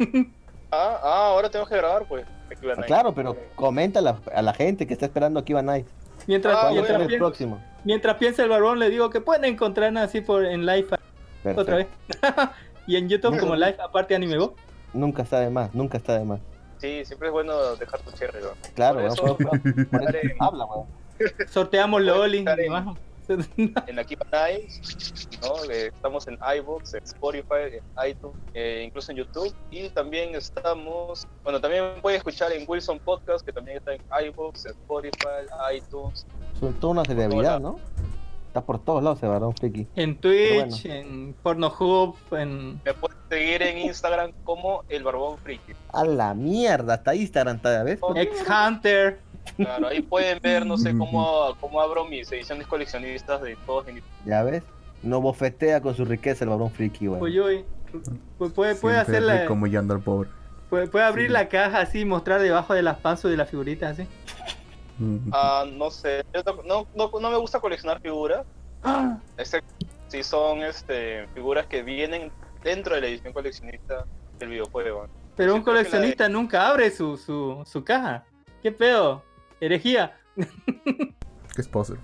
[SPEAKER 6] Ahora tengo que grabar, pues. Aquí van ahí.
[SPEAKER 1] Claro, pero comenta a la gente que está esperando Akiba Nice.
[SPEAKER 5] mientras,
[SPEAKER 6] Ah,
[SPEAKER 1] ¿Cuándo
[SPEAKER 5] mientras,
[SPEAKER 1] será el
[SPEAKER 5] piensa,
[SPEAKER 1] próximo?
[SPEAKER 5] mientras piensa el barbón, le digo que pueden encontrarnos así en Live Otra vez. Y en YouTube como live, aparte Anime Go.
[SPEAKER 1] Nunca está de más, nunca está de más.
[SPEAKER 6] Sí, siempre es bueno dejar tu cherry, ¿no?
[SPEAKER 1] Claro,
[SPEAKER 6] Por
[SPEAKER 1] weón,
[SPEAKER 6] eso,
[SPEAKER 1] por eso
[SPEAKER 6] en-
[SPEAKER 1] habla, weón.
[SPEAKER 5] Sorteamos Loli y
[SPEAKER 6] estar en-
[SPEAKER 5] demás.
[SPEAKER 6] en Akiba Nice, ¿no? Estamos en iVoox, en Spotify, en iTunes, incluso en YouTube. Y también estamos, bueno, también puedes escuchar en Wilson Podcast, que también está en iVoox, en Spotify, iTunes.
[SPEAKER 1] Sobre todo una celebridad, ¿no? Está por todos lados ese varón friki.
[SPEAKER 5] En Twitch, en Pornhub, en...
[SPEAKER 6] Me puedes seguir en Instagram como El Barbón Friki.
[SPEAKER 1] A la mierda, hasta Instagram, ¿ya ves?
[SPEAKER 5] X-Hunter.
[SPEAKER 6] Claro, ahí pueden ver, no sé, cómo abro mis ediciones coleccionistas de todos mis...
[SPEAKER 1] ¿Ya ves? No bofetea con su riqueza el varón friki, weón.
[SPEAKER 5] Pues hoy puede
[SPEAKER 2] Siempre
[SPEAKER 5] hacerla,
[SPEAKER 2] rico humillando al pobre.
[SPEAKER 5] puede abrir la caja así y mostrar debajo de las panzas de las figuritas así.
[SPEAKER 6] No sé, yo no me gusta coleccionar figuras, excepto si son figuras que vienen dentro de la edición coleccionista del videojuego.
[SPEAKER 5] Pero un
[SPEAKER 6] Siento que la
[SPEAKER 5] coleccionista nunca abre su caja. ¿Qué pedo? Herejía.
[SPEAKER 2] ¿Qué es posible?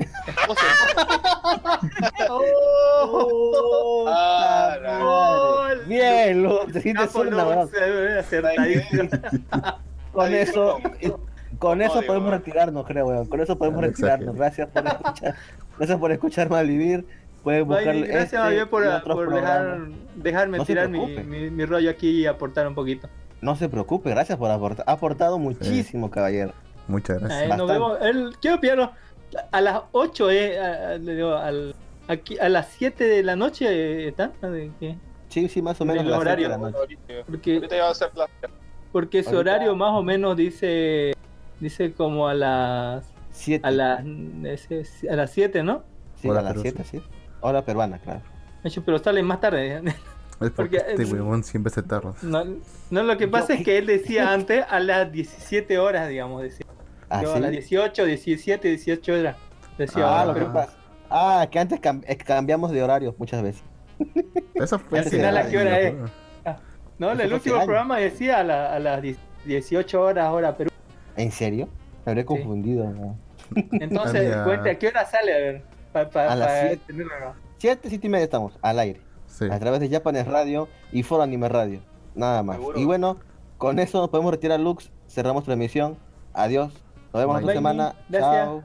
[SPEAKER 5] Oh,
[SPEAKER 1] Bien, lo te
[SPEAKER 5] Capo,
[SPEAKER 1] sientes una,
[SPEAKER 5] no,
[SPEAKER 1] weón.
[SPEAKER 5] se ve acertadísimo.
[SPEAKER 1] Con eso, con eso
[SPEAKER 6] Odio,
[SPEAKER 1] podemos
[SPEAKER 6] weón.
[SPEAKER 1] retirarnos, creo, weón. Con eso podemos
[SPEAKER 2] No
[SPEAKER 1] retirarnos.
[SPEAKER 2] exageres.
[SPEAKER 1] Gracias por escuchar Malvivir. Pueden buscar
[SPEAKER 5] Oye, gracias más bien
[SPEAKER 1] y otros
[SPEAKER 5] por
[SPEAKER 1] programas.
[SPEAKER 5] dejarme
[SPEAKER 1] No se
[SPEAKER 5] tirar
[SPEAKER 1] preocupe.
[SPEAKER 5] mi rollo aquí y aportar un poquito.
[SPEAKER 1] No se preocupe, gracias por aportar. Ha aportado muchísimo, caballero.
[SPEAKER 2] Muchas gracias.
[SPEAKER 5] Nos
[SPEAKER 1] Bastante.
[SPEAKER 5] vemos. Quiero pillarlo a las 8, le digo, aquí, a las 7 de la noche ¿están? ¿De qué?
[SPEAKER 1] Sí, más o menos
[SPEAKER 5] El
[SPEAKER 1] las 7 de
[SPEAKER 5] horario.
[SPEAKER 1] la noche.
[SPEAKER 6] Ahorita ya va a ser clase.
[SPEAKER 5] Porque su
[SPEAKER 1] Ahorita-
[SPEAKER 5] horario más o menos dice como a las
[SPEAKER 1] 7.
[SPEAKER 5] a las 7, ¿no?
[SPEAKER 1] Sí,
[SPEAKER 2] Hora
[SPEAKER 1] a las
[SPEAKER 2] peruana.
[SPEAKER 1] 7, sí. Hora peruana, claro.
[SPEAKER 5] Hecho, pero sale más tarde.
[SPEAKER 2] Es porque
[SPEAKER 5] porque-
[SPEAKER 2] este huevón siempre se tarda.
[SPEAKER 5] No, lo que pasa es que él decía antes a las 17 horas, digamos, decía.
[SPEAKER 1] ¿Ah,
[SPEAKER 5] Yo
[SPEAKER 1] sí?
[SPEAKER 5] a las 18, 17, 18 horas. Decía,
[SPEAKER 1] Ah,
[SPEAKER 5] ahora,
[SPEAKER 1] lo que
[SPEAKER 5] pero
[SPEAKER 1] pasa. Que antes cambiamos de horario muchas veces.
[SPEAKER 2] Eso fue
[SPEAKER 5] Al final, ¿a qué hora es?
[SPEAKER 2] weón.
[SPEAKER 5] no,
[SPEAKER 1] eso
[SPEAKER 5] el
[SPEAKER 1] fue
[SPEAKER 5] último
[SPEAKER 1] hace
[SPEAKER 5] programa decía a las 18 horas, hora Perú.
[SPEAKER 1] ¿En serio? Me habré confundido. ¿No?
[SPEAKER 5] Entonces,
[SPEAKER 2] Había-
[SPEAKER 5] cuente, ¿a qué hora sale? A ver,
[SPEAKER 1] A las 7.
[SPEAKER 5] tenerlo, ¿no?
[SPEAKER 1] 7, 7 y media estamos, al aire.
[SPEAKER 2] Sí.
[SPEAKER 1] A través de Japanes Radio y Foro Anime Radio. Nada más.
[SPEAKER 6] Seguro.
[SPEAKER 1] Y bueno, con eso nos podemos retirar, Lux. Cerramos transmisión. Adiós. Nos vemos
[SPEAKER 2] Bye.
[SPEAKER 1] otra semana.
[SPEAKER 5] Gracias.
[SPEAKER 1] Chao.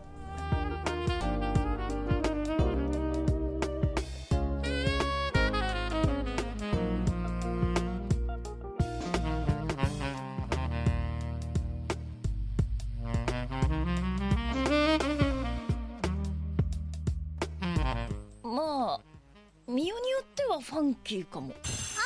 [SPEAKER 7] まあ見ようによってはファンキーかも。